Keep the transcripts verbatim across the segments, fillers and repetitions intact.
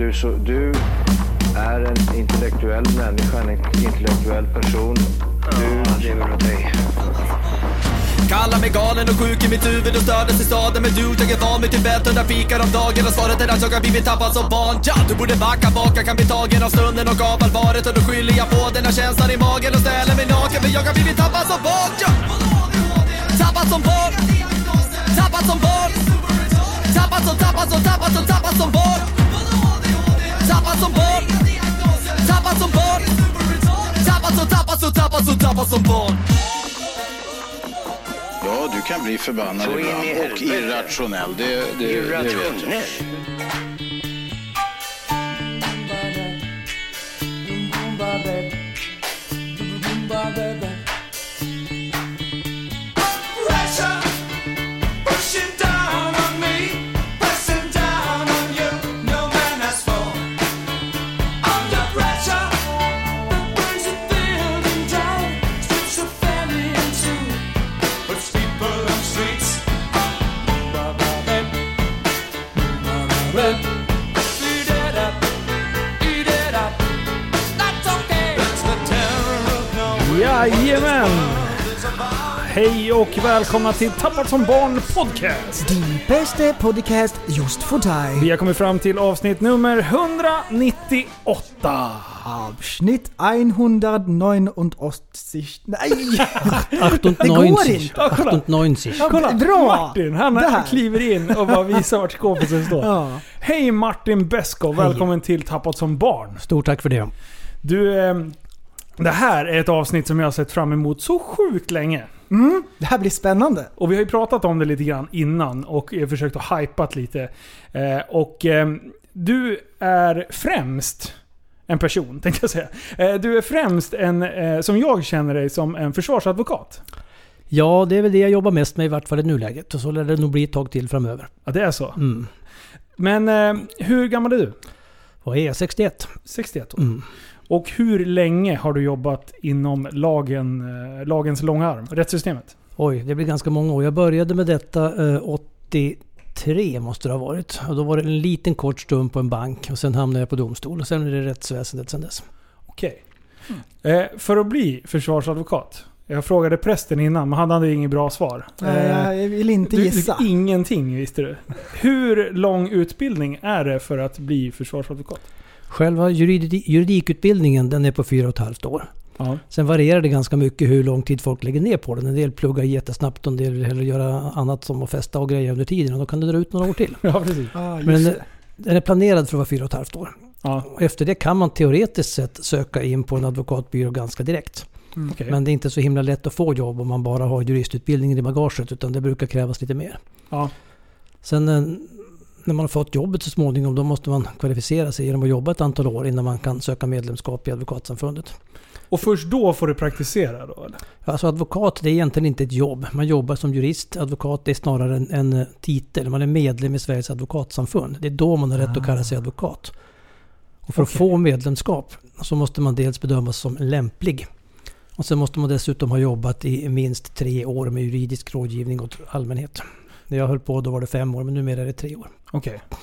du, så, du är en intellektuell människa, en intellektuell person. Du lever åt dig. Kallar mig galen och sjuk i mitt huvud och stördes i staden. Men du, jag är van vid Tibet under fikar om dagen. Och svaret är att jag har blivit tappad som barn. Ja, du borde backa bak, jag kan bli tagen av stunden och av allvaret. Och då skyller jag på den här känslan i magen och ställer mig naken. För jag har blivit tappad som barn. Ja. Tappad som barn. Tappad som barn. Tappad som, tappad som, tappad som, tappad som barn. Tappad som barn. Tappad som barn. Tappad som, tappad som, tappad som, tappad som barn. Ja, du kan bli förbannad ibland och irrationell. Det, det, det vet jag. Jajamän! Hej och välkomna till Tappad som barn podcast. Din bästa podcast just för dig. Vi har kommit fram till avsnitt nummer etthundranittioåtta. Avsnitt etthundraneunåttio. Nej! achtundneunzig. Det går inte. Ja, kolla. achtundneunzig. Kolla, Bra. Martin, han Där. kliver in och bara visar vart skåpet står. Ja. Hej Martin Besko, välkommen till Tappad som barn. Stort tack för det. Du, eh, det här är ett avsnitt som jag har sett fram emot så sjukt länge. Mm, det här blir spännande. Och vi har ju pratat om det lite grann innan och jag har försökt att hypat lite. Eh, och eh, du är främst en person, tänkte jag säga. Eh, du är främst en, eh, som jag känner dig, som en försvarsadvokat. Ja, det är väl det jag jobbar mest med i vart fall i nuläget. Och så lär det nog bli ett tag till framöver. Ja, det är så. Mm. Men eh, hur gammal är du? Vad är jag? sextioett. sextioett år. Mm. Och hur länge har du jobbat inom lagen, eh, lagens långa arm, rättssystemet? Oj, det blir ganska många år. Jag började med detta eh, åttiotre måste det ha varit. Och då var det en liten kort stund på en bank. Och sen hamnade jag på domstol. Och sen är det rättsväsendet sen dess. Okej. Mm. Eh, för att bli försvarsadvokat. Jag frågade prästen innan, men han hade inget bra svar. Nej, jag vill inte du, gissa. Du, ingenting visste du. Hur lång utbildning är det för att bli försvarsadvokat? Själva juridik, juridikutbildningen, den är på fyra och ett halvt år. Ja. Sen varierar det ganska mycket hur lång tid folk lägger ner på den. En del pluggar jättesnabbt och en del vill hellre göra annat som att festa och grejer under tiden. Och då kan det dra ut några år till. Ja, precis. Ah, just Men det. den är planerad för att vara fyra och ett halvt år. Ja. Och efter det kan man teoretiskt sett söka in på en advokatbyrå ganska direkt. Mm, okay. Men det är inte så himla lätt att få jobb om man bara har juristutbildningen i bagaget, utan det brukar krävas lite mer. Ja. Sen när man har fått jobbet så småningom, då måste man kvalificera sig genom att jobba ett antal år innan man kan söka medlemskap i advokatsamfundet. Och först då får du praktisera då? Eller? Alltså advokat, det är egentligen inte ett jobb. Man jobbar som jurist. Advokat är snarare en, en titel. Man är medlem i Sveriges advokatsamfund. Det är då man har rätt att kalla sig advokat. Och för Okay. att få medlemskap så måste man dels bedömas som lämplig. Och sen måste man dessutom ha jobbat i minst tre år med juridisk rådgivning åt allmänhet. När jag höll på då var det fem år, men numera är det tre år. Okej. Okay.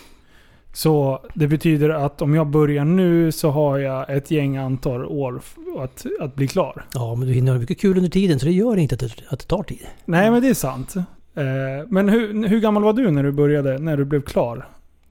Så det betyder att om jag börjar nu så har jag ett gäng antal år att, att bli klar? Ja, men du hinner ha mycket kul under tiden, så det gör inte att det, att det tar tid. Nej, men det är sant. Eh, men hur, hur gammal var du när du började, när du blev klar?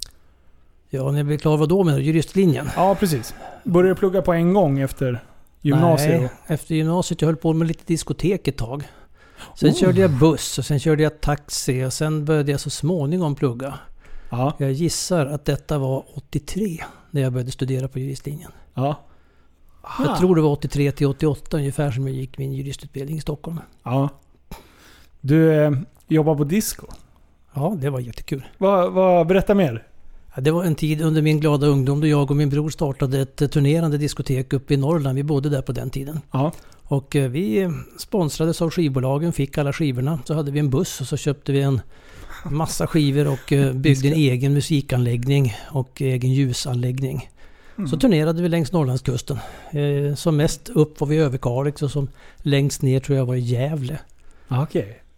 Ja, när jag blev klar, vad då med juristlinjen? Ja, precis. Började du plugga på en gång efter gymnasiet? Nej, efter gymnasiet jag höll på med lite diskotek ett tag. Sen Oh. körde jag buss och sen körde jag taxi och sen började jag så småningom plugga. Ja. Jag gissar att detta var åttiotre när jag började studera på juristlinjen. Ja. Jag Ah. tror det var åttiotre till åttioåtta ungefär som jag gick min juristutbildning i Stockholm. Ja. Du eh, jobbar på disco. Ja, det var jättekul. Vad, vad, berätta mer. Ja, det var en tid under min glada ungdom då jag och min bror startade ett turnerande diskotek uppe i Norrland. Vi bodde där på den tiden. Ja. Och vi sponsrades av skivbolagen, fick alla skivorna. Så hade vi en buss och så köpte vi en massa skivor och byggde en egen musikanläggning och egen ljusanläggning. Mm. Så turnerade vi längs Norrlandskusten. Som mest upp var vi i Överkalix och som längst ner tror jag var i Gävle. Okej. Okay.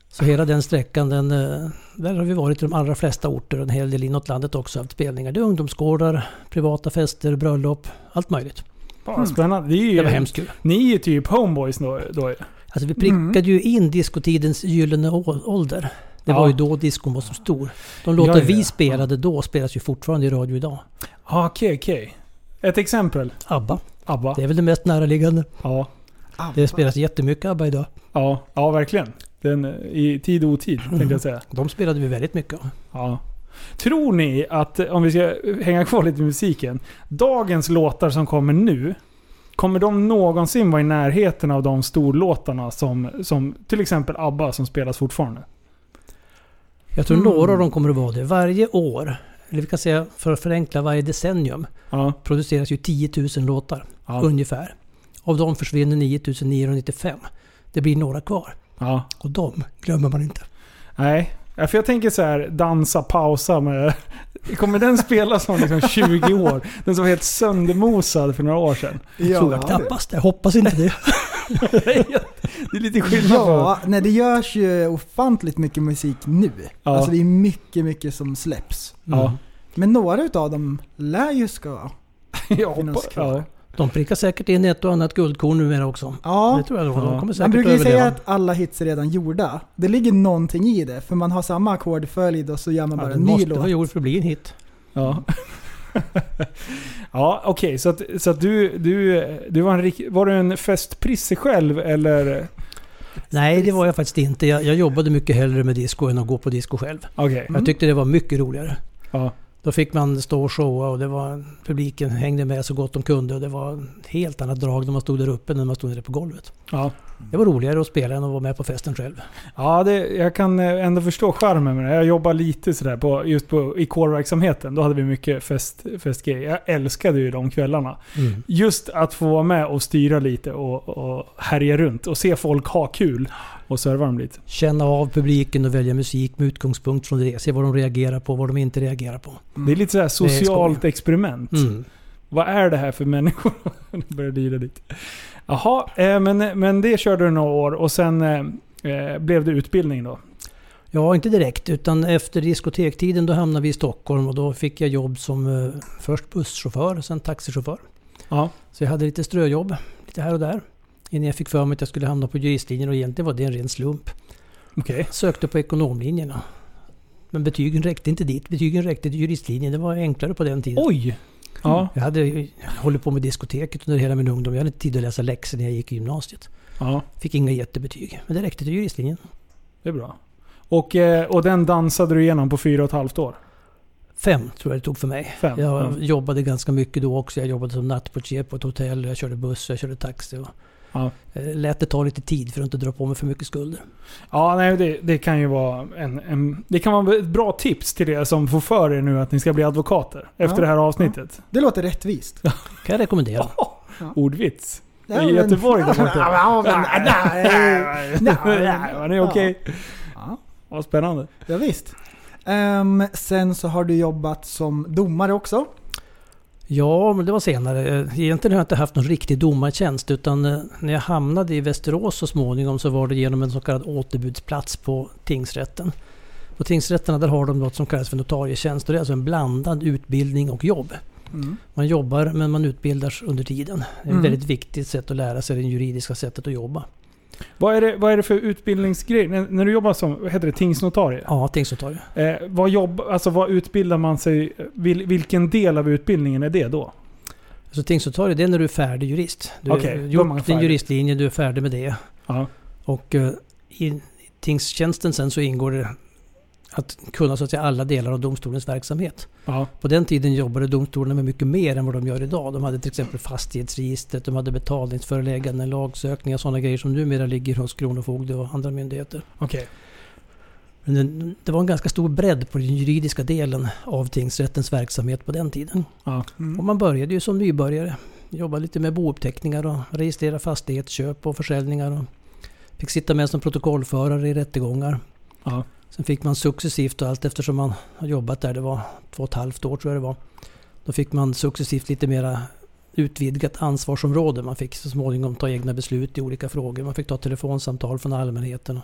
Så hela den sträckan, den, där har vi varit i de allra flesta orter och en hel del inåt landet också haft spelningar. Det är ungdomsgårdar, privata fester, bröllop, allt möjligt. Ja, spännande. Det, är ju, Det var hemskt kul. Ni är ju typ homeboys då. då. Alltså vi prickade ju in diskotidens gyllene å- ålder. Det Ja. var ju då diskon var som stor. De låtar Ja, ja, vi ja. spelade då spelas ju fortfarande i radio idag. Ja, okej, okej. Ett exempel. ABBA. ABBA. Det är väl det mest näraliggande. Ja. Det spelas jättemycket ABBA idag. Ja, ja, verkligen. Den, I tid och otid, tänkte jag säga. De spelade vi väldigt mycket av. Ja. Tror ni att, om vi ska hänga kvar lite i musiken, dagens låtar som kommer nu, kommer de någonsin vara i närheten av de storlåtarna som, som till exempel ABBA som spelas fortfarande? Jag tror Mm. några av dem kommer att vara det. Varje år, eller vi kan säga för att förenkla varje decennium, Ja. produceras ju tio tusen låtar Ja. ungefär. Av dem försvinner nio tusen niohundranittiofem. Det blir några kvar. Ja. Och de glömmer man inte. Nej. Ja, för jag tänker så här, dansa, pausa med... Kommer den spelas om liksom tjugo år? Den som var helt söndermosad för några år sedan. Ja, tror jag knappast. Jag hoppas inte det. Det är lite skillnad på... Ja, nej, det görs ju ofantligt mycket musik nu. Ja. Alltså det är mycket, mycket som släpps. Ja. Men några utav dem lär ju ska Jag finnas hoppas... kvar. Ja. De prickar säkert in ett och annat guldkorn numera också. Ja, Det tror jag. De, Ja. de kommer man säkert brukar ju överleva. säga att alla hits är redan gjorda. Det ligger någonting i det, för man har samma ackordföljd och så gör man Ja, bara den en ny måste låt. vara gjord för att bli en hit. Ja. Ja, okej. Så att, så att du, du, du var en rik- var du en festprisse själv eller? Nej, det var jag faktiskt inte. Jag, jag jobbade mycket hellre med disco än att gå på disco själv. Okej. Jag tyckte det var mycket roligare. Ja. Då fick man stå och showa och det var, publiken hängde med så gott de kunde och det var ett helt annat drag när man stod där uppe än när man stod nere på golvet. Ja. Det var roligare att spela än att vara med på festen själv. Ja, det, jag kan ändå förstå charmen med det. Jag jobbar lite sådär på, just på, i core-verksamheten. Då hade vi mycket fest, festgrejer. Jag älskade ju de kvällarna. Mm. Just att få vara med och styra lite och, och härja runt och se folk ha kul och serva dem lite. Känna av publiken och välja musik med utgångspunkt från det. Se vad de reagerar på, vad de inte reagerar på. Det är lite sådär socialt skoj. experiment. Mm. Vad är det här för människor? Det börjar lira lite. Jaha, eh, men, men det körde du några år och sen eh, blev det utbildning då? Ja, inte direkt. Utan efter diskotektiden då hamnade vi i Stockholm och då fick jag jobb som eh, först busschaufför och sen taxichaufför. Ja. Så jag hade lite ströjobb, lite här och där. Innan jag fick för mig att jag skulle hamna på juristlinjen och egentligen var det en ren slump. Okej. Jag sökte på ekonomlinjerna. Men betygen räckte inte dit. Betygen räckte till juristlinjen. Det var enklare på den tiden. Oj! Ja. Jag hade hållit på med diskoteket under hela min ungdom. Jag hade inte tid att läsa läxor när jag gick i gymnasiet. Ja, Fick inga jättebetyg. Men det räckte till juristlinjen. det är bra. Och, eh, och den dansade du igenom på fyra och ett halvt år? Fem tror jag det tog för mig. Fem, Jag ja. jobbade ganska mycket då också. Jag jobbade som nattportier på ett hotell. Jag körde buss, jag körde taxi. Och Ja. eh, lät det ta lite tid för att inte dra på mig för mycket skulder. Ja, nej, det, det kan ju vara en, en... Det kan vara ett bra tips till er som får för er nu att ni ska bli advokater efter Ja, det här avsnittet. Det låter rättvist. Kan jag rekommendera. Oh, ordvits. Ja, I men- Göteborg där borta. Ja, men- nej, nej. Men det är okej. Ja. Vad spännande. Ja, visst. Ehm, sen så har du jobbat som domare också. Ja, men det var senare. Egentligen har jag inte haft någon riktig domartjänst utan eh, när jag hamnade i Västerås så småningom så var det genom en så kallad återbudsplats på tingsrätten. På tingsrätterna där har de något som kallas för notarietjänst och det är alltså en blandad utbildning och jobb. Mm. Man jobbar men man utbildas under tiden. Det är ett Mm. väldigt viktigt sätt att lära sig det juridiska sättet att jobba. Vad är det, vad är det för utbildningsgrej? När, när du jobbar som, vad heter det, tingsnotarie? Ja, tingsnotarie. Eh, vad, jobb, alltså vad utbildar man sig? Vil, vilken del av utbildningen är det då? Så tingsnotarie det är när du är färdig jurist. Du Okej, har då är gjort man din färdig. juristlinje, du är färdig med det. Ja. Och eh, i tingstjänsten sen så ingår det att kunna så att säga alla delar av domstolens verksamhet. Ja. På den tiden jobbade domstolarna med mycket mer än vad de gör idag. De hade till exempel fastighetsregistret, de hade betalningsförelägganden, lagsökningar, sådana grejer som numera ligger hos Kronofogde och andra myndigheter. Okej. Men det, det var en ganska stor bredd på den juridiska delen av tingsrättens verksamhet på den tiden. Ja. Mm. Och man började ju som nybörjare. Jobbade lite med bouppteckningar och registrera fastighetsköp och försäljningar. Och fick sitta med som protokollförare i rättegångar. Ja. Sen fick man successivt och allt eftersom man har jobbat där, det var två och ett halvt år tror jag det var. Då fick man successivt lite mera utvidgat ansvarsområde. Man fick så småningom ta egna beslut i olika frågor. Man fick ta telefonsamtal från allmänheten.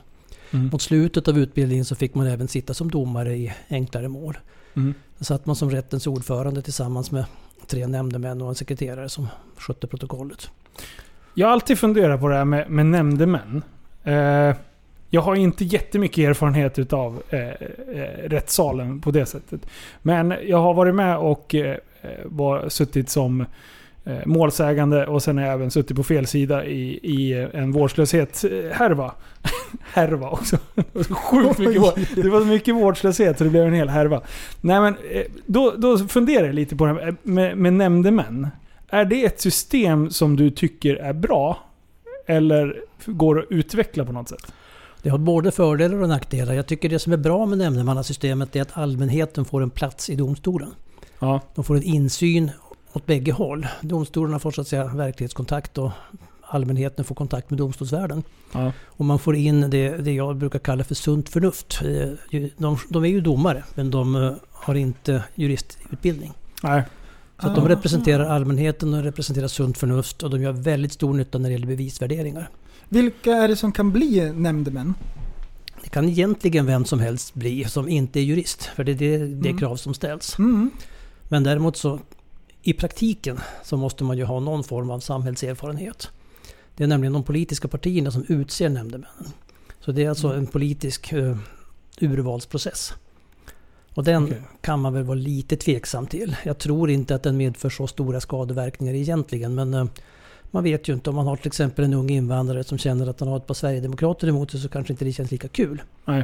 Mm. Mot slutet av utbildningen så fick man även sitta som domare i enklare mål. Mm. Så satt man som rättens ordförande tillsammans med tre nämndemän och en sekreterare som skötte protokollet. Jag har alltid funderat på det här med, med nämndemän. Eh, jag har inte jättemycket erfarenhet utav eh, eh, rättssalen på det sättet. Men jag har varit med och eh, var, suttit som eh, målsägande och sen har jag även suttit på fel sida i, i en vårdslöshet härva. härva också. Det var, så sjukt mycket vård. Det var så mycket vårdslöshet så det blev en hel härva. Nej, men då, då funderar jag lite på det här med, med nämndemän. Är det ett system som du tycker är bra eller går att utveckla på något sätt? Det har både fördelar och nackdelar. Jag tycker det som är bra med nämndemannasystemet är att allmänheten får en plats i domstolen. Ja. De får en insyn åt bägge håll. Domstolarna får så att säga verklighetskontakt och allmänheten får kontakt med domstolsvärlden. Ja. Och man får in det, det jag brukar kalla för sunt förnuft. De, de är ju domare, men de har inte juristutbildning. Nej. Så att de representerar allmänheten och representerar sunt förnuft och de gör väldigt stor nytta när det gäller bevisvärderingar. Vilka är det som kan bli nämndemän? Det kan egentligen vem som helst bli som inte är jurist. För det är det, det mm. krav som ställs. Mm. Men däremot så i praktiken så måste man ju ha någon form av samhällserfarenhet. Det är nämligen de politiska partierna som utser nämndemännen. Så det är alltså en politisk uh, urvalsprocess. Och den okay. kan man väl vara lite tveksam till. Jag tror inte att den medför så stora skadeverkningar egentligen. Men uh, man vet ju inte om man har till exempel en ung invandrare som känner att han har ett par Sverigedemokrater emot sig så kanske inte det känns lika kul. Nej.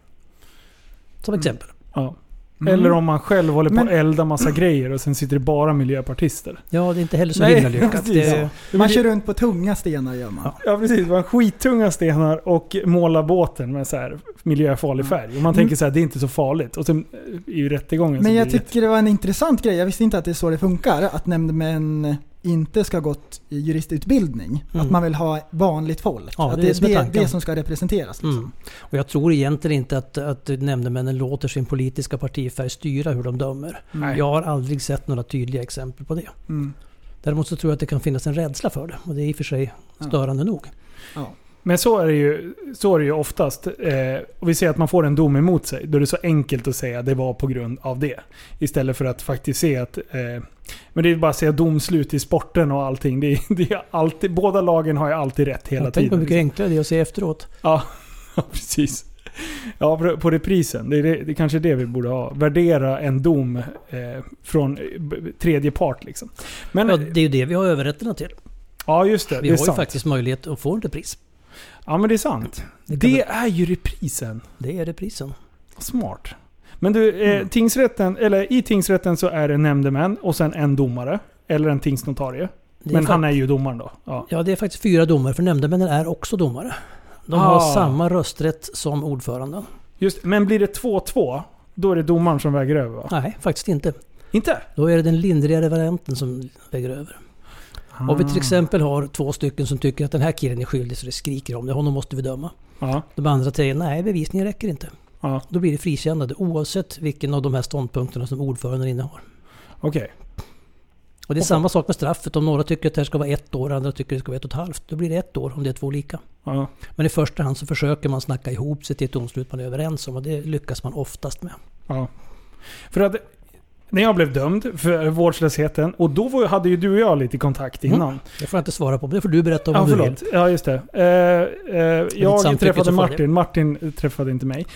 Som exempel. Mm. Ja. Mm. Eller om man själv håller på men, att elda massa grejer och sen sitter det bara miljöpartister. Ja, det är inte heller så himla lyckat. Det, ja. Man kör runt på tunga stenar gör man. Ja, ja precis. Man skittunga stenar och målar båten med så här miljöfarlig färg. Och man mm. tänker så här, det är inte så farligt. Och sen i rättegången men så jag tycker det var en intressant grej. Jag visste inte att det är så det funkar. Att nämndemän inte ska gått i juristutbildning. Mm. Att man vill ha vanligt folk. Ja, att det, det är som det, det som ska representeras. Liksom. Mm. Och jag tror egentligen inte att, att nämndemännen låter sin politiska partifärg styra hur de dömer. Mm. Jag har aldrig sett några tydliga exempel på det. Mm. Däremot så tror jag att det kan finnas en rädsla för det. Och det är i och för sig störande ja. nog. Ja. Men så är det ju, så är det ju oftast. Eh, och vi ser att man får en dom emot sig. Då är det så enkelt att säga att det var på grund av det. Istället för att faktiskt se att... Eh, men det är bara att säga domslut i sporten och allting. Det är, det är alltid, båda lagen har ju alltid rätt hela jag tiden. Tänk på mycket enklare det är att se efteråt. Ja, precis. Ja, på, på reprisen. Det är, det, det är kanske det vi borde ha. Värdera en dom eh, från tredje part liksom. Men, ja, det är ju det vi har överrätterna till. Ja, just det. Vi det är har sant. ju faktiskt möjlighet att få en repris. Ja, men det är sant. Det, det är ju reprisen. Det är reprisen. Smart. Men du, eh, mm. tingsrätten, eller i tingsrätten så är det nämndemän och sen en domare. Eller en tingsnotarie. Men han är ju domaren då. Ja. ja, det är faktiskt fyra domare. För nämndemännen är också domare. De ah. har samma rösträtt som ordföranden. Just, men blir det två två, då är det domaren som väger över, va? Nej, faktiskt inte. Inte? Då är det den lindrigare varianten som väger över. Ah. Och vi till exempel har två stycken som tycker att den här killen är skyldig så det skriker om det. Honom måste vi döma. Ah. De andra säger nej, bevisningen räcker inte. Ah. Då blir det frikännande oavsett vilken av de här ståndpunkterna som ordföranden innehar. Okej. Okay. Och det är samma sak med straffet. Om några tycker att det här ska vara ett år och andra tycker att det ska vara ett och ett halvt. Då blir det ett år om det är två lika. Ja. Men i första hand så försöker man snacka ihop sig till ett domslut man är överens om. Och det lyckas man oftast med. Ja. För att när jag blev dömd för vårdslösheten, och då var, hade ju du och jag lite kontakt innan. Mm. Det får jag inte svara på. Det får du berätta om ja, du förlåt. vill. Ja, just det. Eh, eh, jag träffade Martin. Martin träffade inte mig.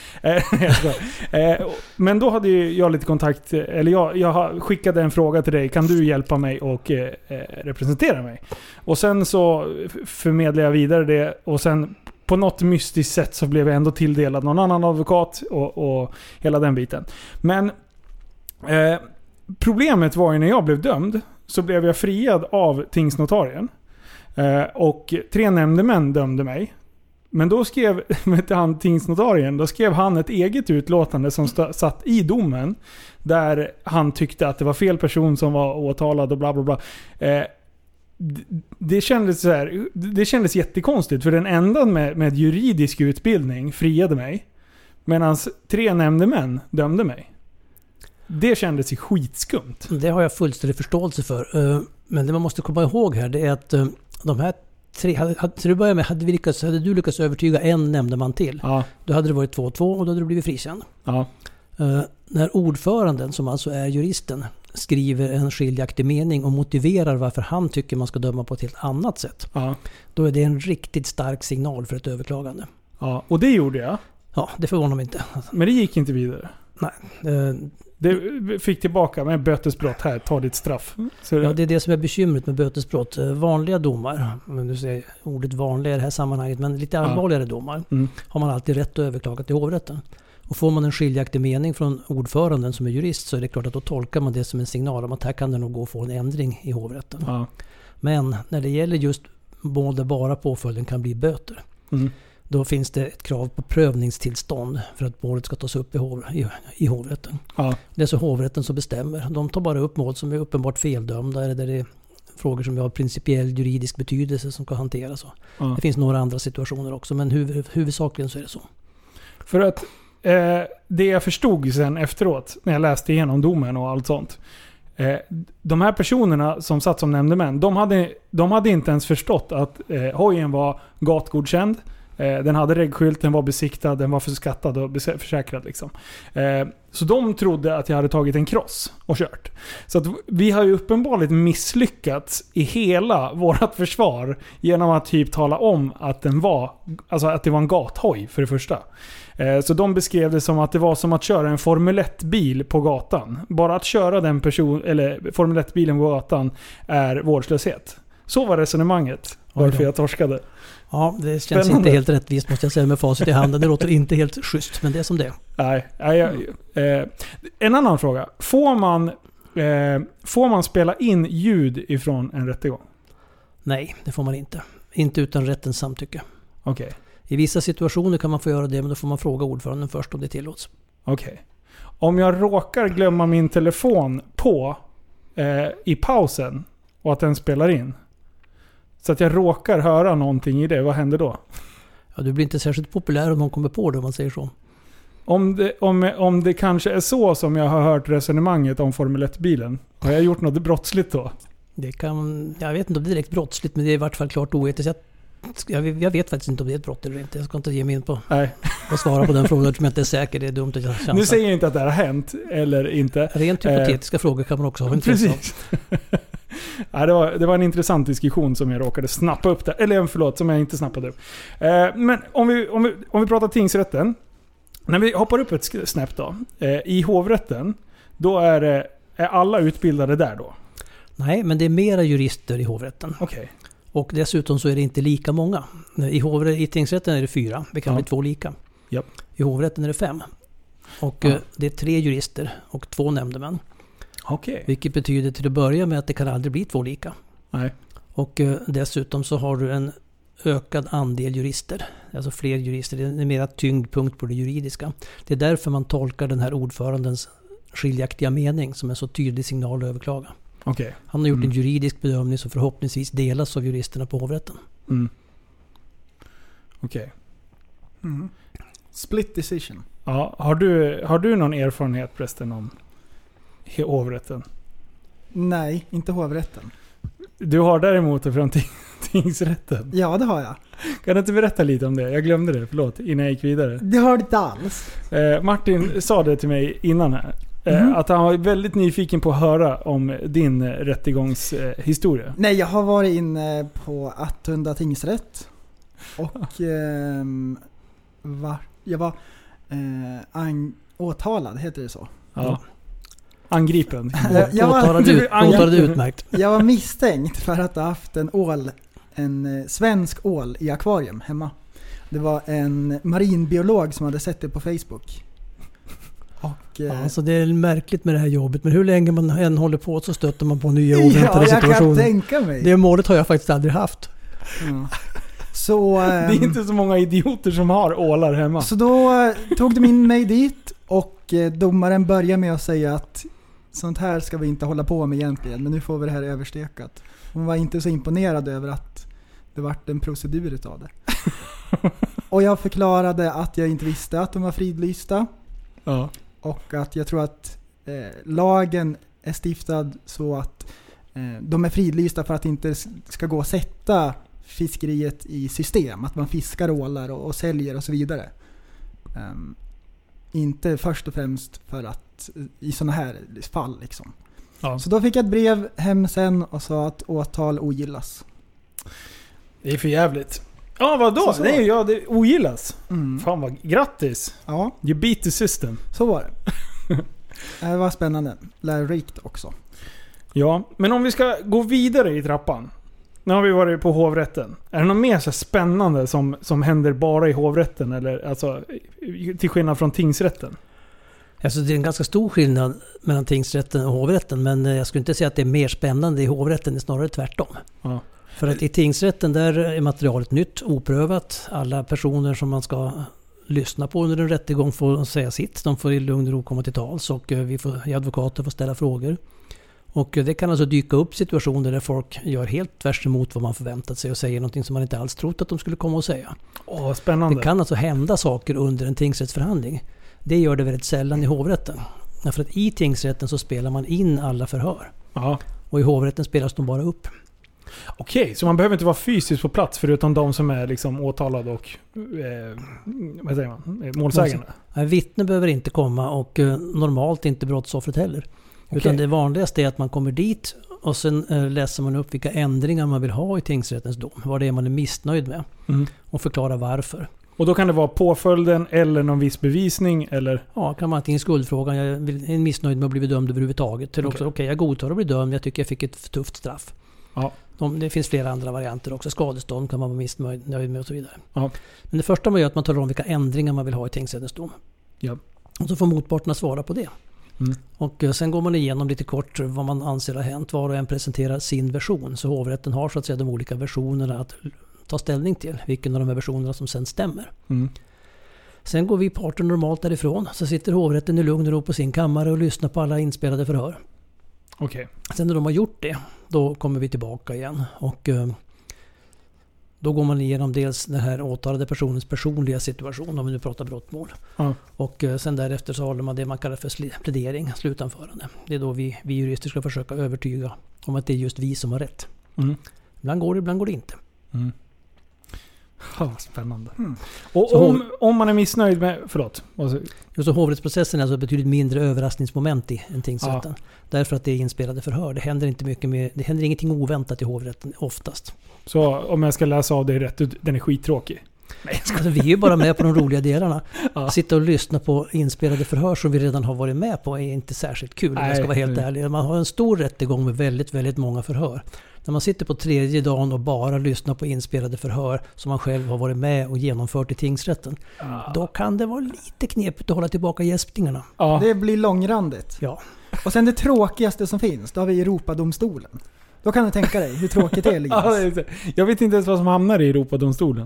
eh, men då hade ju jag lite kontakt, eller jag, jag skickade en fråga till dig. Kan du hjälpa mig och eh, representera mig? Och sen så förmedlade jag vidare det, och sen på något mystiskt sätt så blev jag ändå tilldelad någon annan advokat och, och hela den biten. Men Eh, problemet var ju när jag blev dömd så blev jag friad av tingsnotarien. Eh, och tre nämndemän dömde mig. Men då skrev med han tingsnotarien, då skrev han ett eget utlåtande som st- satt i domen där han tyckte att det var fel person som var åtalad och bla bla bla. Eh, det kändes så här, det kändes jättekonstigt för den enda med, med juridisk utbildning friade mig medan tre nämndemän dömde mig. Det kändes ju skitskumt. Det har jag fullständig förståelse för. Men det man måste komma ihåg här det är att de här tre, hade, hade, så du börjar med, hade, vi lyckats, hade du lyckats övertyga en nämndeman till, Ja. då hade det varit två två och då hade du blivit frikänd. Ja. Uh, när ordföranden, som alltså är juristen, skriver en skiljaktig mening och motiverar varför han tycker man ska döma på ett helt annat sätt, Ja. då är det en riktigt stark signal för ett överklagande. Ja. Och det gjorde jag. Ja, det förvånar mig inte. Men det gick inte vidare. Nej. Uh, Det fick tillbaka med bötesbrott här, ta ditt straff. Så ja, det är det som är bekymret med bötesbrott. Vanliga domar, men du säger ordet vanliga i det här sammanhanget, men lite allvarligare domar, Mm. har man alltid rätt att överklaga till hovrätten. Och får man en skiljaktig mening från ordföranden som är jurist, så är det klart att då tolkar man det som en signal om att här kan det nog gå att få en ändring i hovrätten. Ja. Men när det gäller just mål där bara påföljden kan bli böter, Mm. då finns det ett krav på prövningstillstånd för att målet ska tas upp i, hov, i, i hovrätten. Ja. Det är så hovrätten som bestämmer. De tar bara upp mål som är uppenbart feldömda eller där det är frågor som har principiell juridisk betydelse som ska hanteras. Ja. Det finns några andra situationer också, men huv, huvudsakligen så är det så. För att eh, det jag förstod sen efteråt, när jag läste igenom domen och allt sånt. Eh, de här personerna som satt som nämndemän, de hade, de hade inte ens förstått att eh, hojen var gatgodkänd. Eh, den hade regskylt, den var besiktad, den var förskattad och bes- försäkrad. Liksom. Eh, så de trodde att jag hade tagit en cross och kört. Så att vi har ju uppenbarligen misslyckats i hela vårt försvar genom att typ tala om att den var, alltså att det var en gathoj för det första. Eh, så de beskrev det som att det var som att köra en Formel ett-bil på gatan. Bara att köra den person, eller Formel ett-bilen på gatan är vårdslöshet. Så var resonemanget. Varför jag torskade. Ja, det känns Spännande. inte helt rättvist måste jag säga med facit i handen. Det låter inte helt schysst, men det är som det är. Nej, nej jag, eh, en annan fråga. Får man, eh, får man spela in ljud ifrån en rättegång? Nej, det får man inte. Inte utan rättens samtycke. Okej. Okay. I vissa situationer kan man få göra det, men då får man fråga ordföranden först om det tillåts. Okej. Okay. Om jag råkar glömma min telefon på eh, i pausen och att den spelar in, så att jag råkar höra någonting i det, vad händer då? Ja, du blir inte särskilt populär om någon kommer på det, om man säger så. Om det, om, om det kanske är så som jag har hört resonemanget om Formel ett-bilen, har jag gjort något brottsligt då? Det kan, jag vet inte om det är direkt brottsligt, men det är i vart fall klart oetiskt. Jag, jag vet faktiskt inte om det är ett brott eller inte. Jag ska inte ge mig in på Nej. att svara på den frågan eftersom jag inte är säker. Det är dumt att jag chansar. Nu säger jag inte att det här har hänt eller inte. Rent hypotetiska eh, frågor kan man också ha intresse av. Ja, det, var, det var en intressant diskussion som jag råkade snappa upp där. Eller förlåt, som jag inte snappade upp. Eh, men om vi, om, vi, om vi pratar tingsrätten. När vi hoppar upp ett snäpp då. Eh, I hovrätten, då är, det, är alla utbildade där då? Nej, men det är mera jurister i hovrätten. Okej. Okay. Och dessutom så är det inte lika många. I, hovrätten, i tingsrätten är det fyra. Det kan ja. bli två lika. Yep. I hovrätten är det fem. Och ja. det är tre jurister och två nämndemän. Okay. Vilket betyder till att börja med att det kan aldrig bli två lika. Nej. Och eh, dessutom så har du en ökad andel jurister. Alltså fler jurister. Det är en mera tyngdpunkt på det juridiska. Det är därför man tolkar den här ordförandens skiljaktiga mening som en så tydlig signal att överklaga. Okay. Han har gjort mm. en juridisk bedömning som förhoppningsvis delas av juristerna på hovrätten. Mm. Okej. Okay. Mm. Split decision. Ja, har du, har du någon erfarenhet förresten om hovrätten? Nej, inte hovrätten. Du har däremot från tingsrätten? Ja, det har jag. Kan du inte berätta lite om det? Jag glömde det, förlåt, innan jag gick vidare. Det har du inte alls. Eh, Martin sa det till mig innan här. Eh, mm. Att han var väldigt nyfiken på att höra om din rättegångshistoria. Eh, Nej, jag har varit inne på Attunda tingsrätt. Och eh, var, jag var eh, an, åtalad, heter det så? Ja. Angripen. jag var, åtalad ut, åtalad utmärkt. Jag var misstänkt för att ha haft en ål, en eh, svensk ål i akvarium hemma. Det var en marinbiolog som hade sett det på Facebook. Och, eh, ja, så det är märkligt med det här jobbet. Men hur länge man än håller på så stöter man på nya oväntade ja, jag situationer. Kan tänka mig. Det målet har jag faktiskt aldrig haft. Mm. Så, eh, det är inte så många idioter som har ålar hemma. Så då eh, tog de in mig dit och eh, domaren började med att säga att sånt här ska vi inte hålla på med egentligen, men nu får vi det här överstökat. Hon var inte så imponerad över att det vart en procedur utav det. Och jag förklarade att jag inte visste att de var fridlysta. Ja. Och att jag tror att eh, lagen är stiftad så att eh, de är fridlysta för att det inte ska gå att sätta fiskeriet i system. Att man fiskar ålar och, och säljer och så vidare. Um, inte först och främst för att i sådana här fall liksom. Ja. Så då fick jag ett brev hem sen och sa att åtal ogillas. Det är för jävligt. Ja, vadå? Så, så. Det är ju ja, det ogillas. Mm. Fan vad grattis. Ja, You beat the system. så var det. Det var spännande. Lärorikt också. Ja, men om vi ska gå vidare i trappan. Nu har vi varit på hovrätten. Är det något mer så spännande som, som händer bara i hovrätten? Eller alltså, till skillnad från tingsrätten? Alltså det är en ganska stor skillnad mellan tingsrätten och hovrätten. Men jag skulle inte säga att det är mer spännande i hovrätten. Det är snarare tvärtom. Ja. För att i tingsrätten där är materialet nytt, oprövat. Alla personer som man ska lyssna på under en rättegång får säga sitt. De får i lugn och ro komma till tals och vi får, advokater får ställa frågor. Och det kan alltså dyka upp situationer där folk gör helt tvärs emot vad man förväntat sig och säger någonting som man inte alls trott att de skulle komma och säga. Åh, spännande. Det kan alltså hända saker under en tingsrättsförhandling. Det gör det väldigt sällan i hovrätten. Därför att i tingsrätten så spelar man in alla förhör. Ja. Och i hovrätten spelas de bara upp. Okej, så man behöver inte vara fysiskt på plats förutom de som är liksom åtalade och eh, vad säger man? Målsägande. Nej, vittne behöver inte komma och eh, normalt inte brottsoffret heller. Okej. Utan det vanligaste är att man kommer dit och sen eh, läser man upp vilka ändringar man vill ha i tingsrättens dom. Vad det är man är missnöjd med. Mm. Och förklara varför. Och då kan det vara påföljden eller någon viss bevisning eller... Ja, kan man antingen skuldfrågan, jag är missnöjd med att bli dömd överhuvudtaget. Eller också, okej, okay, jag godtar att bli dömd, jag tycker jag fick ett för tufft straff. Ja. De, det finns flera andra varianter också. Skadestånd kan man vara missnöjd med och så vidare. Ja. Men det första man gör är att man talar om vilka ändringar man vill ha i tingsrättens dom. Ja. Och så får motparterna svara på det. Mm. Och sen går man igenom lite kort vad man anser har hänt. Var och en presenterar sin version. Så hovrätten har så att säga de olika versionerna att ta ställning till. Vilken av de här versionerna som sen stämmer. Mm. Sen går vi parter normalt därifrån. Så sitter hovrätten i lugn och ro på sin kammare och lyssnar på alla inspelade förhör. Okej. Sen när de har gjort det, då kommer vi tillbaka igen. Och eh, då går man igenom dels den här åtalade personens personliga situation, om vi nu pratar brottmål. Ja. Och eh, sen därefter så håller man det man kallar för sl- plädering, slutanförande. Det är då vi, vi jurister ska försöka övertyga om att det är just vi som har rätt. Mm. Ibland går det, ibland går det inte. Mm. Ja, vad spännande. Mm. Och Så om, om man är missnöjd med... Förlåt. Alltså, just så hovrättsprocessen är alltså betydligt mindre överraskningsmoment i än tingsrätten. Ja. Därför att det är inspelade förhör. Det händer inte mycket med, det händer ingenting oväntat i hovrätten oftast. Så om jag ska läsa av det rätt, den är skittråkig. Nej, alltså, vi är ju bara med på de roliga delarna. Ja. Sitta och lyssna på inspelade förhör som vi redan har varit med på är inte särskilt kul. Nej, jag ska vara helt nej. ärlig. Man har en stor rättegång med väldigt, väldigt många förhör. När man sitter på tredje dagen och bara lyssnar på inspelade förhör som man själv har varit med och genomfört i tingsrätten. Ja. Då kan det vara lite knepigt att hålla tillbaka gäspningarna. Ja. Det blir långrandigt. Ja. Och sen det tråkigaste som finns, då har vi Europadomstolen. Då kan du tänka dig hur tråkigt det är. Ja, jag vet inte ens vad som hamnar i Europadomstolen.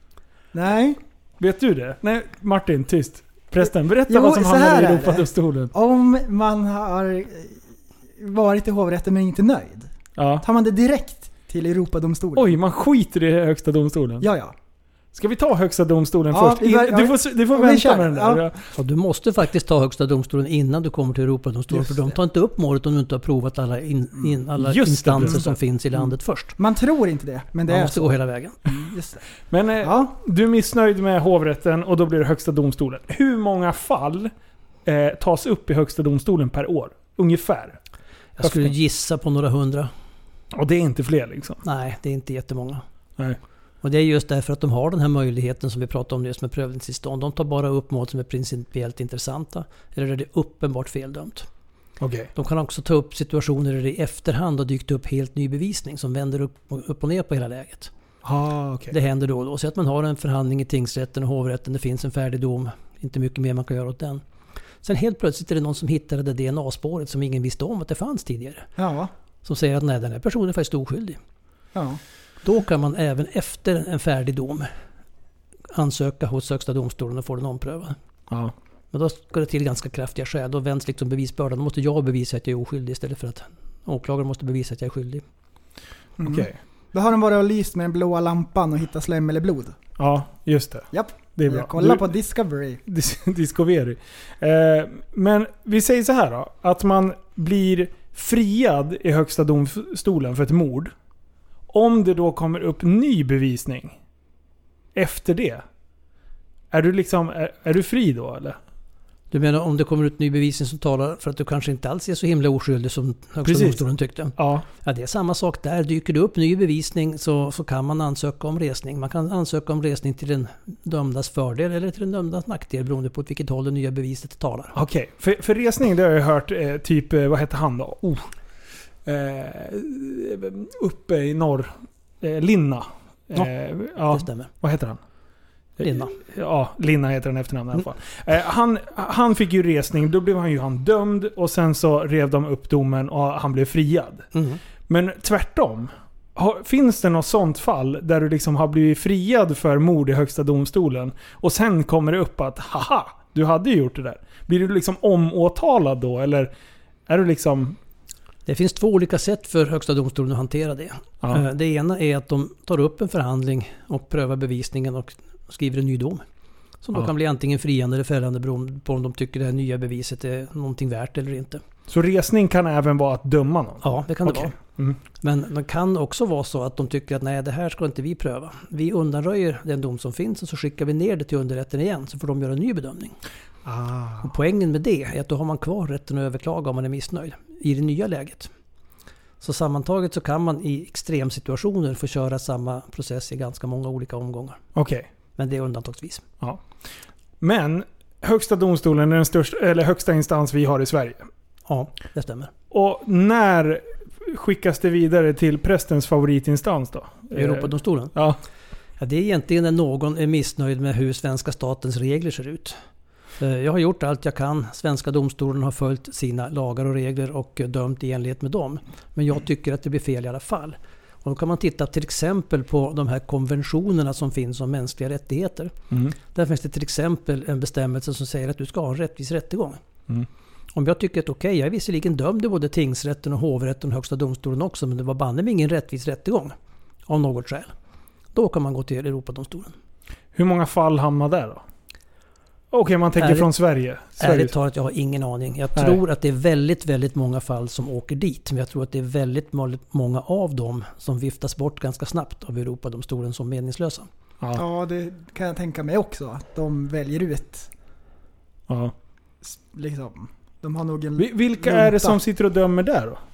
Nej. Vet du det? Nej, Martin, tyst. Prästen, berätta jo, vad som hamnar i Europadomstolen. Om man har varit i hovrätten men inte nöjd. Ja. Tar man det direkt till Europadomstolen. Oj, man skiter i högsta domstolen. Ja, ja. Ska vi ta högsta domstolen ja, först? Var, du får, du får vänta med den där. Ja. Ja, du måste faktiskt ta högsta domstolen innan du kommer till Europadomstolen. För de tar inte upp målet om du inte har provat alla, in, in, alla instanser det, som finns i landet mm. först. Man tror inte det, men det man är måste så. gå hela vägen. Mm, just det. Men eh, ja. du är missnöjd med hovrätten och då blir det högsta domstolen. Hur många fall eh, tas upp i högsta domstolen per år? Ungefär. Jag skulle gissa på några hundra. Och det är inte fler liksom? Nej, det är inte jättemånga. Nej. Och det är just därför att de har den här möjligheten som vi pratade om just med prövningstillstånd. De tar bara upp mål som är principiellt intressanta eller där det är uppenbart feldömt. Okay. De kan också ta upp situationer där det i efterhand har dykt upp helt ny bevisning som vänder upp och, upp och ner på hela läget. Ah, okay. Det händer då och då. Så att man har en förhandling i tingsrätten och hovrätten, det finns en färdig dom. Inte mycket mer man kan göra åt den. Sen helt plötsligt är det någon som hittade det D N A-spåret som ingen visste om att det fanns tidigare. Ja. Som säger att nej, den här personen är faktiskt oskyldig. Ja. Då kan man även efter en färdig dom ansöka hos högsta domstolen och få den omprövad. Ja. Men då ska det till ganska kraftiga skäl. Då vänds liksom bevisbördan. Då måste jag bevisa att jag är oskyldig istället för att åklagaren måste bevisa att jag är skyldig. Mm. Okej. Okay. Då har de varit och lyst med den blåa lampan och hittat slem eller blod. Ja, just det. Japp. Det är bra. Jag kollar du, på Discovery. Discovery. Eh, men vi säger så här då. Att man blir friad i högsta domstolen för ett mord. Om det då kommer upp ny bevisning efter det, är du liksom är, är du fri då eller? Du menar om det kommer ut ny bevisning som talar för att du kanske inte alls är så himla oskyldig som högsta domstolen tyckte? Ja. Ja, det är samma sak där. Dyker det upp ny bevisning så, så kan man ansöka om resning. Man kan ansöka om resning till den dömdas fördel eller till den dömdas nackdel beroende på vilket håll det nya beviset talar. Okej, okay. för, för resning det har jag hört eh, typ, vad heter han då? Oh. Eh, uppe i norr. Eh, Linna. Ja, eh, ja, det stämmer. Vad heter han? Linna. Ja, Linna heter den efternamn i alla fall. Eh, han, han fick ju resning, då blev han ju han dömd och sen så rev de upp domen och han blev friad. Mm. Men tvärtom, har, finns det något sånt fall där du liksom har blivit friad för mord i högsta domstolen och sen kommer det upp att haha, du hade ju gjort det där. Blir du liksom omåtalad då eller är du liksom... Det finns två olika sätt för högsta domstolen att hantera det. Ja. Det ena är att de tar upp en förhandling och prövar bevisningen och skriver en ny dom. Som då Ja. kan bli antingen friande eller fällande beroende på om de tycker det här nya beviset är någonting värt eller inte. Så resning kan även vara att döma någon? Ja, det kan det Okej. vara. Mm. Men det kan också vara så att de tycker att nej, det här ska inte vi pröva. Vi undanröjer den dom som finns och så skickar vi ner det till underrätten igen så får de göra en ny bedömning. Ah. Och poängen med det är att då har man kvar rätten att överklaga om man är missnöjd i det nya läget. Så sammantaget så kan man i extremsituationer få köra samma process i ganska många olika omgångar. Okej. Okay. Men det är undantagsvis. Ja. Men högsta domstolen är den största, eller högsta instans vi har i Sverige. Ja, det stämmer. Och när skickas det vidare till prästens favoritinstans då? Europadomstolen? Ja. Ja, det är egentligen när någon är missnöjd med hur svenska statens regler ser ut. Jag har gjort allt jag kan. Svenska domstolen har följt sina lagar och regler och dömt i enlighet med dem. Men jag tycker att det blir fel i alla fall. Och då kan man titta till exempel på de här konventionerna som finns om mänskliga rättigheter. Mm. Där finns det till exempel en bestämmelse som säger att du ska ha en rättvis rättegång. Mm. Om jag tycker att okej, okay, jag är visserligen dömd i både tingsrätten och hovrätten och högsta domstolen också, men det var banne mig ingen rättvis rättegång av något skäl. Då kan man gå till Europadomstolen. Hur många fall hamnar där då? Okej, okay, man tänker Ärligt, från Sverige. Sverige. Ärligt talat, jag har ingen aning. Jag Nej. tror att det är väldigt, väldigt många fall som åker dit. Men jag tror att det är väldigt många av dem som viftas bort ganska snabbt av Europadomstolen som meningslösa. Ja. Ja, det kan jag tänka mig också. Att de väljer ut. Ja. Liksom, de har nog en Vilka lunta. är det som sitter och dömer där då?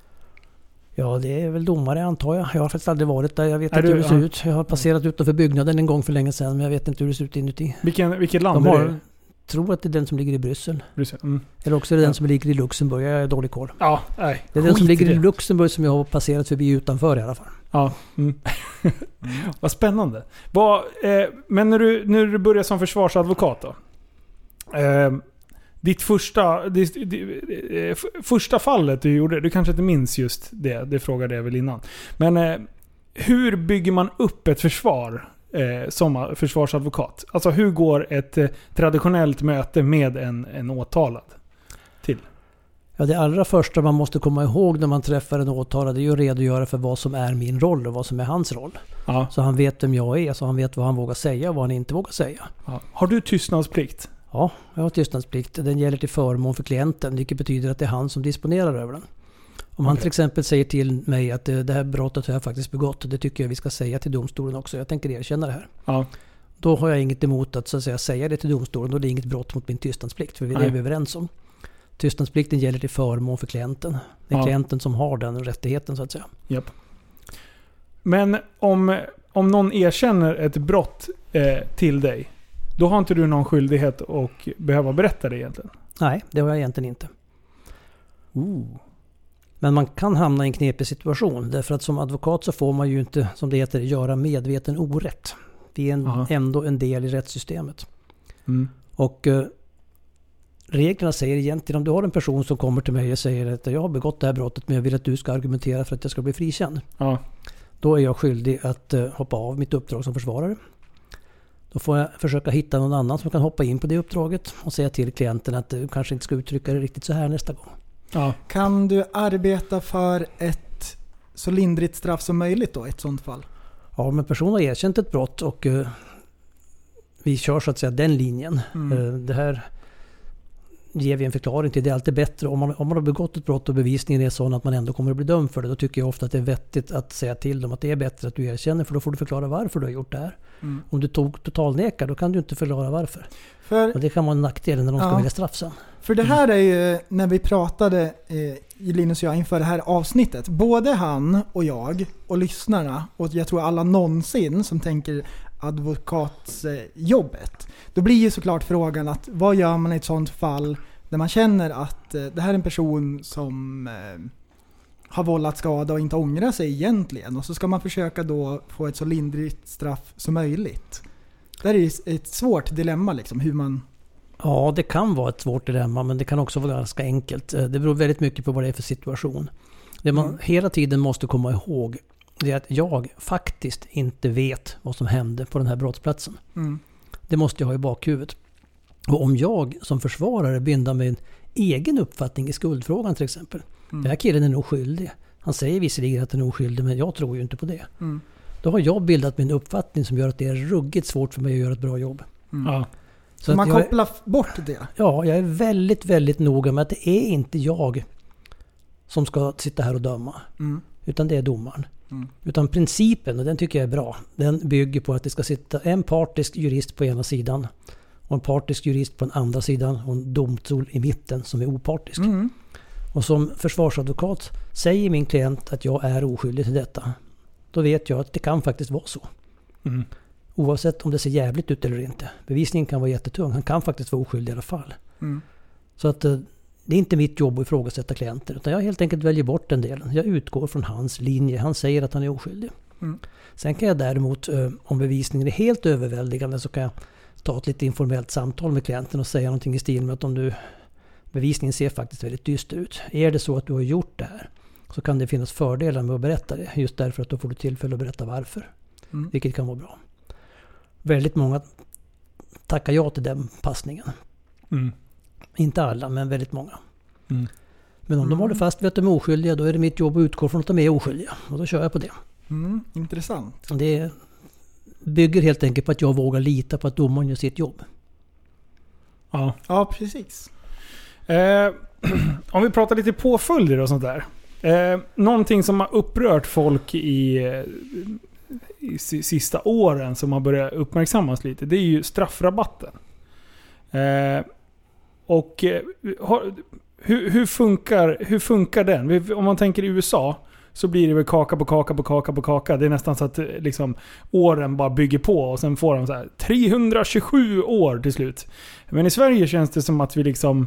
Ja, det är väl domare antar jag. Jag har faktiskt aldrig varit där. Jag vet Är inte du, hur det ser ja. ut. Jag har passerat utanför byggnaden en gång för länge sedan. Men jag vet inte hur det ser ut inuti. Vilken, vilket land De är har, det? tror att det är den som ligger i Bryssel. Bryssel. Mm. Eller också är det Ja. den som ligger i Luxemburg. Jag är dålig koll. Ja, nej. Det är den som Skit ligger i det. Luxemburg som jag har passerat förbi utanför i alla fall. Ja. Mm. Vad spännande. Vad, eh, men när du, när du började som försvarsadvokat då? Eh, ditt första, ditt, ditt, eh, första fallet du gjorde, du kanske inte minns just det, det frågade jag väl innan. Men eh, hur bygger man upp ett försvar eh, som försvarsadvokat? Alltså hur går ett eh, traditionellt möte med en, en åtalad till? Ja, det allra första man måste komma ihåg när man träffar en åtalad är ju att redogöra för vad som är min roll och vad som är hans roll. Ja. Så han vet vem jag är, så han vet vad han vågar säga och vad han inte vågar säga. Ja. Har du tystnadsplikt? Ja, jag har tystnadsplikt. Den gäller till förmån för klienten, vilket betyder att det är han som disponerar över den. Om han Okej. till exempel säger till mig att det här brottet har jag faktiskt begått, och det tycker jag vi ska säga till domstolen också. Jag tänker erkänna det här. Ja. Då har jag inget emot att, så att säga, säga det till domstolen, och det är inget brott mot min tystnadsplikt, för det är Nej. vi överens om. Tystnadsplikten gäller till förmån för klienten. Det är Ja. klienten som har den rättigheten så att säga. Japp. Men om, om någon erkänner ett brott eh, till dig, då har inte du någon skyldighet att behöva berätta det egentligen? Nej, det har jag egentligen inte. Men man kan hamna i en knepig situation. Därför att som advokat så får man ju inte, som det heter, göra medveten orätt. Det är en, Aha. ändå en del i rättssystemet. Mm. Och eh, reglerna säger egentligen, om du har en person som kommer till mig och säger att jag har begått det här brottet men jag vill att du ska argumentera för att jag ska bli frikänd. Ja. Då är jag skyldig att eh, hoppa av mitt uppdrag som försvarare. Då får jag försöka hitta någon annan som kan hoppa in på det uppdraget och säga till klienten att du kanske inte ska uttrycka det riktigt så här nästa gång. Ja. Kan du arbeta för ett så lindrigt straff som möjligt då i ett sånt fall? Ja, men personen har erkänt ett brott och uh, vi kör så att säga den linjen. Mm. Uh, det här, ger vi en förklaring till. Det är alltid bättre om man, om man har begått ett brott och bevisningen är sån att man ändå kommer att bli dömd för det. Då tycker jag ofta att det är vettigt att säga till dem att det är bättre att du erkänner, för då får du förklara varför du har gjort det här. Mm. Om du tog totalnekar, då kan du inte förklara varför. För, och det kan vara en nackdel när de ska ja, välja straff sen. För det här är ju när vi pratade, eh, Linus och jag, inför det här avsnittet. Både han och jag och lyssnarna, och jag tror alla någonsin som tänker advokatsjobbet. Då blir ju såklart frågan att vad gör man i ett sånt fall där man känner att eh, det här är en person som eh, har vållat skada och inte ångrar sig egentligen. Och så ska man försöka då få ett så lindrigt straff som möjligt. Det är ju ett svårt dilemma liksom, hur man... Ja, det kan vara ett svårt dilemma, men det kan också vara ganska enkelt. Det beror väldigt mycket på vad det är för situation. Det man mm. hela tiden måste komma ihåg, det är att jag faktiskt inte vet vad som hände på den här brottsplatsen. Mm. Det måste jag ha i bakhuvudet. Och om jag som försvarare bindar med en egen uppfattning i skuldfrågan till exempel. Mm. Den här killen är nog skyldig. Han säger visserligen att han är oskyldig, men jag tror ju inte på det. Mm. Då har jag bildat min uppfattning som gör att det är ruggigt svårt för mig att göra ett bra jobb. Mm. Ja. Så, Så man jag, kopplar bort det? Ja, jag är väldigt, väldigt noga med att det är inte jag som ska sitta här och döma. Mm. Utan det är domaren. Mm. Utan principen, och den tycker jag är bra, den bygger på att det ska sitta en partisk jurist på ena sidan och en partisk jurist på den andra sidan och en domstol i mitten som är opartisk. Mm. Och som försvarsadvokat säger min klient att jag är oskyldig till detta. Då vet jag att det kan faktiskt vara så. Mm. Oavsett om det ser jävligt ut eller inte. Bevisningen kan vara jättetung. Han kan faktiskt vara oskyldig i alla fall. Mm. Så att det är inte mitt jobb att ifrågasätta klienter. Utan jag helt enkelt väljer bort den delen. Jag utgår från hans linje. Han säger att han är oskyldig. Mm. Sen kan jag däremot, om bevisningen är helt överväldigande, så kan jag ta ett lite informellt samtal med klienten och säga någonting i stil med att om du, bevisningen ser faktiskt väldigt dyster ut. Är det så att du har gjort det här, så kan det finnas fördelar med att berätta det. Just därför att då får du tillfälle att berätta varför. Mm. Vilket kan vara bra. Väldigt många tackar ja till den passningen. Mm. Inte alla, men väldigt många. Mm. Men om mm. de håller fast vid att de är oskyldiga, då är det mitt jobb att utgå från att de är oskyldiga. Och då kör jag på det. Mm. Intressant. Det bygger helt enkelt på att jag vågar lita på att domaren gör sitt jobb. Ja, ja precis. Eh, om vi pratar lite påföljder och sånt där. Eh, någonting som har upprört folk i... i sista åren som har börjat uppmärksammas lite, det är ju straffrabatten. Eh, och eh, har, hur, hur, funkar, hur funkar den? Om man tänker i U S A så blir det väl kaka på kaka på kaka på kaka. Det är nästan så att liksom, åren bara bygger på och sen får de så här trehundratjugosju år till slut. Men i Sverige känns det som att vi liksom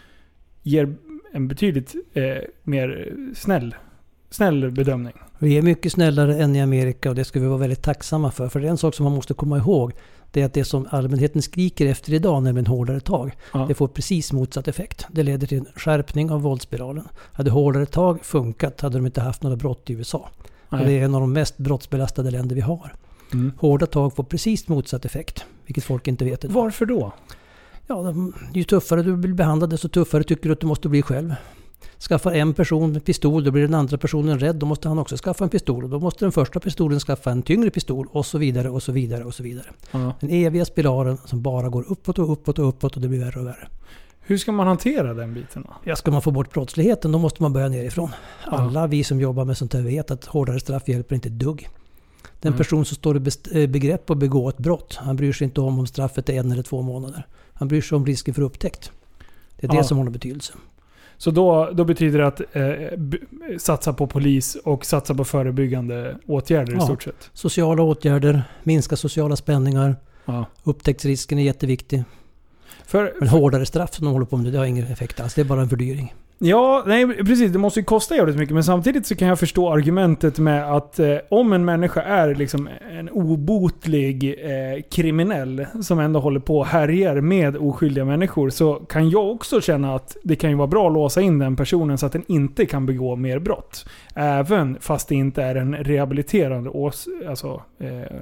ger en betydligt eh, mer snäll snäll bedömning. Vi är mycket snällare än i Amerika och det ska vi vara väldigt tacksamma för. För det är en sak som man måste komma ihåg. Det är att det som allmänheten skriker efter idag, nämligen hårdare tag, ja. Det får precis motsatt effekt. Det leder till en skärpning av våldsspiralen. Hade hårdare tag funkat hade de inte haft några brott i U S A. Och det är en av de mest brottsbelastade länder vi har. Mm. Hårda tag får precis motsatt effekt, vilket folk inte vet idag. Varför då? Ja, ju tuffare du blir behandlad, desto tuffare tycker du att du måste bli själv. Skaffar en person med pistol, då blir den andra personen rädd. Då måste han också skaffa en pistol. Och då måste den första pistolen skaffa en tyngre pistol. Och så vidare, och så vidare, och så vidare. Mm. Den eviga spiralen som bara går uppåt och uppåt och uppåt och det blir värre och värre. Hur ska man hantera den biten då? Ja, ska man få bort brottsligheten, då måste man börja nerifrån. Alla mm. vi som jobbar med sånt här vet att hårdare straff hjälper inte ett dugg. Den mm. person som står i begrepp att begå ett brott, han bryr sig inte om om straffet är en eller två månader. Han bryr sig om risken för upptäckt. Det är det ja. som har betydelse. Så då, då betyder det att eh, b- satsa på polis och satsa på förebyggande åtgärder ja. i stort sett? Sociala åtgärder, minska sociala spänningar. Ja. Upptäcktsrisken är jätteviktig. För, Men hårdare straff som de håller på med, det har ingen effekt alls. Det är bara en fördyring. Ja, nej, precis. Det måste ju kosta jävligt mycket. Men samtidigt så kan jag förstå argumentet med att eh, om en människa är liksom en obotlig eh, kriminell som ändå håller på och härjar med oskyldiga människor, så kan jag också känna att det kan ju vara bra att låsa in den personen så att den inte kan begå mer brott. Även fast det inte är en rehabiliterande ås, alltså, eh,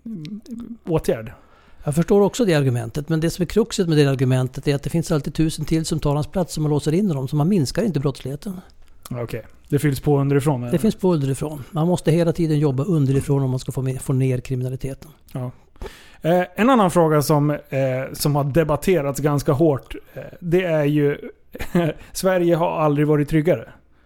åtgärd. Jag förstår också det argumentet, men det som är kruxet med det argumentet är att det finns alltid tusen till som tar hans plats som man låser in dem, så man minskar inte brottsligheten. Okej, okay. Det fylls på underifrån? Eller? Det finns på underifrån. Man måste hela tiden jobba underifrån om man ska få, med, få ner kriminaliteten. Ja. Eh, en annan fråga som, eh, som har debatterats ganska hårt, eh, det är ju Sverige har aldrig varit tryggare.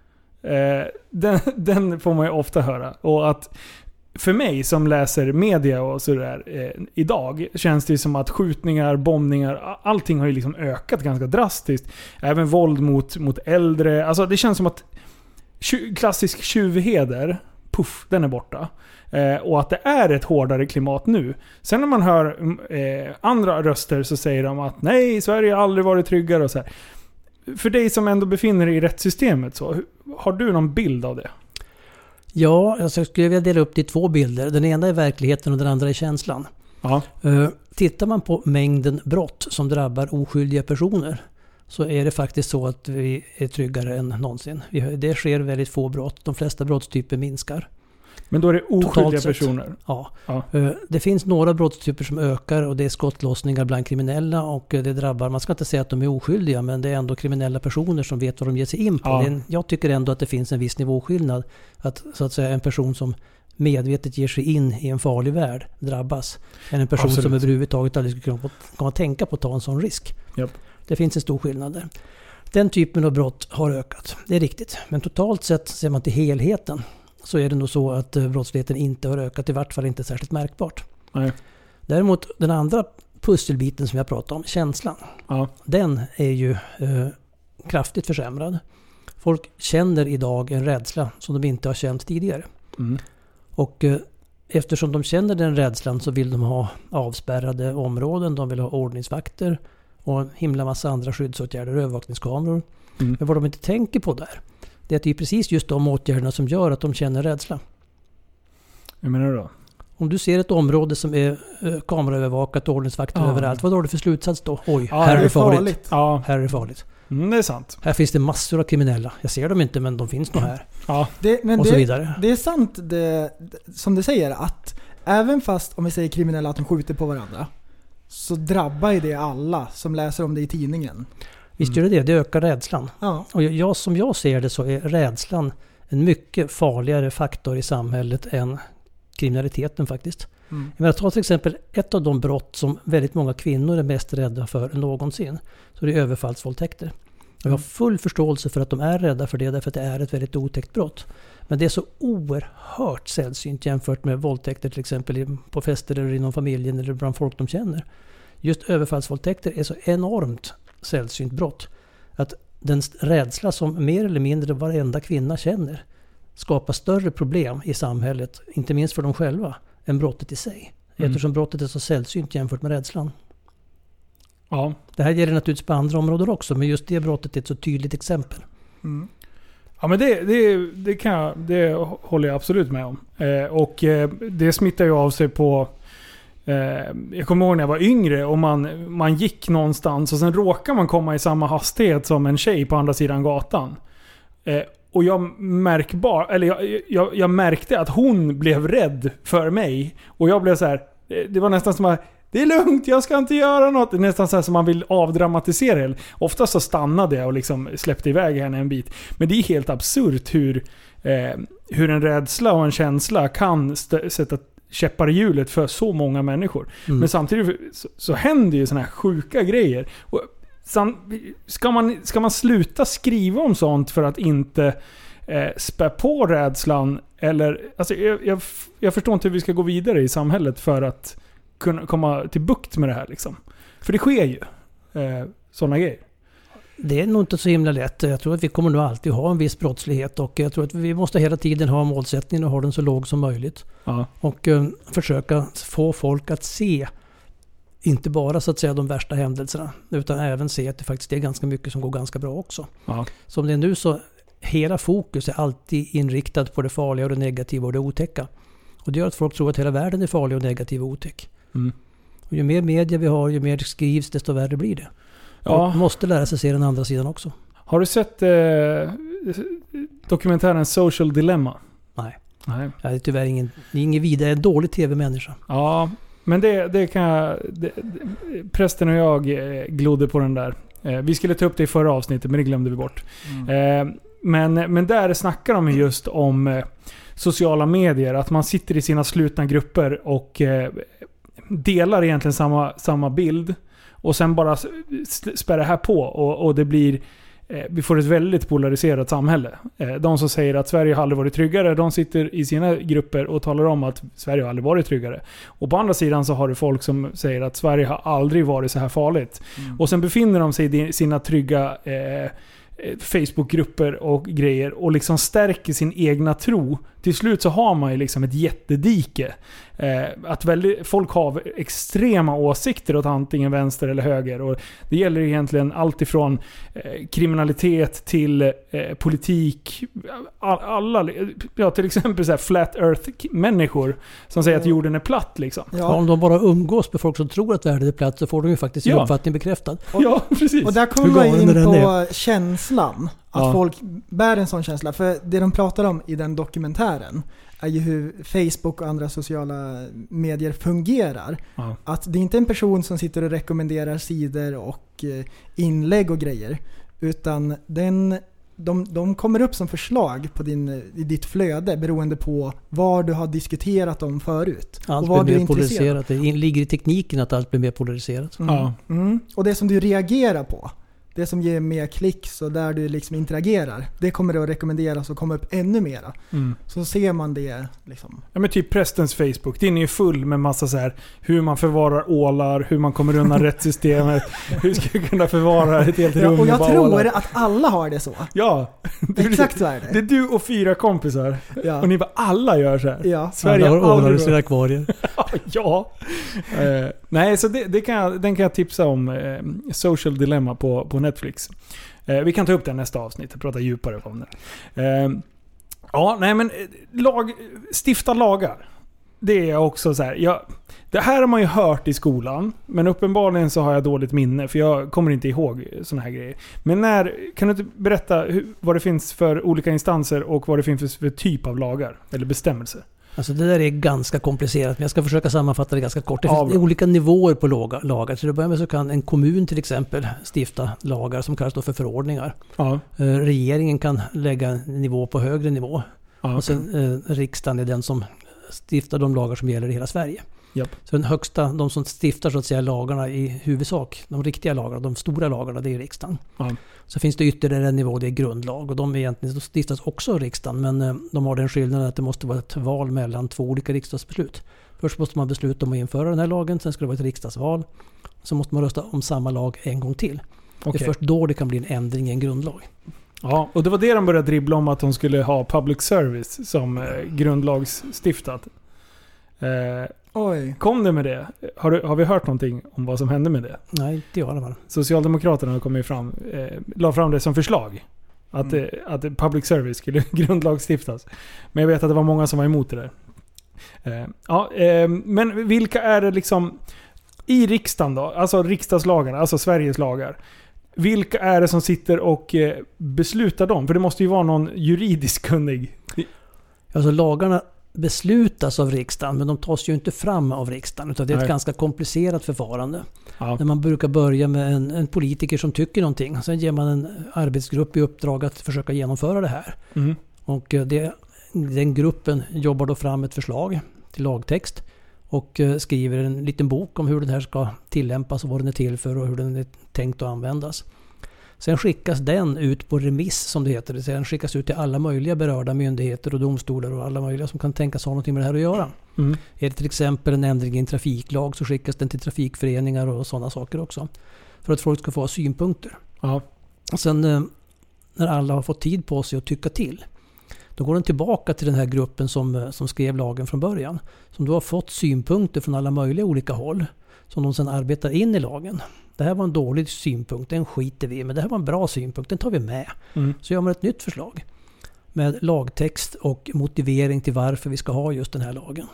Eh, den, den får man ju ofta höra. Och att för mig som läser media och sådär eh, idag känns det som att skjutningar, bombningar, allting har ju liksom ökat ganska drastiskt. Även våld mot, mot äldre. Alltså det känns som att tju, klassisk tjuvheder, puff, den är borta. Eh, och att det är ett hårdare klimat nu. Sen när man hör eh, andra röster så säger de att nej, Sverige har aldrig varit tryggare och så här. För dig som ändå befinner dig i rättssystemet, så har du någon bild av det? Ja, jag skulle vilja dela upp det i två bilder. Den ena är verkligheten och den andra är känslan. Ja. Uh, tittar man på mängden brott som drabbar oskyldiga personer, så är det faktiskt så att vi är tryggare än någonsin. Vi, det sker väldigt få brott. De flesta brottstyper minskar. Men då är det oskyldiga personer? Ja. ja. Uh, det finns några brottstyper som ökar och det är skottlossningar bland kriminella och det drabbar, man ska inte säga att de är oskyldiga, men det är ändå kriminella personer som vet vad de ger sig in på. Ja. Det är en, jag tycker ändå att det finns en viss nivåskillnad. Att, så att säga, en person som medvetet ger sig in i en farlig värld drabbas än en person Absolut. som överhuvudtaget aldrig skulle kunna komma att tänka på att ta en sån risk. Yep. Det finns en stor skillnad där. Den typen av brott har ökat, det är riktigt. Men totalt sett, ser man till helheten, så är det nog så att brottsligheten inte har ökat, i vart fall inte särskilt märkbart. Nej. Däremot den andra pusselbiten som jag pratade om, känslan, Ja. den är ju eh, kraftigt försämrad. Folk känner idag en rädsla som de inte har känt tidigare. Mm. Och eh, eftersom de känner den rädslan så vill de ha avspärrade områden, de vill ha ordningsvakter och en himla massa andra skyddsåtgärder, övervakningskameror. Mm. Men vad de inte tänker på där, det är att det är precis just de åtgärderna som gör att de känner rädsla. Hur menar du då? Om du ser ett område som är eh, kameraövervakat och ordningsvakter Ja. överallt, vad har du för slutsats då? Oj, Ja, här det är är det farligt. farligt. Ja, Här är det farligt. mm, det är sant. Här finns det massor av kriminella. Jag ser dem inte, men de finns nog här. Ja. Det, men Och det, så vidare. det är sant det, som du säger, att även fast om vi säger kriminella att de skjuter på varandra, så drabbar ju det alla som läser om det i tidningen. Visst gör det det. Det ökar rädslan. Ja. Och jag, som jag ser det så är rädslan en mycket farligare faktor i samhället än kriminaliteten faktiskt. Mm. Jag menar, ta till exempel ett av de brott som väldigt många kvinnor är mest rädda för någonsin. Så det är överfallsvåldtäkter. Och jag har full förståelse för att de är rädda för det, därför att det är ett väldigt otäckt brott. Men det är så oerhört sällsynt jämfört med våldtäkter till exempel på fester eller inom familjen eller bland folk de känner. Just överfallsvåldtäkter är så enormt sällsynt brott att den rädsla som mer eller mindre varenda kvinna känner skapar större problem i samhället, inte minst för dem själva, än brottet i sig. Mm. Eftersom brottet är så sällsynt jämfört med rädslan. Ja. Det här gäller naturligtvis på andra områden också, men just det brottet är ett så tydligt exempel. Mm. Ja, men det, det, det, kan jag, det håller jag absolut med om. Eh, och eh, det smittar ju av sig på... Eh, jag kommer ihåg när jag var yngre och man, man gick någonstans och sen råkar man komma i samma hastighet som en tjej på andra sidan gatan. Eh, och jag, märkbar, eller jag, jag, jag märkte att hon blev rädd för mig. Och jag blev så här... Det var nästan som att... Det är lugnt, jag ska inte göra något. Det är nästan så här som man vill avdramatisera det. Ofta så stannade jag och liksom släppte iväg henne en bit. Men det är helt absurt hur, eh, hur en rädsla och en känsla kan st- sätta käppar i hjulet för så många människor. Mm. Men samtidigt så, så händer ju såna här sjuka grejer. Och sam, ska, man, ska man sluta skriva om sånt för att inte eh, spä på rädslan? Eller, alltså, jag, jag, jag förstår inte hur vi ska gå vidare i samhället för att kunna komma till bukt med det här liksom. För det sker ju eh, sådana grejer. Det är nog inte så himla lätt. Jag tror att vi kommer nog alltid ha en viss brottslighet och jag tror att vi måste hela tiden ha målsättningen och ha den så låg som möjligt. Ja. Och eh, försöka få folk att se inte bara så att säga de värsta händelserna utan även se att det faktiskt är ganska mycket som går ganska bra också. Ja. Som det är nu så hela fokus är alltid inriktad på det farliga och det negativa och det otäcka. Och det gör att folk tror att hela världen är farlig och negativ och otäck. Mm. Och ju mer media vi har, ju mer det skrivs, desto värre blir det. Ja. Man måste lära sig se den andra sidan också. Har du sett eh, dokumentären Social Dilemma? Nej, Nej. jag är tyvärr ingen, ingen vidare en dålig tv-människa. Ja, men det, det kan jag... Det, det, prästen och jag eh, glodde på den där. Eh, vi skulle ta upp det i förra avsnittet, men det glömde vi bort. Mm. Eh, men, men där snackar de just om eh, sociala medier. Att man sitter i sina slutna grupper och... Eh, delar egentligen samma, samma bild och sen bara spär det här på och, och det blir eh, vi får ett väldigt polariserat samhälle. Eh, de som säger att Sverige har aldrig varit tryggare, de sitter i sina grupper och talar om att Sverige har aldrig varit tryggare. Och på andra sidan så har du folk som säger att Sverige har aldrig varit så här farligt. Mm. Och sen befinner de sig i sina trygga eh, Facebookgrupper och grejer och liksom stärker sin egna tro. Till slut så har man ju liksom ett jättedike. Eh, att väldigt, folk har extrema åsikter åt antingen vänster eller höger. Och det gäller egentligen allt ifrån eh, kriminalitet till eh, politik. All, alla, ja, till exempel så här flat earth-människor som säger att jorden är platt. Liksom. Ja. Ja, om de bara umgås med folk som tror att världen är platt så får de ju faktiskt sin ja. uppfattning bekräftad. Och, ja, precis. Och där kommer man in på känslan. Att ja. folk bär en sån känsla. För det de pratar om i den dokumentären är ju hur Facebook och andra sociala medier fungerar. Ja. Att det är inte en person som sitter och rekommenderar sidor och inlägg och grejer. Utan den, de, de kommer upp som förslag på din, i ditt flöde beroende på vad du har diskuterat om förut. Allt och vad blir du mer polariserat. Det ligger i tekniken att allt blir mer polariserat. Mm. Ja. Mm. Och det som du reagerar på, det som ger mer klicks och där du liksom interagerar, det kommer att rekommenderas och komma upp ännu mera. Mm. Så ser man det liksom. Ja, men typ prästens Facebook, den är ju full med massa så här hur man förvarar ålar, hur man kommer undan rättssystemet, hur ska jag kunna förvara ett helt rum. Ja, och jag tror ålar. att alla har det så. Ja. Exakt så är det. Det är du och fyra kompisar. Ja. Och ni bara alla gör så här. Ja. Sverige har ålar i sina akvarier. Ja. uh, nej, så det, det kan jag, den kan jag tipsa om. Uh, Social Dilemma på, på Netflix. Uh, vi kan ta upp den nästa avsnitt och prata djupare om det. Uh, ja, nej men lag, stifta lagar. Det är också så här. Jag, det här har man ju hört i skolan, men uppenbarligen så har jag dåligt minne för jag kommer inte ihåg såna här grejer. Men när, kan du inte berätta hur, vad det finns för olika instanser och vad det finns för typ av lagar eller bestämmelser? Alltså det där är ganska komplicerat, men jag ska försöka sammanfatta det ganska kort. Det finns ja, olika nivåer på lagar. Så det börjar med så kan en kommun till exempel stifta lagar som kallas då för förordningar. Ja. Regeringen kan lägga en nivå på högre nivå. Ja. Och sen eh, riksdagen är den som stiftar de lagar som gäller i hela Sverige. Yep. Så den högsta, de som stiftar så att säga lagarna i huvudsak, de riktiga lagarna, de stora lagarna, det är riksdagen. Ja. Så finns det ytterligare en nivå, det är grundlag. Och de, egentligen, de stiftas också av riksdagen, men de har den skillnaden att det måste vara ett val mellan två olika riksdagsbeslut. Först måste man besluta om att införa den här lagen, sen ska det vara ett riksdagsval. Så måste man rösta om samma lag en gång till. Okay. Det är först då det kan bli en ändring i en grundlag. Ja, och det var det de började dribbla om, att de skulle ha public service som eh, grundlagsstiftat. Eh, Oj. Kom det med det? Har, du, har vi hört någonting om vad som hände med det? Nej, inte jag i alla fall. Socialdemokraterna har kommit fram, eh, la fram det som förslag. Att, mm. eh, att public service skulle grundlagsstiftas. Men jag vet att det var många som var emot det där. Eh, ja, eh, men vilka är det liksom i riksdagen då? Alltså riksdagslagarna, alltså Sveriges lagar. Vilka är det som sitter och eh, beslutar dem? För det måste ju vara någon juridisk kunnig. Alltså lagarna beslutas av riksdagen, men de tas ju inte fram av riksdagen, utan det är ett Nej. ganska komplicerat förfarande. Ja. Där man brukar börja med en, en politiker som tycker någonting. Sen ger man en arbetsgrupp i uppdrag att försöka genomföra det här. Mm. Och det, den gruppen jobbar då fram ett förslag till lagtext och skriver en liten bok om hur den här ska tillämpas och vad den är till för och hur den är tänkt att användas. Sen skickas den ut på remiss, som det heter. Det den skickas ut till alla möjliga berörda myndigheter och domstolar och alla möjliga som kan tänkas ha någonting med det här att göra. Mm. Är det till exempel en ändring i en trafiklag så skickas den till trafikföreningar och sådana saker också. För att folk ska få ha synpunkter. Ja. Och sen när alla har fått tid på sig att tycka till, då går den tillbaka till den här gruppen som, som skrev lagen från början. Som då har fått synpunkter från alla möjliga olika håll som de sedan arbetar in i lagen. Det här var en dålig synpunkt, den skiter vi i, men det här var en bra synpunkt, den tar vi med. Mm. Så gör man ett nytt förslag med lagtext och motivering till varför vi ska ha just den här lagen.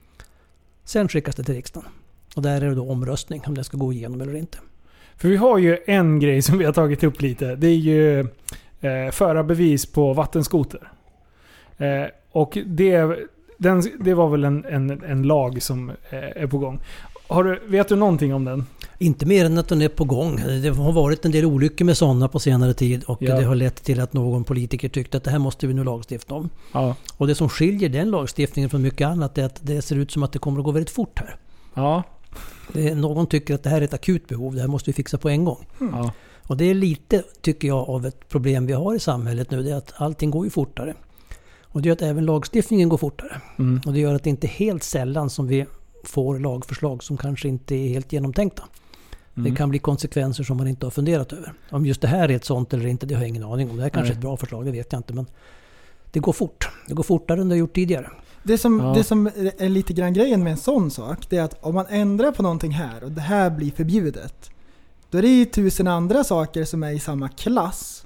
Sen skickas det till riksdagen. Och där är det då omröstning om det ska gå igenom eller inte. För vi har ju en grej som vi har tagit upp lite. Det är ju eh, förarbevis på vattenskoter. Eh, och det, den, det var väl en, en, en lag som eh, är på gång. Har du, vet du någonting om den? Inte mer än att den är på gång. Det har varit en del olyckor med sådana på senare tid och ja. det har lett till att någon politiker tyckte att det här måste vi nu lagstifta om. Ja. Och det som skiljer den lagstiftningen från mycket annat är att det ser ut som att det kommer att gå väldigt fort här. Ja. Det är, någon tycker att det här är ett akut behov, det här måste vi fixa på en gång. Mm. Ja. Och det är lite, tycker jag, av ett problem vi har i samhället nu, det är att allting går ju fortare. Och det gör att även lagstiftningen går fortare. Mm. Och det gör att det inte är helt sällan som vi får lagförslag som kanske inte är helt genomtänkta. Mm. Det kan bli konsekvenser som man inte har funderat över. Om just det här är ett sånt eller inte, det har jag ingen aning om. Det här kanske är ett bra förslag, det vet jag inte. Men det går fort. Det går fortare än det har gjort tidigare. Det som, Ja. det som är lite grann grejen med en sån sak, det är att om man ändrar på någonting här och det här blir förbjudet, då är det ju tusen andra saker som är i samma klass.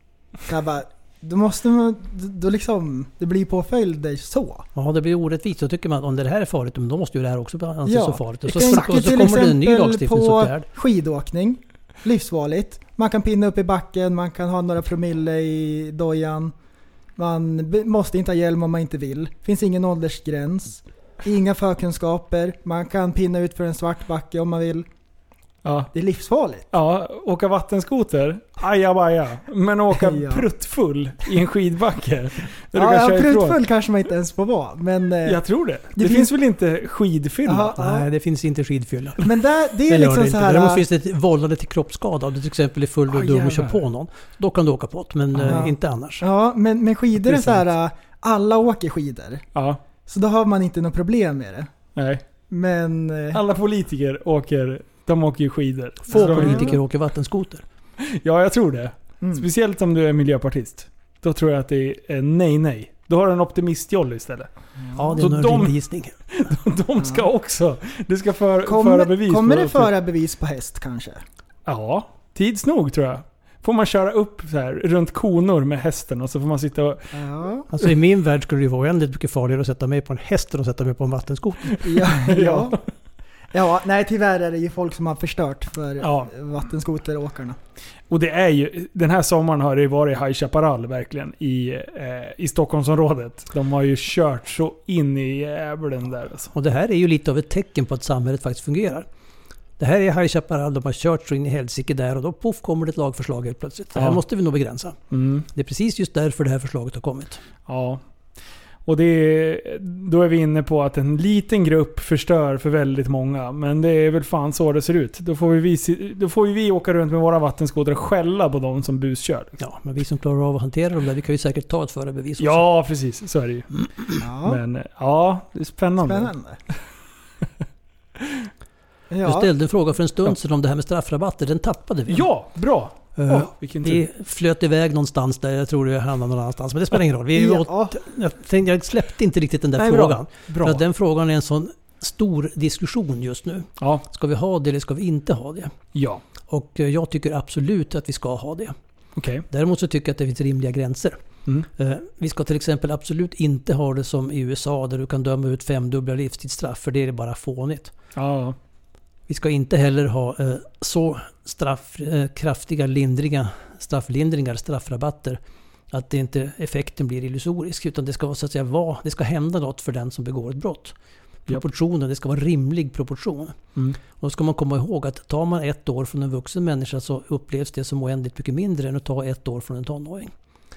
Så bara, då måste man, då liksom, det blir påföljder så. Ja, det blir orättvist. Så tycker man att om det här är farligt, då måste ju det här också anses Ja, så farligt. Och så, tänk och så till kommer det en ny exempel lagstiftningsåtgärd. på skidåkning, livsfarligt. Man kan pinna upp i backen, man kan ha några promille i dojan. Man be- måste inte ha hjälm om man inte vill. Finns ingen åldersgräns. Inga förkunskaper. Man kan pinna ut för en svart backe om man vill. Ja. Det är livsfarligt. Ja, åka vattenskoter, ajabaja. Men åka Ja. pruttfull i en skidbacke. Där du Ja, kan ja köra ifrån. pruttfull kanske man inte ens får vara. Men, eh, Jag tror det. Det, Det finns, finns- väl inte skidfylla? Aha, ja. Nej, det finns inte skidfylla. men där, det är Det gör liksom det så inte. här. Däremot finns det ett vållande till kroppsskada. Om du till exempel är full och Ah, dum och kör jävlar. på någon. Då kan du åka på det, men Ja. eh, inte annars. Ja, men, men skidor Det är är så här. Alla åker skidor. Ja, Så då har man inte något problem med det. nej. Men... eh, Alla politiker åker, de åker ju skidor. Få Så de- politiker åker vattenskoter. Ja, jag tror det. Mm. Speciellt om du är miljöpartist. Då tror jag att det är nej, nej. Då har du en optimistjoll istället. Ja, det är Så nog en de- rimlig gissning. De ska också... Du ska för, föra Kommer, bevis kommer på det föra bevis på häst kanske? Ja, tids nog tror jag. Får man köra upp så här runt konor med hästen och så får man sitta och... Ja. Alltså i min värld skulle det ju vara oändligt mycket farligare att sätta mig på en häst än att sätta mig på en vattenskoter. Ja, ja. Ja, nej tyvärr är det ju folk som har förstört för Ja. vattenskoteråkarna. Och det är ju... Den här sommaren har det ju varit High Chaparral verkligen i, eh, i Stockholmsområdet. De har ju kört så in i jävlen där alltså. Och det här är ju lite av ett tecken på att samhället faktiskt fungerar. Det här är High Chaparral, de har kört så in i helsike där och då poff kommer det ett lagförslag helt plötsligt. Det här Ja. måste vi nog begränsa. Mm. Det är precis just därför det här förslaget har kommit. Ja. Och det är, då är vi inne på att en liten grupp förstör för väldigt många. Men det är väl fan så det ser ut. Då får vi, då får vi åka runt med våra vattenskotrar och skälla på de som buskör. Ja, men vi som klarar av att hantera dem där, vi kan ju säkert ta ett förarbevis också. Ja, precis. Så är det ju. Ja, Men ja, det är spännande. spännande. Du Ja, ställde en fråga för en stund Ja. sedan om det här med straffrabatter. Den tappade vi. Ja, bra! Eh, Åh, vilken tur. vi flöt iväg någonstans där. Jag tror det hamnade någon annanstans. Men det spelar ingen roll. Vi ja, åt, jag, tänkte, jag släppte inte riktigt den där Nej, bra. frågan. Bra. För att den frågan är en sån stor diskussion just nu. Ja, Ska vi ha det eller ska vi inte ha det? ja. Och eh, jag tycker absolut att vi ska ha det. Okej. Däremot så tycker jag att det finns rimliga gränser. Mm. Eh, Vi ska till exempel absolut inte ha det som i U S A där du kan döma ut femdubbla livstidsstraff, för det är bara fånigt. Ja, Vi ska inte heller ha eh, så straff, eh, kraftiga lindriga strafflindringar, straffrabatter, att det inte effekten blir illusorisk, utan det ska vara så att säga vara, det ska hända något för den som begår ett brott. Proportionen, det ska vara rimlig proportion. Mm. Och då ska man komma ihåg att tar man ett år från en vuxen människa så upplevs det som oändligt mycket mindre än att ta ett år från en tonåring.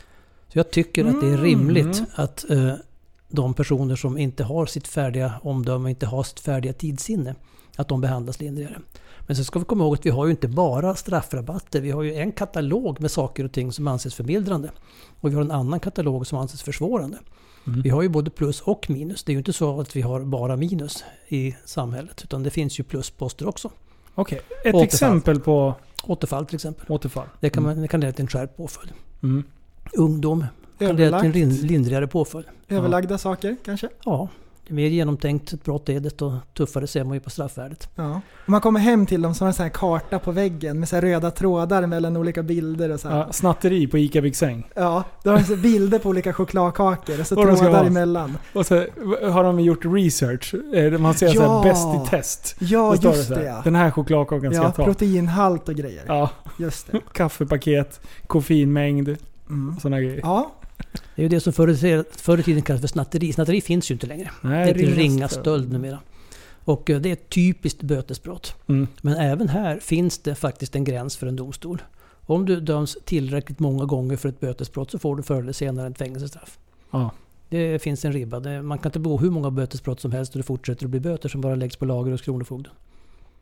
Så jag tycker att det är rimligt Mm. att eh, de personer som inte har sitt färdiga omdöme, inte har sitt färdiga tidssinne, att de behandlas lindrigare. Men så ska vi komma ihåg att vi har ju inte bara straffrabatter. Vi har ju en katalog med saker och ting som anses förmildrande. Och vi har en annan katalog som anses försvårande. Mm. Vi har ju både plus och minus. Det är ju inte så att vi har bara minus i samhället, utan det finns ju plusposter också. Okej. Ett Återfall. exempel på Återfall till exempel. återfall. Det kan, man, det kan leda till en skärpt påföljd. Mm. Ungdom kan leda till en överlagt, lin- lindrigare påföljd. överlagda saker kanske? Ja, det är mer genomtänkt ett brott är desto tuffare ser man ju på straffvärdet. Ja. Om man kommer hem till dem så har en sån här karta på väggen med så här röda trådar mellan olika bilder och så här. Ja, snatteri på Ica Big Säng. Ja, då har de så bilder på olika chokladkakor och så Och de ska trådar vara- emellan. Och så har de gjort research. Eh, Man ser Ja. så här bäst i test. Ja, Då står just så här, det ja. Den här chokladkakan ska Ja, jag ta. proteinhalt och grejer. Ja, Just det. kaffepaket, koffeinmängd, Mm. sådana grejer. Ja, Det är ju det som förr i- förr i tiden kallades för snatteri. Snatteri finns ju inte längre. Nej, Det är till ringa ringa stöld. stöld numera. Och eh, det är ett typiskt bötesbrott. Mm. Men även här finns det faktiskt en gräns för en domstol. Om du döms tillräckligt många gånger för ett bötesbrott så får du förr eller senare ett fängelsestraff. Ja. Det finns en ribba. Det, man kan inte begå hur många bötesbrott som helst och det fortsätter att bli böter som bara läggs på lager hos kronofogden.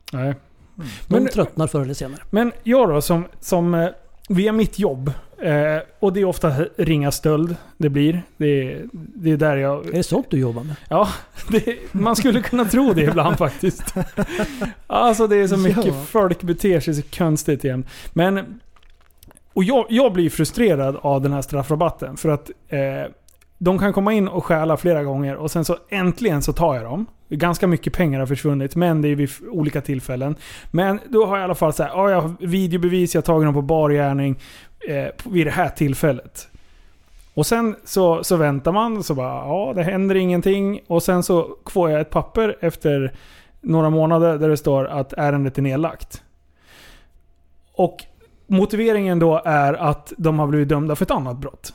Nej. De Men, tröttnar förr eller senare. men jag då, som, som eh, via mitt jobb, eh, och det är ofta ringa stöld det blir. Det är, det är där jag... Är det sånt du jobbar med? Ja, det, man skulle kunna tro det ibland faktiskt. Alltså det är så mycket, Ja. folk beter sig så konstigt igen. Men, och jag, jag blir frustrerad av den här straffrabatten för att eh, de kan komma in och stjäla flera gånger och sen så äntligen så tar jag dem. Ganska mycket pengar har försvunnit, men det är vid olika tillfällen. Men då har jag i alla fall så här, ja, jag har videobevis, jag har tagit dem på bar gärning eh, vid det här tillfället. Och sen så, så väntar man, så bara, ja, det händer ingenting. Och sen så får jag ett papper efter några månader där det står att ärendet är nedlagt. Och motiveringen då är att de har blivit dömda för ett annat brott.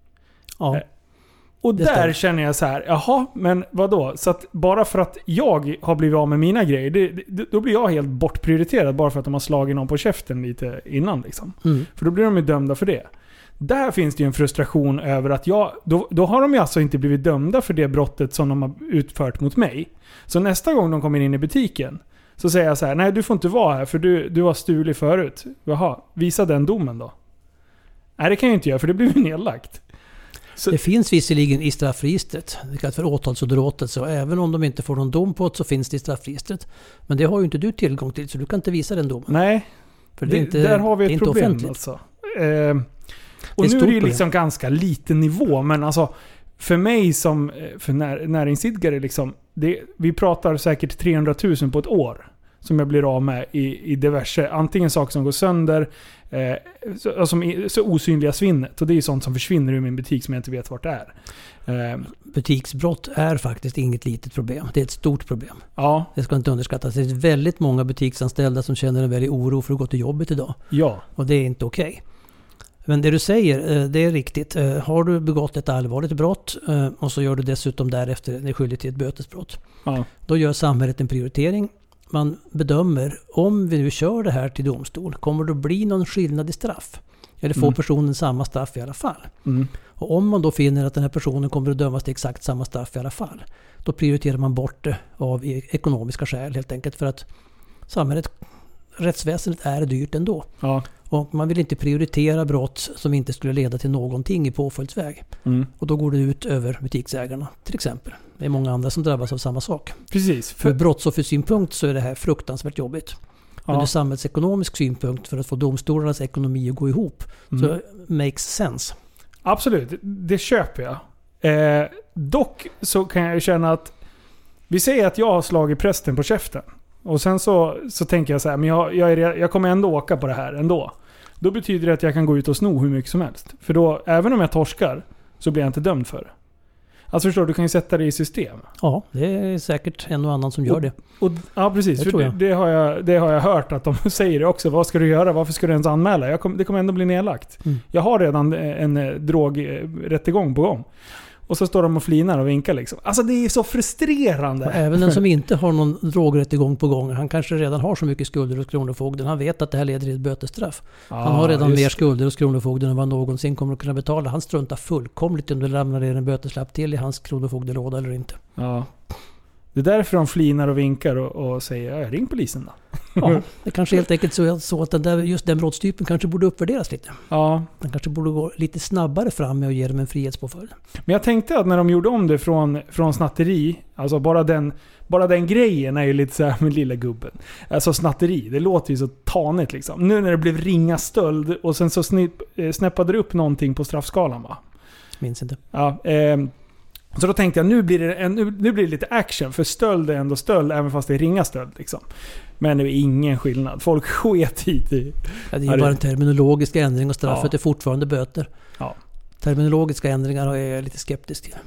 Ja. Eh, Och Det där stämmer. känner jag så här, jaha, men vadå? Så att bara för att jag har blivit av med mina grejer, det, det, då blir jag helt bortprioriterad bara för att de har slagit någon på käften lite innan liksom. Mm. För då blir de ju dömda för det. Där finns det ju en frustration över att jag, då, då har de ju alltså inte blivit dömda för det brottet som de har utfört mot mig. Så nästa gång de kommer in i butiken så säger jag så här, nej du får inte vara här för du, du har stulit förut. Jaha, visa den domen då. Nej det kan jag inte göra för det blir ju nedlagt. Så, Det finns visserligen i straffregistret, det kallas för åtalsunderlåtelse, och även om de inte får någon dom på det så finns det i straffregistret. Men det har ju inte du tillgång till, så du kan inte visa den domen. nej, För det, det är inte, där har vi det är ett inte problem offentligt. alltså. Eh, och ett nu är stort det ju liksom ganska liten nivå, men alltså för mig som för när, näringsidgare liksom, det, vi pratar säkert trehundratusen på ett år som jag blir av med i, i diverse, antingen saker som går sönder, eh, så, som så osynliga svinnet, och det är sånt som försvinner ur min butik som jag inte vet vart det är. Eh, Butiksbrott är faktiskt inget litet problem. Det är ett stort problem. ja, Det ska inte underskattas. Det är väldigt många butiksanställda som känner en väldig oro för att gå till jobbet idag. ja, Och det är inte okej. Men det du säger, eh, det är riktigt. Eh, Har du begått ett allvarligt brott eh, och så gör du dessutom därefter dig skyldig till ett bötesbrott. ja, Då gör samhället en prioritering. Man bedömer, om vi nu kör det här till domstol, kommer det att bli någon skillnad i straff? Eller får Mm. personen samma straff i alla fall? mm, Och om man då finner att den här personen kommer att dömas till exakt samma straff i alla fall, då prioriterar man bort det av e- ekonomiska skäl helt enkelt, för att samhället, rättsväsendet är dyrt ändå. ja, Och man vill inte prioritera brott som inte skulle leda till någonting i påföljdsväg. mm. Och då går det ut över butiksägarna till exempel. Det är många andra som drabbas av samma sak. Precis. För För, brottsoffersynpunkt så är det här fruktansvärt jobbigt. Men ja, ur samhällsekonomisk synpunkt, för att få domstolarnas ekonomi att gå ihop, mm. så makes sense. Absolut, det köper jag. Eh, dock så kan jag ju känna att vi säger att jag har slagit prästen på käften. Och sen så, så tänker jag så här, men jag, jag, är, jag kommer ändå åka på det här ändå. Då betyder det att jag kan gå ut och sno hur mycket som helst. För då, även om jag torskar, så blir jag inte dömd för det. Alltså förstår du, du kan ju sätta det i system. Ja, det är säkert en och annan som gör det. Och, ja, precis. Det För tror det, jag. det, har jag, det har jag hört att de säger det också. Vad ska du göra? Varför ska du ens anmäla? Jag kom, det kommer ändå bli nedlagt. Mm. Jag har redan en, en drogrättegång på gång. Och så står de och flinar och vinkar liksom. Alltså det är så frustrerande. Och även den som inte har någon drogrättegång på gång, han kanske redan har så mycket skulder hos Kronofogden. Han vet att det här leder till ett bötesstraff. Han har redan just mer det. skulder hos Kronofogden än vad någonsin kommer att kunna betala. Han struntar fullkomligt om det lämnar ner en böteslapp till i hans Kronofogdelåda eller inte. Ja. Det är därför de flinar och vinkar och, och säger ja, ring polisen då. Ja, det kanske helt enkelt så, så att den där, just den brottstypen kanske borde uppvärderas lite. Ja. Man kanske borde gå lite snabbare fram med att ge dem en frihetspåföljd. Men jag tänkte att när de gjorde om det från, från snatteri, alltså bara den, bara den grejen är ju lite så här med lilla gubben. Alltså snatteri, det låter ju så tanigt liksom. Nu när det blev ringa stöld och sen så snipp, eh, snäppade det upp någonting på straffskalan va? Minns inte. Ja, eh, så då tänkte jag nu blir, det en, nu, nu blir det lite action, för stöld är ändå stöld även fast det är ringa stöld liksom. Men det är ingen skillnad. Folk sket hit i. Ja, det är Ja, ju det- bara en terminologisk ändring och straffet Ja. är fortfarande böter. Ja. Terminologiska ändringar är jag lite skeptisk till.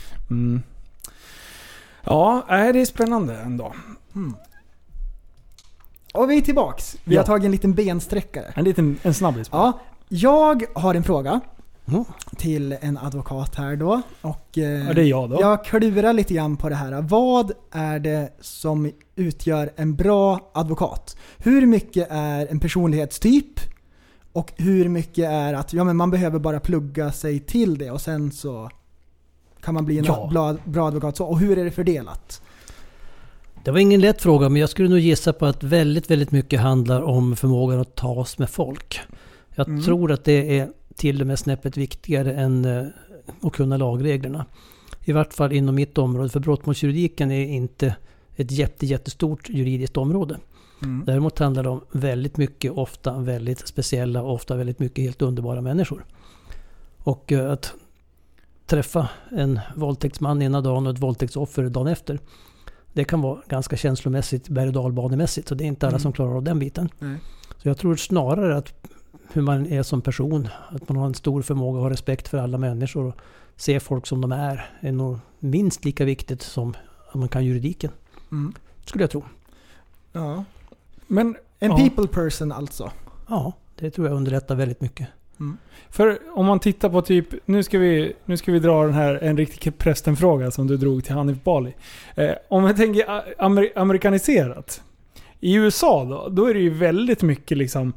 Mm. Ja, nej, det är spännande ändå. Och vi är tillbaks. Vi Ja. har tagit en liten bensträckare. En liten en snabbis. Ja, jag har en fråga Mm. till en advokat här då. Och, eh, Ja, det är jag då. Jag klurar lite grann på det här. Vad är det som utgör en bra advokat? Hur mycket är en personlighetstyp? Och hur mycket är att ja, men man behöver bara plugga sig till det och sen så kan man bli en Ja. bra, bra advokat. Så, och hur är det fördelat? Det var ingen lätt fråga, men jag skulle nog gissa på att väldigt, väldigt mycket handlar om förmågan att ta oss med folk. Jag mm. tror att det är till och med snäppet viktigare än uh, att kunna lagreglerna. I vart fall inom mitt område, för brottmålsjuridiken är inte ett jätte, jättestort juridiskt område. Mm. Däremot handlar det om väldigt mycket, ofta väldigt speciella och ofta väldigt mycket helt underbara människor. Och uh, att träffa en våldtäktsman ena dagen och ett våldtäktsoffer dagen efter, det kan vara ganska känslomässigt, berg- och dalbanemässigt. Så det är inte alla mm. som klarar av den biten. Mm. Så jag tror snarare att hur man är som person, att man har en stor förmåga att ha respekt för alla människor och se folk som de är, är nog minst lika viktigt som att man kan juridiken. Mm. Skulle jag tro. Ja. Men en ja. people person alltså? Ja, det tror jag underlättar väldigt mycket. Mm. För om man tittar på typ, nu ska vi, nu ska vi dra den här, en riktig prästenfråga som du drog till Hanif Bali. Eh, om man tänker amer, amerikaniserat. I U S A då, då är det ju väldigt mycket liksom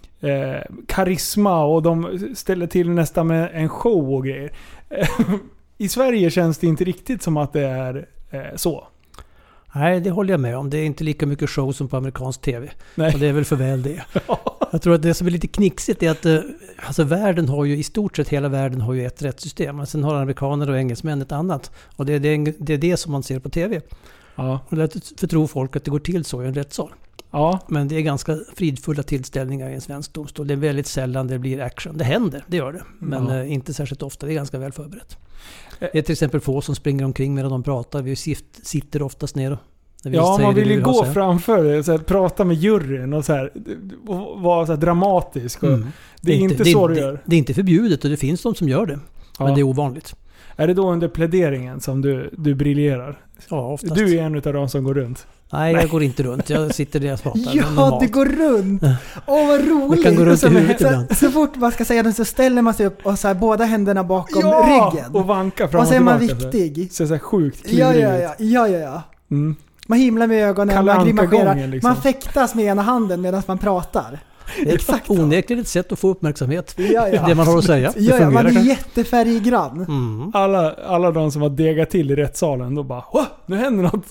eh, karisma och de ställer till nästan med en show och grejer. Eh, I Sverige känns det inte riktigt som att det är eh, så. Nej, det håller jag med om. Det är inte lika mycket show som på amerikansk tv. Nej. Och det är väl för väl det. Jag tror att det som är lite knixigt är att alltså världen har ju, i stort sett hela världen har ju ett rättssystem. Men sen har amerikaner och engelsmän ett annat. Och det är det, det, är det som man ser på tv. Ja. Och det förtror folk att det går till så i en rättssal. Ja. Men det är ganska fridfulla tillställningar i en svensk domstol. Det är väldigt sällan det blir action. Det händer, det gör det. Men ja. eh, inte särskilt ofta. Det är ganska väl förberett. Det är till exempel få som springer omkring medan de pratar. Vi sitter oftast ner och ja, man vill ju vill gå framför det, så här, prata med juryn och så här, och vara så här dramatisk. Och mm. Det är, det är inte, inte så det, du gör. Det är inte förbjudet och det finns de som gör det. Ja. Men det är ovanligt. Är det då under pläderingen som du, du briljerar? Ja, oftast. Du är en av de som går runt. Nej, jag går inte runt. Jag sitter där och pratar. Ja, du går runt. Åh, vad roligt. Jag kan gå runt i huvudet ibland. Så, så fort man ska säga det så ställer man sig upp och så här, båda händerna bakom ja, ryggen. Och vankar fram och, och så är man viktig. Så, så här sjukt klurig. Ja, ja, ja. ja, ja, ja. Mm. Man himlar med ögonen, man grimaserar. Liksom. Man fäktas med ena handen medan man pratar. Det är exakt onekligt ett sätt att få uppmärksamhet. Ja, ja. Det man har att säga. Ja, ja, man är jättefärggrann. Mm. Alla, alla de som har degat till i rättssalen då bara, Åh, nu händer något.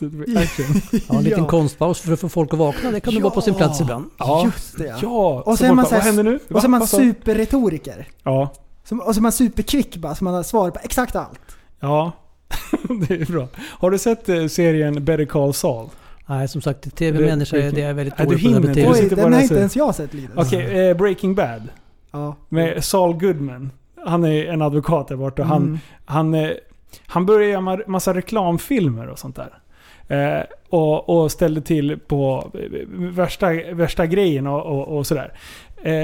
Ja, en liten ja. konstpaus för att få folk att vakna. Det kan ja. du vara på sin plats ibland. Ja, just det. Ja. Och så, så är man så här, vad händer nu? Och så är man superretoriker. Ja. Så, och så är man superkvick bara, så man har svar på exakt allt. Ja, det är bra. Har du sett serien Better Call Saul? Nej, som sagt, tv-människa är det är väldigt dåligt på den här Oj, den har inte ens jag sett livet. Okej, okay, eh, Breaking Bad. Ja. Med Saul Goodman. Han är en advokat där borta. Han, mm. han, eh, han började göra massa reklamfilmer och sånt där. Eh, och, och ställde till på värsta, värsta grejen och, och, och sådär. Eh,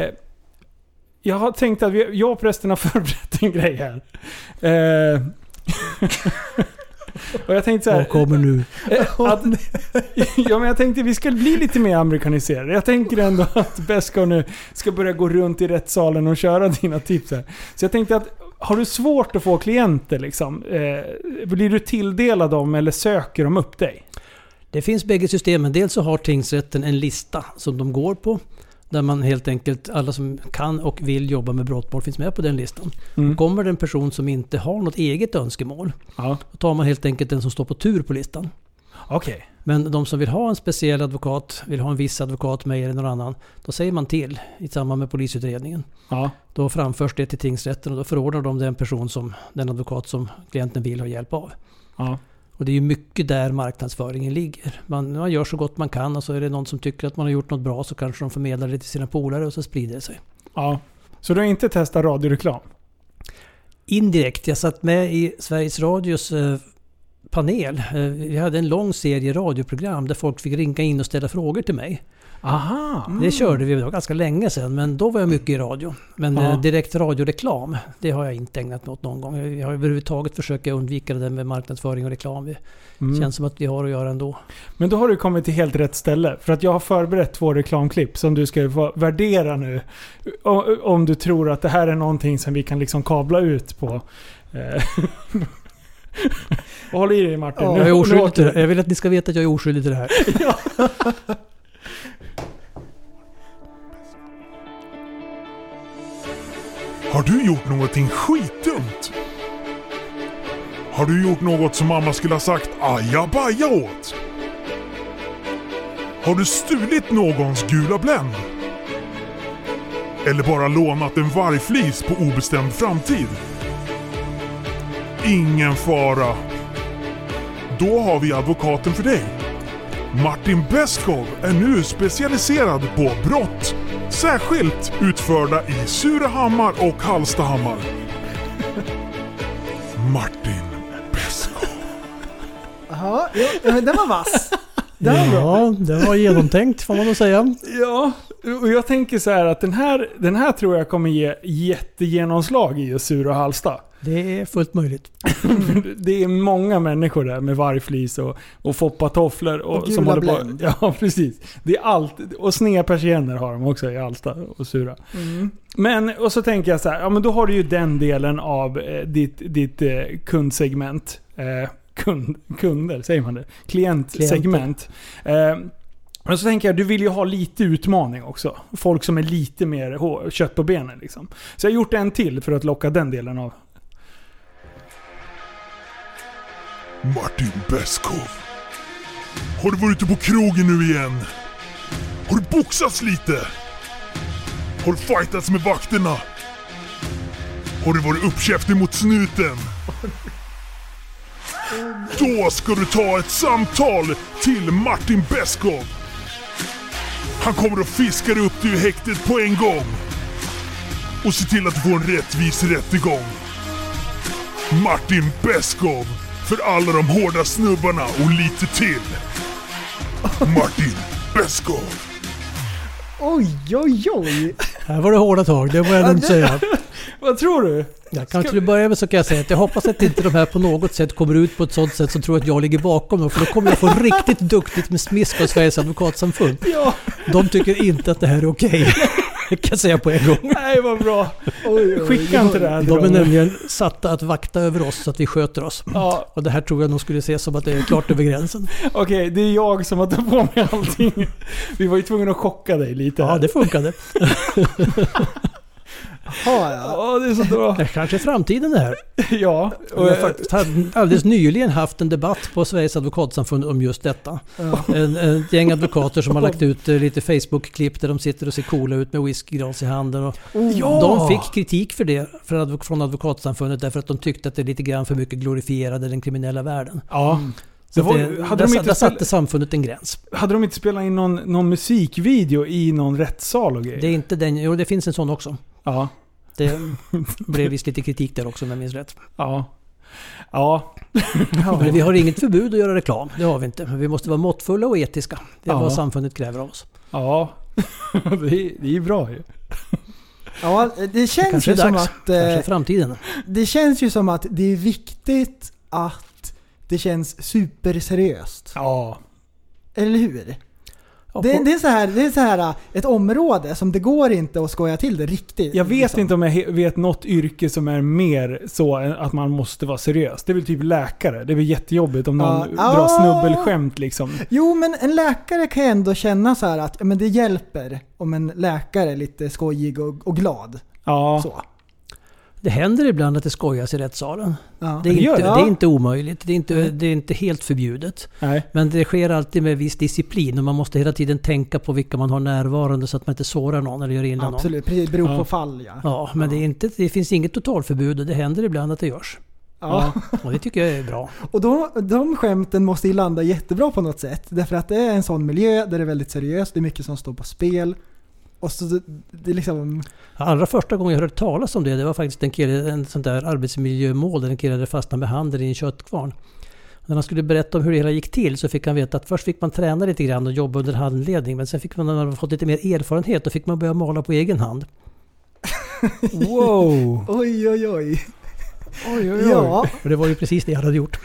jag har tänkt att vi, jag och prästen har förberett en grej här. Eh, och jag tänkte så här, vad kommer nu? Att, ja, men jag tänkte vi skulle bli lite mer amerikaniserade. Jag tänker ändå att Besko nu ska börja gå runt i rättssalen och köra dina tips här. Så jag tänkte att har du svårt att få klienter liksom, eh, blir du tilldelad dem eller söker de upp dig? Det finns bägge systemen. Dels så har tingsrätten en lista som de går på. Där man helt enkelt, alla som kan och vill jobba med brottmål finns med på den listan. Mm. Kommer det en person som inte har något eget önskemål, ja. Då tar man helt enkelt den som står på tur på listan. Okay. Men de som vill ha en speciell advokat, vill ha en viss advokat med eller någon annan, då säger man till i samband med polisutredningen. Ja. Då framförs det till tingsrätten och då förordnar de den person som, den advokat som klienten vill ha hjälp av. Ja. Och det är ju mycket där marknadsföringen ligger. Man, man gör så gott man kan och så är det någon som tycker att man har gjort något bra så kanske de förmedlar det till sina polare och så sprider det sig. Ja. Så du har inte testat radioreklam? Indirekt. Jag satt med i Sveriges Radios eh, panel. Eh, vi hade en lång serie radioprogram där folk fick ringa in och ställa frågor till mig. Aha. Mm. Det körde vi då ganska länge sedan, men då var jag mycket i radio. Men eh, direkt radioreklam, det har jag inte ägnat mig åt någon gång. Jag har överhuvudtaget försökt undvika det med marknadsföring och reklam. Det mm. känns som att vi har att göra ändå. Men då har du kommit till helt rätt ställe. För att jag har förberett två reklamklipp som du ska få värdera nu. Om du tror att det här är någonting som vi kan liksom kabla ut på. Och håll i dig, Martin. Ja, jag är oskyldig till det. Jag vill att ni ska veta att jag är oskyldig till det här. Ja. Har du gjort någonting skitdumt? Har du gjort något som mamma skulle ha sagt ajabaja åt? Har du stulit någons gula Blend? Eller bara lånat en vargflis på obestämd framtid? Ingen fara. Då har vi advokaten för dig. Martin Beskov är nu specialiserad på brott, särskilt utförda i Surahammar och Hallstahammar. Martin Beskov. Jaha, ja, men den var vass. Den var bra. Ja, det var genomtänkt får man nog säga. Ja, och jag tänker så här att den här, den här tror jag kommer ge jättegenomslag i just Sura och Hallsta. Det är fullt möjligt. Det är många människor där med vargflis och, och foppatofflor och, Och som gula håller på. Blend. Ja, precis. Det är allt. Och sneda persienner har de också i Hallsta och Sura. Mm. Men, och så tänker jag så här, ja men då har du ju den delen av eh, ditt, ditt eh, kundsegment. Eh, kund, kunder, säger man det? Klientsegment. Eh, men så tänker jag, du vill ju ha lite utmaning också. Folk som är lite mer hår, kött på benen liksom. Så jag har gjort en till för att locka den delen av. Martin Beskov. Har du varit ute på krogen nu igen? Har du boxats lite? Har du fightats med vakterna? Har du varit uppkäftig mot snuten? Då ska du ta ett samtal till Martin Beskov. Han kommer att fiska dig upp till häktet på en gång. Och se till att du får en rättvis rättegång. Martin Beskov. För alla de hårda snubbarna och lite till. Martin Beskov. Oj, oj, oj. Här var det hårda tag, det var jag inte säga. Vad tror du? Ja, kan du börja med så kan jag säga att jag hoppas att inte de här på något sätt kommer ut på ett sådant sätt som tror att jag ligger bakom dem. För då kommer jag få riktigt duktigt med smisk av Sveriges advokatsamfund. Ja. De tycker inte att det här är okej. Det kan jag säga på en gång. Nej, vad bra. Oj, oj, skicka inte det här. De är nämligen satta att vakta över oss så att vi sköter oss. Ja. Och det här tror jag nog skulle ses som att det är klart över gränsen. Okej, okay, det är jag som har tagit på mig allting. Vi var ju tvungna att chocka dig lite här. Ja, det funkade. Ja, ja. Ja, det är så bra. Det kanske är framtiden det här. Ja. Och jag har faktiskt alldeles nyligen haft en debatt på Sveriges advokatsamfund om just detta. Ja. En, en gäng advokater som har lagt ut lite Facebook-klipp där de sitter och ser coola ut med whiskyglas i handen. Och Ja. de fick kritik för det från advokatsamfundet därför att de tyckte att det är lite grann för mycket glorifierade den kriminella världen. Ja. Så Det var, det, hade där, de inte där spel, satte samfundet en gräns. hade de inte spelat in någon, någon musikvideo i någon rättssal och grejer? Det är inte den, jo, det finns en sån också. Ja. Det blev visst lite kritik där också om jag minns rätt. Ja. Ja. Men vi har inget förbud att göra reklam. Det har vi inte. Men vi måste vara måttfulla och etiska. Det är Ja. vad samfundet kräver av oss. Ja. Det är, det är bra ju. Ja, det känns Kanske ju är som dags. att Kanske är eh, framtiden. det känns ju som att det är viktigt att det känns superseriöst. Ja. Eller hur? Ja, Det, på- det är så här, det är så här ett område som det går inte att skoja till det riktigt. Jag vet liksom. inte om jag he- vet något yrke som är mer så än att man måste vara seriös. Det är väl typ läkare. Det är väl jättejobbigt om någon Ja. drar Ah. snubbelskämt liksom. Jo, men en läkare kan ju ändå känna så här att ja, men det hjälper om en läkare är lite skojig och, och glad. Ja. Så. Det händer ibland att det skojas i rättssalen. Ja. Det är, Det gör inte, det. det är inte omöjligt. Det är inte, det är inte helt förbjudet. Nej. Men det sker alltid med viss disciplin. Och man måste hela tiden tänka på vilka man har närvarande så att man inte sårar någon eller gör illa någon. Absolut, precis. Beror Ja. på fall, ja. Ja, men det, är inte, det finns inget totalförbud och det händer ibland att det görs. Ja. Och det tycker jag är bra. Och då, de skämten måste ju landa jättebra på något sätt. Därför att det är en sån miljö där det är väldigt seriöst. Det är mycket som står på spel. Och så det, det är liksom... Allra första gången jag hörde talas om det, det var faktiskt en kille, en sån där arbetsmiljömål där en kille hade fastnat med handen i en köttkvarn. När han skulle berätta om hur det hela gick till så fick han veta att först fick man träna lite grann och jobba under handledning, men sen fick man, när man hade fått lite mer erfarenhet, då fick man börja måla på egen hand. Wow. Oj, oj, oj. Oj, oj, oj. Ja. Och det var ju precis det jag hade gjort.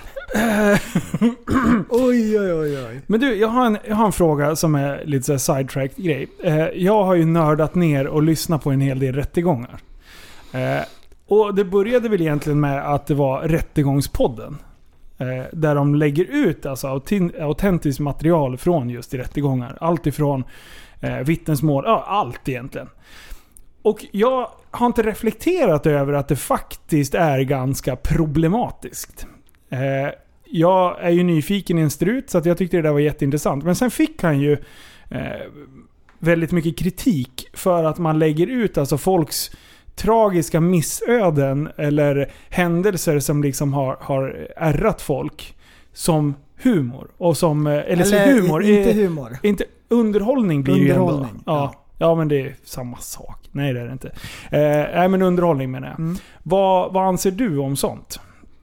Oj, oj, oj, oj. Men du, jag har en, jag har en fråga som är lite så här sidetracked grej. Eh, jag har ju nördat ner och lyssnat på en hel del rättegångar. Eh, och det började väl egentligen med att det var Rättegångspodden. Eh, där de lägger ut alltså autin- autentiskt material från just i rättegångar. Allt ifrån eh, vittnesmål, ja allt egentligen. Och jag har inte reflekterat över att det faktiskt är ganska problematiskt. Eh, jag är ju nyfiken i en strut så att jag tyckte det där var jätteintressant. Men sen fick han ju eh, väldigt mycket kritik för att man lägger ut alltså folks tragiska missöden eller händelser som liksom har, har ärrat folk som humor. Och som, eller, eller så humor. Inte humor. Inte underhållning blir underhållning, ju ändå. Ja. Ja, men det är samma sak. Nej, det är det inte. Eh, nej, men underhållning menar jag. Mm. Vad, vad anser du om sånt?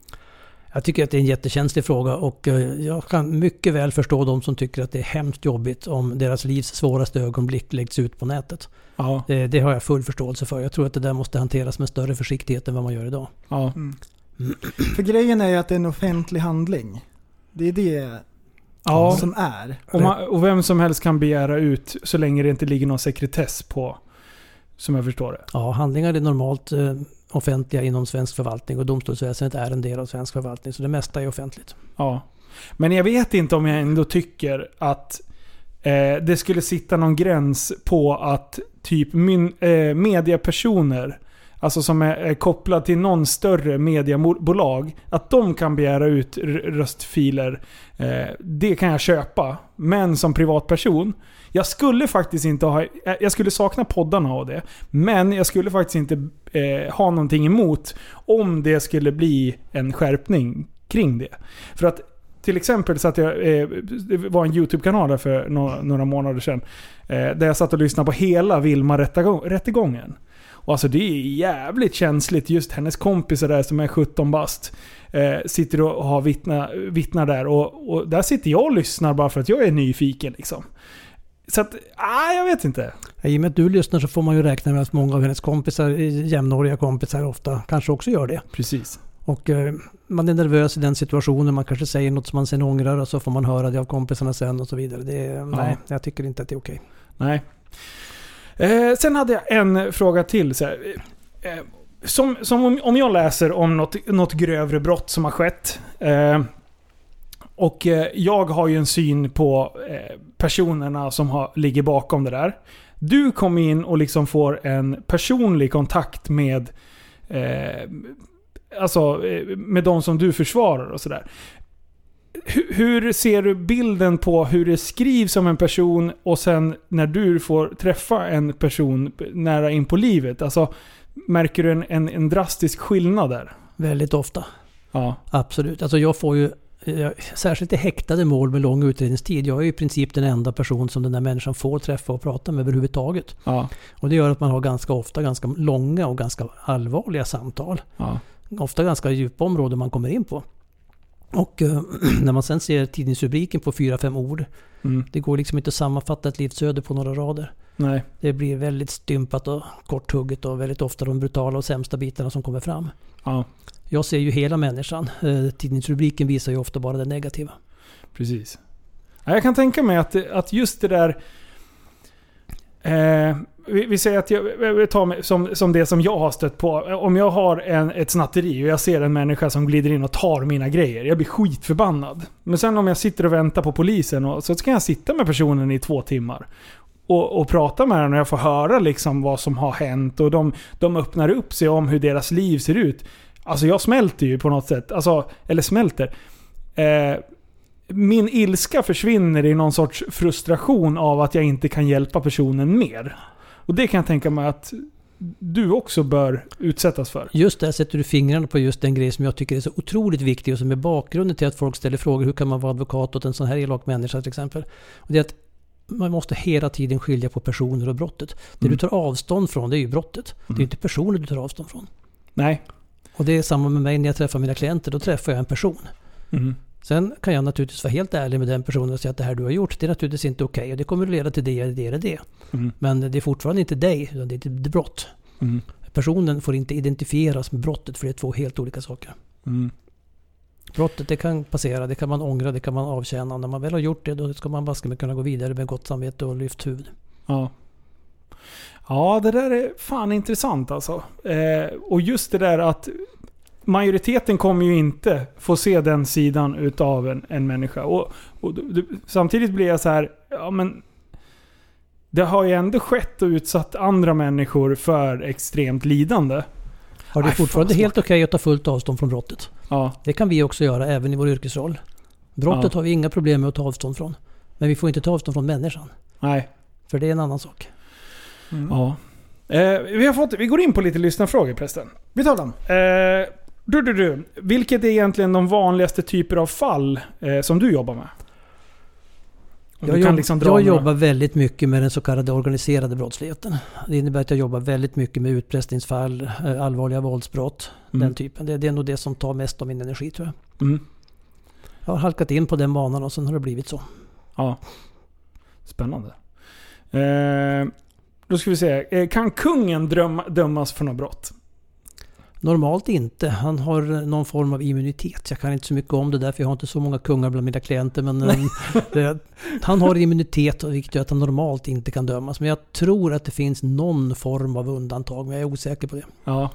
Jag tycker att det är en jättekänslig fråga och jag kan mycket väl förstå de som tycker att det är hemskt jobbigt om deras livs svåraste ögonblick läggs ut på nätet. Ja. Det, det har jag full förståelse för. Jag tror att det där måste hanteras med större försiktighet än vad man gör idag. Ja. Mm. För grejen är ju att det är en offentlig handling. Det är det ja. som är. Och, man, och vem som helst kan begära ut så länge det inte ligger någon sekretess på, som jag förstår det. Ja, handlingar är normalt eh, offentliga inom svensk förvaltning och domstolsväsendet är en del av svensk förvaltning, så det mesta är offentligt. Ja, men jag vet inte om jag ändå tycker att eh, det skulle sitta någon gräns på att typ min, eh, mediapersoner, alltså som är, är kopplad till någon större mediebolag, att de kan begära ut röstfiler. Eh, det kan jag köpa. Men som privatperson, jag skulle faktiskt inte ha, jag skulle sakna poddarna av det, men jag skulle faktiskt inte eh, ha någonting emot om det skulle bli en skärpning kring det. För att till exempel så att jag, eh, det var en YouTube-kanal där för no- några månader sedan eh, där jag satt och lyssnade på hela Vilma-rättegången. Och alltså det är jävligt känsligt, just hennes kompisar där som är sjutton bast eh, sitter och har vittna, vittnar där och, och där sitter jag och lyssnar bara för att jag är nyfiken liksom. Så att, ah, jag vet inte. I och med att du lyssnar så får man ju räkna med att många av hennes kompisar, jämnåriga kompisar ofta, kanske också gör det. Precis. Och eh, man är nervös i den situationen, man kanske säger något som man sen ångrar och så får man höra det av kompisarna sen och så vidare. Det är, ja. Nej, jag tycker inte att det är okej. Nej. Eh, sen hade jag en fråga till. Så här. Eh, som som om, om jag läser om något, något grövre brott som har skett. Eh, och eh, jag har ju en syn på eh, personerna som har, ligger bakom det där. Du kommer in och liksom får en personlig kontakt med eh, alltså med de som du försvarar och sådär. Hur ser du bilden på hur det skrivs om en person och sen när du får träffa en person nära in på livet? Alltså, märker du en, en, en drastisk skillnad där? Väldigt ofta. Ja. Absolut. Alltså jag får ju, särskilt i häktade mål med lång utredningstid, jag är i princip den enda person som den där människan får träffa och prata med överhuvudtaget. Ja. Och det gör att man har ganska ofta ganska långa och ganska allvarliga samtal. Ja. Ofta ganska djupa områden man kommer in på. Och uh, när man sen ser tidningsrubriken på fyra, fem ord, mm. det går liksom inte att sammanfatta ett livsöde på några rader. Nej. Det blir väldigt stympat och korthugget och väldigt ofta de brutala och sämsta bitarna som kommer fram. Ja. Jag ser ju hela människan. Uh, tidningsrubriken visar ju ofta bara det negativa. Precis. Ja, jag kan tänka mig att, att just det där... Eh, vi, vi säger att jag, jag tar mig som, som det som jag har stött på. Om jag har en, ett snatteri och jag ser en människa som glider in och tar mina grejer, jag blir skitförbannad. Men sen om jag sitter och väntar på polisen och, så ska jag sitta med personen i två timmar och, och prata med den och jag får höra liksom vad som har hänt och de, de öppnar upp sig om hur deras liv ser ut. Alltså jag smälter ju på något sätt. Alltså, eller smälter. Eh, min ilska försvinner i någon sorts frustration av att jag inte kan hjälpa personen mer. Och det kan jag tänka mig att du också bör utsättas för. Just där sätter du fingrarna på just den grej som jag tycker är så otroligt viktig och som är bakgrunden till att folk ställer frågor. Hur kan man vara advokat åt en sån här elak människa till exempel? Och det är att man måste hela tiden skilja på personer och brottet. Det mm. du tar avstånd från, det är ju brottet. Mm. Det är inte personer du tar avstånd från. Nej. Och det är samma med mig när jag träffar mina klienter. Då träffar jag en person. Mm. Sen kan jag naturligtvis vara helt ärlig med den personen och säga att det här du har gjort, det är naturligtvis inte okej. Okay, och det kommer att leda till det eller det eller det. Mm. Men det är fortfarande inte dig, utan det är ett brott. Mm. Personen får inte identifieras med brottet, för det är två helt olika saker. Mm. Brottet, det kan passera, det kan man ångra, det kan man avtjäna. När man väl har gjort det, då ska man bara kunna gå vidare med gott samvete och lyft huvud. Ja. Ja, det där är fan intressant alltså. Eh, och just det där att majoriteten kommer ju inte få se den sidan utav en, en människa. Och, och du, samtidigt blir jag så här, ja men det har ju ändå skett och utsatt andra människor för extremt lidande. Har det är fortfarande helt okej okay att ta fullt avstånd från brottet? Ja. Det kan vi också göra även i vår yrkesroll. Brottet ja. har vi inga problem med att ta avstånd från. Men vi får inte ta avstånd från människan. Nej. För det är en annan sak. Mm. Ja. Eh, vi, har fått, vi går in på lite lyssnarfrågor prästen. Vi tar dem. Eh, du, du, du. Vilket är egentligen de vanligaste typer av fall eh, som du jobbar med? Om Jag, du kan jobb, liksom dra jag några- jobbar väldigt mycket med den så kallade organiserade brottsligheten. Det innebär att jag jobbar väldigt mycket med utpressningsfall, eh, allvarliga våldsbrott, Mm. den typen. Det, det är nog det som tar mest av min energi, tror jag. Mm. Jag har halkat in på den banan och sen har det blivit så. Ja. Spännande. Eh, då ska vi se. Eh, kan kungen drömma, dömas för något brott? Normalt inte. Han har någon form av immunitet. Jag kan inte så mycket om det där, för jag har inte så många kungar bland mina klienter. Men eh, det, han har immunitet, vilket gör att han normalt inte kan dömas. Men jag tror att det finns någon form av undantag, men jag är osäker på det. Ja.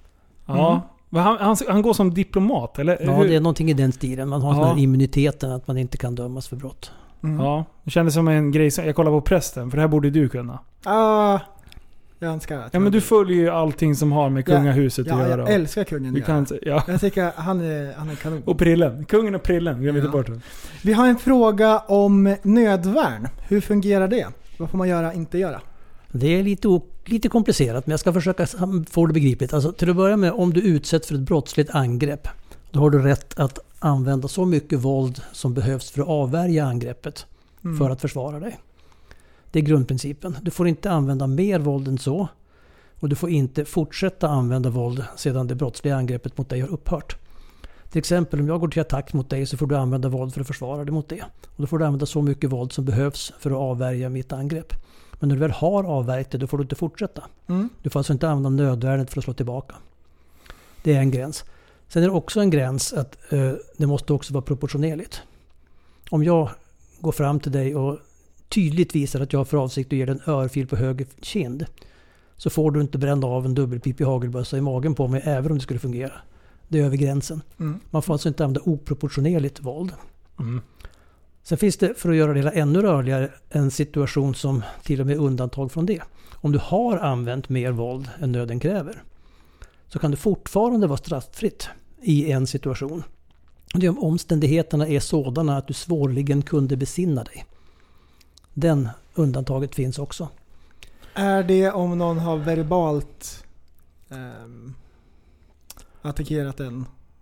Ja. Men Han, han, han går som diplomat, eller? Ja, hur? det är någonting i den stilen. Man har Ja. den här immuniteten att man inte kan dömas för brott. Mm. Ja. Det kändes som en grej som... Jag kollar på prästen, för det här borde du kunna. Ah, jag önskar att Ja, men du följer ju allting som har med Ja, kungahuset Ja, att göra. jag älskar kungen. Du jag. kan inte, ja. Jag tycker han är, han är kanon. Och prillen. Kungen och prillen. Jag vet Ja. inte bort det. Vi har en fråga om nödvärn. Hur fungerar det? Vad får man göra, inte göra? Det är lite, o- lite komplicerat, men jag ska försöka sam- få det begripligt. Alltså, till att börja med, om du utsätts för ett brottsligt angrepp, då har du rätt att använda så mycket våld som behövs för att avvärja angreppet, Mm. för att försvara dig. Det är grundprincipen. Du får inte använda mer våld än så, och du får inte fortsätta använda våld sedan det brottsliga angreppet mot dig har upphört. Till exempel om jag går till attack mot dig, så får du använda våld för att försvara dig mot det. Och då får du använda så mycket våld som behövs för att avvärja mitt angrepp. Men när du väl har avvärjt det, då får du inte fortsätta. Mm. Du får alltså inte använda nödvärnet för att slå tillbaka. Det är en gräns. Sen är det också en gräns att eh, det måste också vara proportionerligt. Om jag går fram till dig och tydligt visar att jag har för avsikt att ge dig en örfil på höger kind, så får du inte bränna av en dubbelpipig hagelbössa i magen på mig, även om det skulle fungera. Det är över gränsen. Mm. Man får alltså inte använda oproportionerligt våld. Mm. Sen finns det, för att göra det hela ännu rörligare, en situation som till och med är undantag från det. Om du har använt mer våld än nöden kräver, så kan det fortfarande vara straffritt i en situation. Det är om omständigheterna är sådana att du svårligen kunde besinna dig. Den undantaget finns också. Är det om någon har verbalt ehm, attackerat en?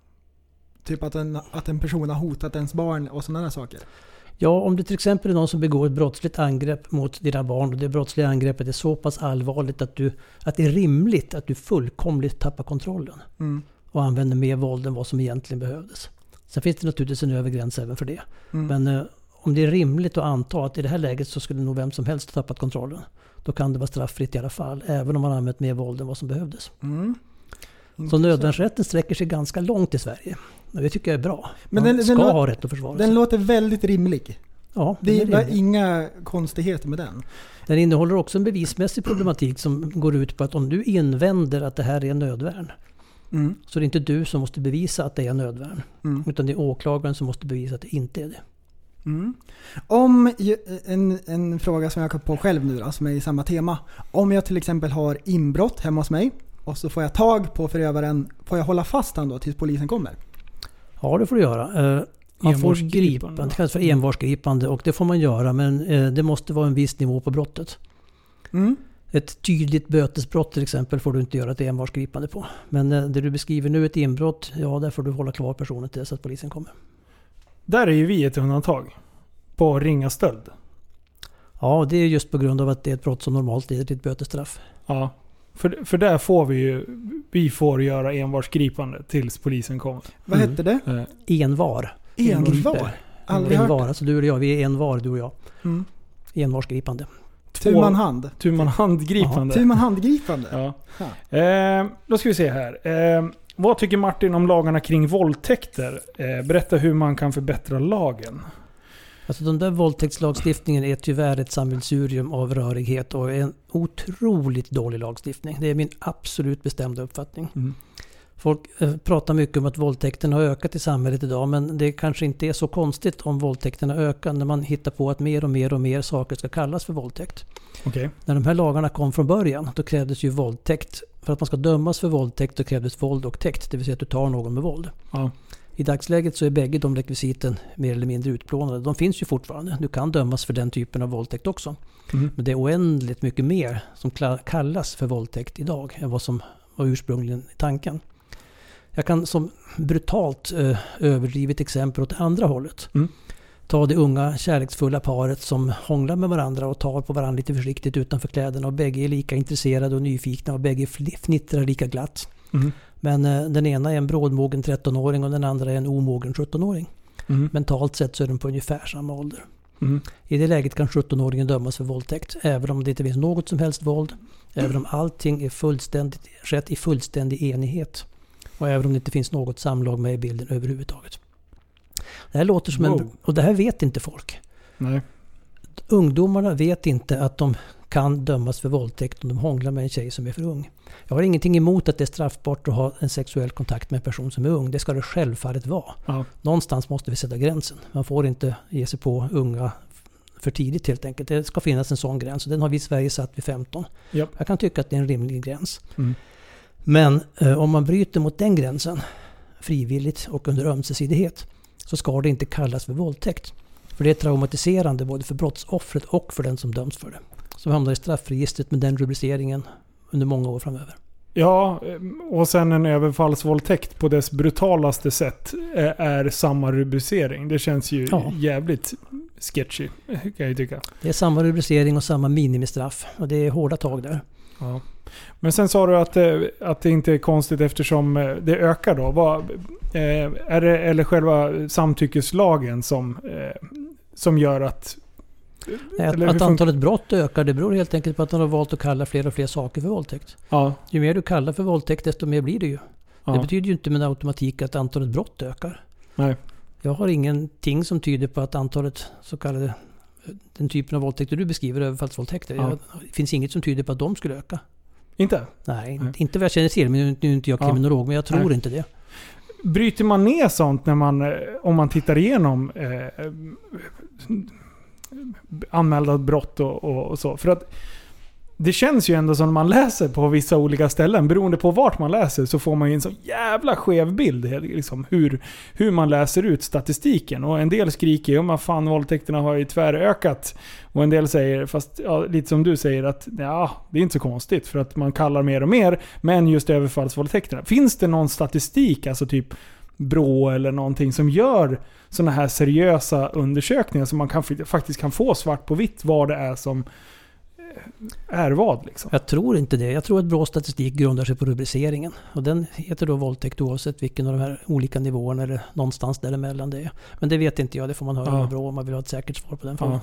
Typ att en, att en person har hotat ens barn och sådana där saker? Ja, om det till exempel är någon som begår ett brottsligt angrepp mot dina barn, och det brottsliga angreppet är så pass allvarligt att, du, att det är rimligt att du fullkomligt tappar kontrollen Mm. och använder mer våld än vad som egentligen behövdes. Sen finns det naturligtvis en övergräns även för det. Mm. Men eh, om det är rimligt att anta att i det här läget så skulle nog vem som helst ha tappat kontrollen, då kan det vara strafffritt i alla fall, även om man använt mer våld än vad som behövdes. Mm. Så Intressant. nödvärnsrätten sträcker sig ganska långt i Sverige. Och det tycker jag är bra. Men Man den- ska den lå- ha rätt att försvara Den sig. låter väldigt rimlig. Ja, Det den, är är rimlig. inga konstigheter med den. Den innehåller också en bevismässig problematik som går ut på att om du invänder att det här är nödvärn, Mm. så är det inte du som måste bevisa att det är nödvärn. Mm. Utan det är åklagaren som måste bevisa att det inte är det. Mm. Om ju- en, en fråga som jag kom på själv nu då, som är i samma tema. Om jag till exempel har inbrott hemma hos mig och så får jag tag på förövaren, får jag hålla fast han då tills polisen kommer? Ja, det får du göra. Eh, Man får Envarsgripande. gripa, det kallas för envarsgripande, och det får man göra, men eh, det måste vara en viss nivå på brottet. Mm. Ett tydligt bötesbrott till exempel får du inte göra ett envarsgripande på. Men eh, det du beskriver nu, ett inbrott, ja, där får du hålla kvar personen till dess att polisen kommer. Där är ju vi ett undantag. På ringa stöld. Ja, det är just på grund av att det är ett brott som normalt leder till ett bötesstraff. Ja. För, för där får vi ju... Vi får göra envarsgripande tills polisen kommer. Vad Mm. hette det? Eh, Envar. Envar? Aldrig hört Envar, det. alltså du och jag, vi är envar, du och jag. Mm. Envarsgripande. Tu man hand. Tu man handgripande. Tu man handgripande. Ja. Ja. Eh, då ska vi se här. Eh, vad tycker Martin om lagarna kring våldtäkter? Eh, berätta hur man kan förbättra lagen. Alltså den där våldtäktslagstiftningen är tyvärr ett sammelsurium av rörighet och en otroligt dålig lagstiftning. Det är min absolut bestämda uppfattning. Mm. Folk eh, pratar mycket om att våldtäkterna har ökat i samhället idag, men det kanske inte är så konstigt om våldtäkterna ökar när man hittar på att mer och mer och mer saker ska kallas för våldtäkt. Okej. När de här lagarna kom från början, då krävdes ju våldtäkt. För att man ska dömas för våldtäkt, då krävdes våld och täkt, det vill säga att du tar någon med våld. Ja. I dagsläget så är bägge de rekvisiten mer eller mindre utplånade. De finns ju fortfarande. Du kan dömas för den typen av våldtäkt också. Mm. Men det är oändligt mycket mer som kallas för våldtäkt idag än vad som var ursprungligen i tanken. Jag kan som brutalt eh, överdrivet exempel åt andra hållet. Mm. Ta det unga kärleksfulla paret som hånglar med varandra och tar på varandra lite försiktigt utanför kläderna och bägge är lika intresserade och nyfikna och bägge fnittrar lika glatt. Mm. Men eh, den ena är en brådmogen trettonåring och den andra är en omogen sjuttonåring. Mm. Mentalt sett så är de på ungefär samma ålder. Mm. I det läget kan sjuttonåringen dömas för våldtäkt även om det inte finns något som helst våld, även om allting är fullständigt skett i fullständig enighet och även om det inte finns något samlag med i bilden överhuvudtaget. Det här låter som wow. en... Och det här vet inte folk. Nej. Ungdomarna vet inte att de kan dömas för våldtäkt om de hånglar med en tjej som är för ung. Jag har ingenting emot att det är straffbart att ha en sexuell kontakt med en person som är ung. Det ska det självfallet vara. Ja. Någonstans måste vi sätta gränsen. Man får inte ge sig på unga för tidigt helt enkelt. Det ska finnas en sån gräns. Och den har vi i Sverige satt vid femton. Yep. Jag kan tycka att det är en rimlig gräns. Mm. Men eh, om man bryter mot den gränsen frivilligt och under ömsesidighet så ska det inte kallas för våldtäkt. För det är traumatiserande både för brottsoffret och för den som döms för det. Som hamnar i straffregistret med den rubriceringen under många år framöver. Ja, och sen en överfallsvåldtäkt på dess brutalaste sätt är samma rubricering. Det känns ju ja. jävligt sketchy, kan jag tycka. Det är samma rubricering och samma minimistraff. Och det är hårda tag där. Ja. Men sen sa du att, att det inte är konstigt eftersom det ökar då. Vad, är det eller själva samtyckeslagen som, som gör att... Nej, att, att antalet brott ökar, det beror helt enkelt på att man har valt att kalla fler och fler saker för våldtäkt. Ja. Ju mer du kallar för våldtäkt, desto mer blir det ju. Ja. Det betyder ju inte med automatik att antalet brott ökar. Nej. Jag har ingenting som tyder på att antalet så kallade, den typen av våldtäkter du beskriver, överfallsvåldtäkter, ja. jag, det finns inget som tyder på att de skulle öka. Inte? Nej, Nej. inte vad jag känner till, men nu är inte jag kriminolog, ja. men jag tror Nej. inte det. Bryter man ner sånt när man, om man tittar igenom eh, anmälda brott och, och, och så? För att det känns ju ändå som när man läser på vissa olika ställen, beroende på vart man läser, så får man ju en så jävla skev bild liksom, hur, hur man läser ut statistiken. Och en del skriker ju om att fan, våldtäkterna har ju tvärökat. Och en del säger, fast ja, lite som du säger, att ja, det är inte så konstigt för att man kallar mer och mer, men just överfallsvåldtäkterna. Finns det någon statistik, alltså typ Brå eller någonting som gör såna här seriösa undersökningar som man kan, faktiskt kan få svart på vitt vad det är som är vad liksom? Jag tror inte det. Jag tror att bra statistik grundar sig på rubriceringen. Och den heter då våldtäkt oavsett vilken av de här olika nivåerna eller någonstans däremellan det är. Men det vet inte jag. Det får man höra ja. bra om man vill ha ett säkert svar på den frågan.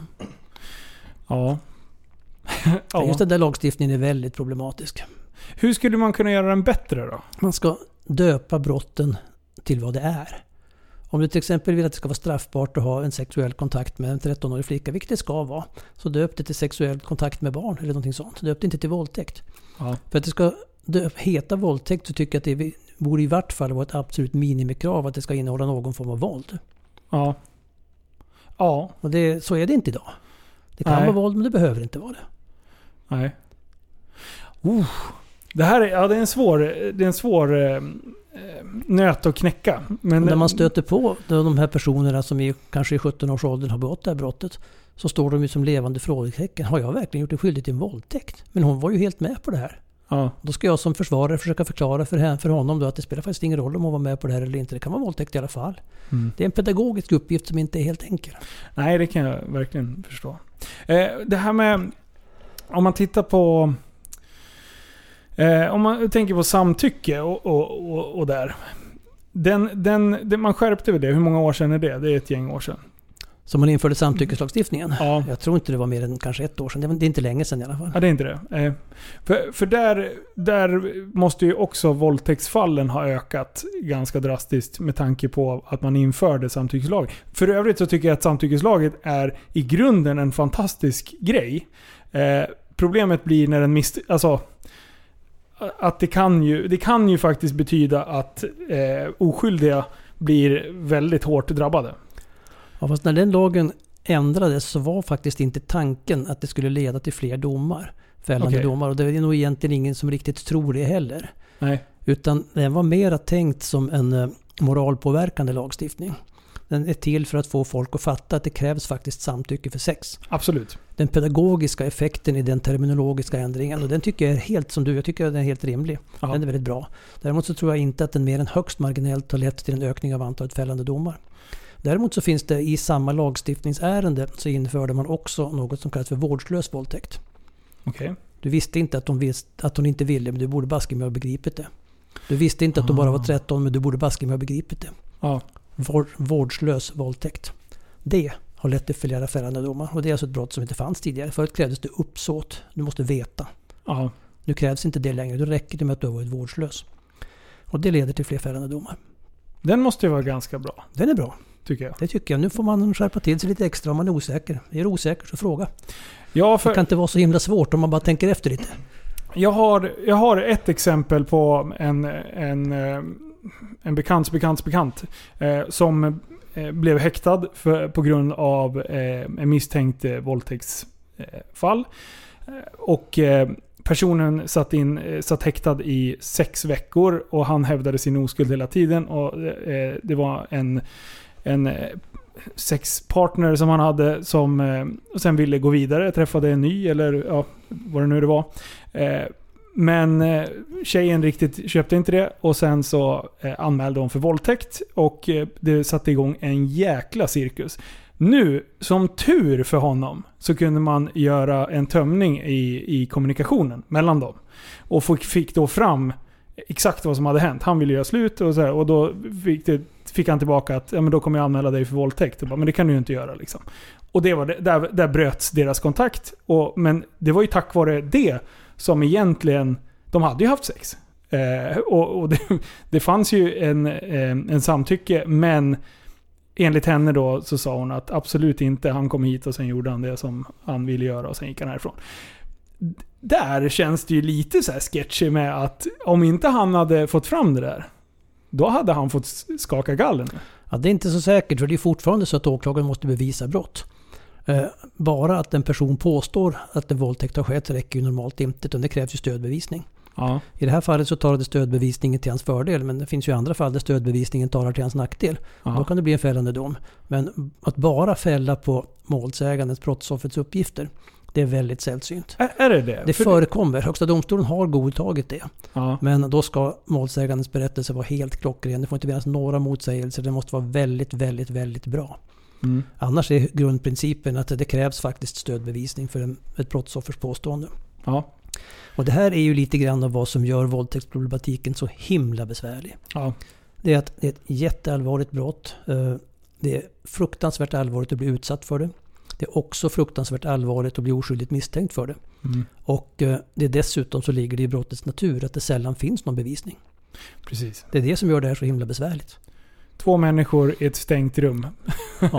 Ja. ja. Just den där lagstiftningen är väldigt problematisk. Hur skulle man kunna göra den bättre då? Man ska döpa brotten till vad det är. Om du till exempel vill att det ska vara straffbart att ha en sexuell kontakt med en trettonårig flicka, vilket det ska vara, så döp det till sexuell kontakt med barn eller någonting sånt. Döp det inte till våldtäkt. Ja. För att det ska döp, heta våldtäkt så tycker jag att det borde i vart fall vara ett absolut minimikrav att det ska innehålla någon form av våld. Ja. Ja. Och det, så är det inte idag. Det kan Nej. vara våld, men det behöver inte vara det. Nej. Uh. Det här är, ja, det är en svår... Det är en svår eh, nöt att knäcka. Men när man stöter på de här personerna som är kanske i sjutton års ålder har begått det här brottet, så står de ju som levande frågetecken. Har jag verkligen gjort en skyldig till en våldtäkt? Men hon var ju helt med på det här. Ja. Då ska jag som försvarare försöka förklara för, henne, för honom då att det spelar faktiskt ingen roll om hon var med på det här eller inte. Det kan vara våldtäkt i alla fall. Mm. Det är en pedagogisk uppgift som inte är helt enkel. Nej, det kan jag verkligen förstå. Eh, det här med, om man tittar på Eh, om man tänker på samtycke och, och, och, och där. Den, den, den, man skärpte väl det. Hur många år sedan är det? Det är ett gäng år sedan. Så man införde samtyckeslagstiftningen? Ja. Jag tror inte det var mer än kanske ett år sedan. Det är inte länge sedan i alla fall. Ja, det är inte det. Eh, för för där, där måste ju också våldtäktsfallen ha ökat ganska drastiskt med tanke på att man införde samtyckeslag. För övrigt så tycker jag att samtyckeslaget är i grunden en fantastisk grej. Eh, problemet blir när den mist... Alltså, att det kan ju, det kan ju faktiskt betyda att eh, oskyldiga blir väldigt hårt drabbade. Ja, fast när den lagen ändrades så var faktiskt inte tanken att det skulle leda till fler domar, fällande okay. domar. Och det är nog egentligen ingen som riktigt tror det heller. Nej. Utan den var mer tänkt som en moralpåverkande lagstiftning. Den är till för att få folk att fatta att det krävs faktiskt samtycke för sex. Absolut. Den pedagogiska effekten i den terminologiska ändringen, och den tycker jag är helt som du, jag tycker den är helt rimlig. Ja. Den är väldigt bra. Däremot så tror jag inte att den mer än högst marginellt har lett till en ökning av antalet fällande domar. Däremot så finns det i samma lagstiftningsärende så införde man också något som kallas för vårdslös våldtäkt. Okej. Okay. Du visste inte att hon, visst, att hon inte ville, men du borde baske med att ha begripit det. Du visste inte att hon bara var tretton, men du borde baske med att ha begripit det. Ja. Vård, vårdslös våldtäkt. Det har lett till flera fällande domar. Och det är alltså ett brott som inte fanns tidigare. Förut krävdes det uppsåt. Du måste veta. Ja. Nu krävs inte det längre. Då räcker det med att du har varit vårdslös. Och det leder till fler fällande domar. Den måste ju vara ganska bra. Den är bra. Tycker jag. Det tycker jag. Nu får man skärpa till sig lite extra om man är osäker. Är du osäker så fråga. Ja, för... Det kan inte vara så himla svårt om man bara tänker efter lite. Jag har, jag har ett exempel på en, en, en bekants bekants bekant eh, som eh, blev häktad för, på grund av eh, en misstänkt eh, våldtäktsfall. Eh, och eh, personen satt, in, eh, satt häktad i sex veckor och han hävdade sin oskuld hela tiden. Och eh, det var en, en sexpartner som han hade som eh, sen ville gå vidare, träffade en ny eller ja, vad det nu det var. Eh, men eh, tjejen riktigt köpte inte det och sen så eh, anmälde hon för våldtäkt och eh, det satte igång en jäkla cirkus. Nu, som tur för honom, så kunde man göra en tömning i, i kommunikationen mellan dem och fick, fick då fram exakt vad som hade hänt. Han ville göra slut och, så här, och då fick, det, fick han tillbaka att ja, men då kommer jag anmäla dig för våldtäkt. Och bara, men det kan du ju inte göra. Liksom. Och det var det, där, där bröts deras kontakt. Och, men det var ju tack vare det som egentligen, de hade ju haft sex. Eh, och och det, det fanns ju en, en, en samtycke, men enligt henne då så sa hon att absolut inte, han kom hit och sen gjorde han det som han ville göra och sen gick han härifrån. Där känns det ju lite så här sketchy med att om inte han hade fått fram det där, då hade han fått skaka gallen. Ja, det är inte så säkert, för det är fortfarande så att åklagaren måste bevisa brott. Eh, bara att en person påstår att en våldtäkt har skett räcker ju normalt inte, utan det krävs ju stödbevisning. Ja. I det här fallet så talar det stödbevisningen till hans fördel, men det finns ju andra fall där stödbevisningen talar till hans nackdel. Ja. Då kan det bli en fällande dom. Men att bara fälla på målsägandens, brottsoffrets uppgifter, det är väldigt sällsynt. Är, är det det? Det För förekommer. Högsta domstolen har godtagit det. Ja. Men då ska målsägandens berättelse vara helt klockren. Det får inte finnas några motsägelser. Det måste vara väldigt, väldigt, väldigt bra. Mm. Annars är grundprincipen att det krävs faktiskt stödbevisning för en, ett brottsoffers påstående. Ja. Och det här är ju lite grann av vad som gör våldtäktsproblematiken så himla besvärlig. Ja. Det är att det är ett jätteallvarligt brott. Det är fruktansvärt allvarligt att bli utsatt för det. Det är också fruktansvärt allvarligt att bli oskyldigt misstänkt för det. Mm. Och det är dessutom så ligger det i brottets natur att det sällan finns någon bevisning. Precis. Det är det som gör det här så himla besvärligt. Två människor i ett stängt rum. Ja,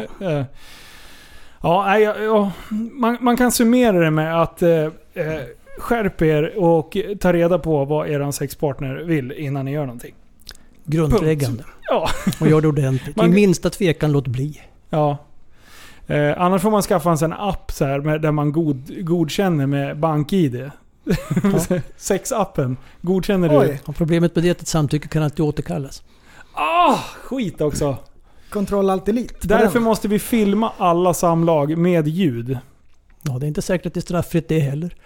ja, ja man, man kan summera det med att eh, skärp er och ta reda på vad er sexpartner vill innan ni gör någonting. Grundläggande. Ja. Och gör det ordentligt. Man, I minsta tvekan låt bli. Ja. Eh, annars får man skaffa en sån app så här, med, där man god, godkänner med bank-I D. Ja. Sexappen. Godkänner du? Oj. Och problemet med det är att ett samtycke kan alltid återkallas. Ah, skit också. Kontroll allt elite. Därför måste vi filma alla samlag med ljud. Ja, det är inte säkert att det är straffritt det heller.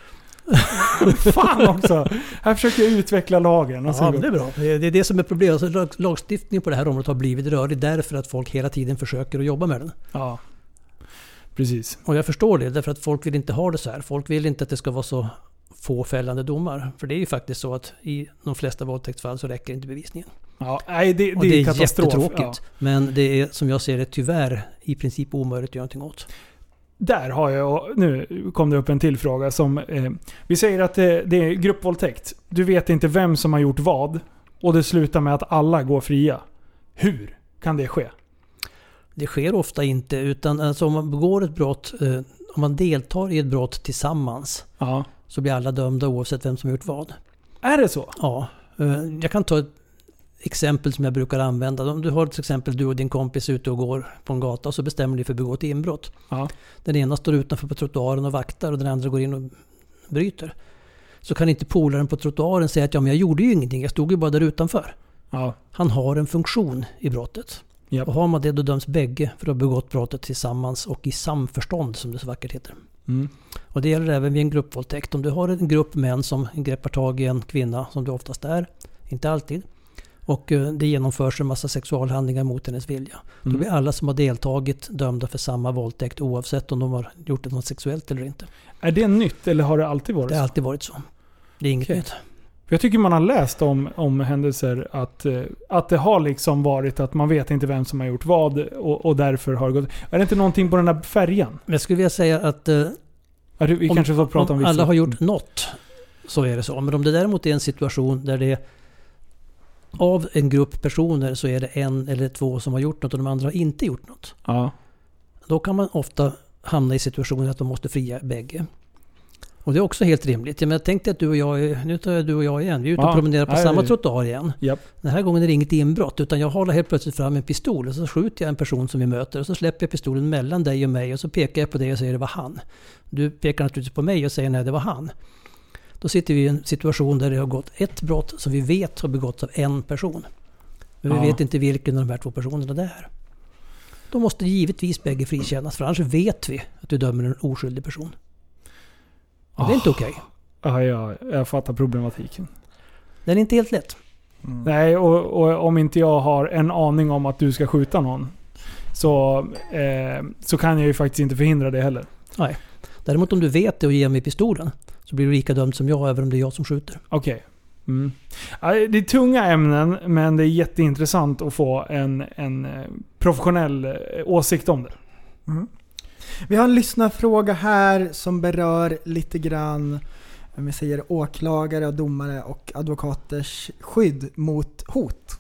Fan också. Här försöker jag utveckla lagen. Ja, det är bra. Det är det som är problemet. Alltså, lagstiftningen på det här området har blivit rörig därför att folk hela tiden försöker att jobba med den. Ja, precis. Och jag förstår det, därför att folk vill inte ha det så här. Folk vill inte att det ska vara så få fällande domar. För det är ju faktiskt så att i de flesta våldtäktsfall så räcker inte bevisningen. Ja, nej, det, det, och det är, är katastrof. Jättetråkigt. Ja. Men det är, som jag ser det, tyvärr i princip omöjligt att göra någonting åt. Där har jag, nu kom det upp en till fråga som, eh, vi säger att det, det är gruppvåldtäkt. Du vet inte vem som har gjort vad och det slutar med att alla går fria. Hur kan det ske? Det sker ofta inte, utan alltså, om man begår ett brott, eh, om man deltar i ett brott tillsammans, ja, så blir alla dömda oavsett vem som har gjort vad. Är det så? Ja. Eh, jag kan ta ett exempel som jag brukar använda. Om du har till exempel du och din kompis ute och går på en gata och så bestämmer ni för att begå ett inbrott. Ja. Den ena står utanför på trottoaren och vaktar och den andra går in och bryter. Så kan inte polaren på trottoaren säga att ja, men jag gjorde ju ingenting, jag stod ju bara där utanför. Ja. Han har en funktion i brottet. Yep. Och har man det, då döms bägge för att ha begått brottet tillsammans och i samförstånd, som det så vackert heter. Mm. Och det gäller även vid en gruppvåldtäkt. Om du har en grupp män som greppar tag i en kvinna, som du oftast är, inte alltid, och det genomförs en massa sexualhandlingar mot hennes vilja. Mm. Då blir alla som har deltagit dömda för samma våldtäkt, oavsett om de har gjort något sexuellt eller inte. Är det nytt eller har det alltid varit så? Det har alltid varit så. Det är inget okay. nytt. Jag tycker man har läst om, om händelser att, att det har liksom varit att man vet inte vem som har gjort vad och, och därför har det gått. Är det inte någonting på den där färjan? Jag skulle vilja säga att eh, ja, du, vi om, kanske får prata om, om alla har gjort något, så är det så. Men om det däremot är en situation där det av en grupp personer så är det en eller två som har gjort något och de andra har inte gjort något. Ja. Då kan man ofta hamna i situationen att de måste fria bägge. Och det är också helt rimligt. Jag, menar, jag tänkte att du och jag, är, nu tar jag du och jag igen. Vi är ute och ja, promenerar på nej, samma trottoar igen. Yep. Den här gången är det inget inbrott, utan jag håller helt plötsligt fram en pistol och så skjuter jag en person som vi möter och så släpper jag pistolen mellan dig och mig och så pekar jag på dig och säger det var han. Du pekar naturligtvis på mig och säger nej, det var han. Då sitter vi i en situation där det har gått ett brott som vi vet har begåtts av en person. Men vi ja. vet inte vilken av de här två personerna det är. Då måste givetvis bägge frikännas, för annars vet vi att du dömer en oskyldig person. Och det är inte okej. Okay. Ja, ja, jag fattar problematiken. Den är inte helt lätt. Mm. Nej, och, och om inte jag har en aning om att du ska skjuta någon så, eh, så kan jag ju faktiskt inte förhindra det heller. Nej. Däremot om du vet det och ger mig pistolen så blir du lika dömd som jag, även om det är jag som skjuter. Okej. Okay. Mm. Ja, det är tunga ämnen, men det är jätteintressant att få en, en professionell åsikt om det. Mm. Vi har en lyssnarfråga här som berör lite grann, om vi säger åklagare och domare och advokaters skydd mot hot.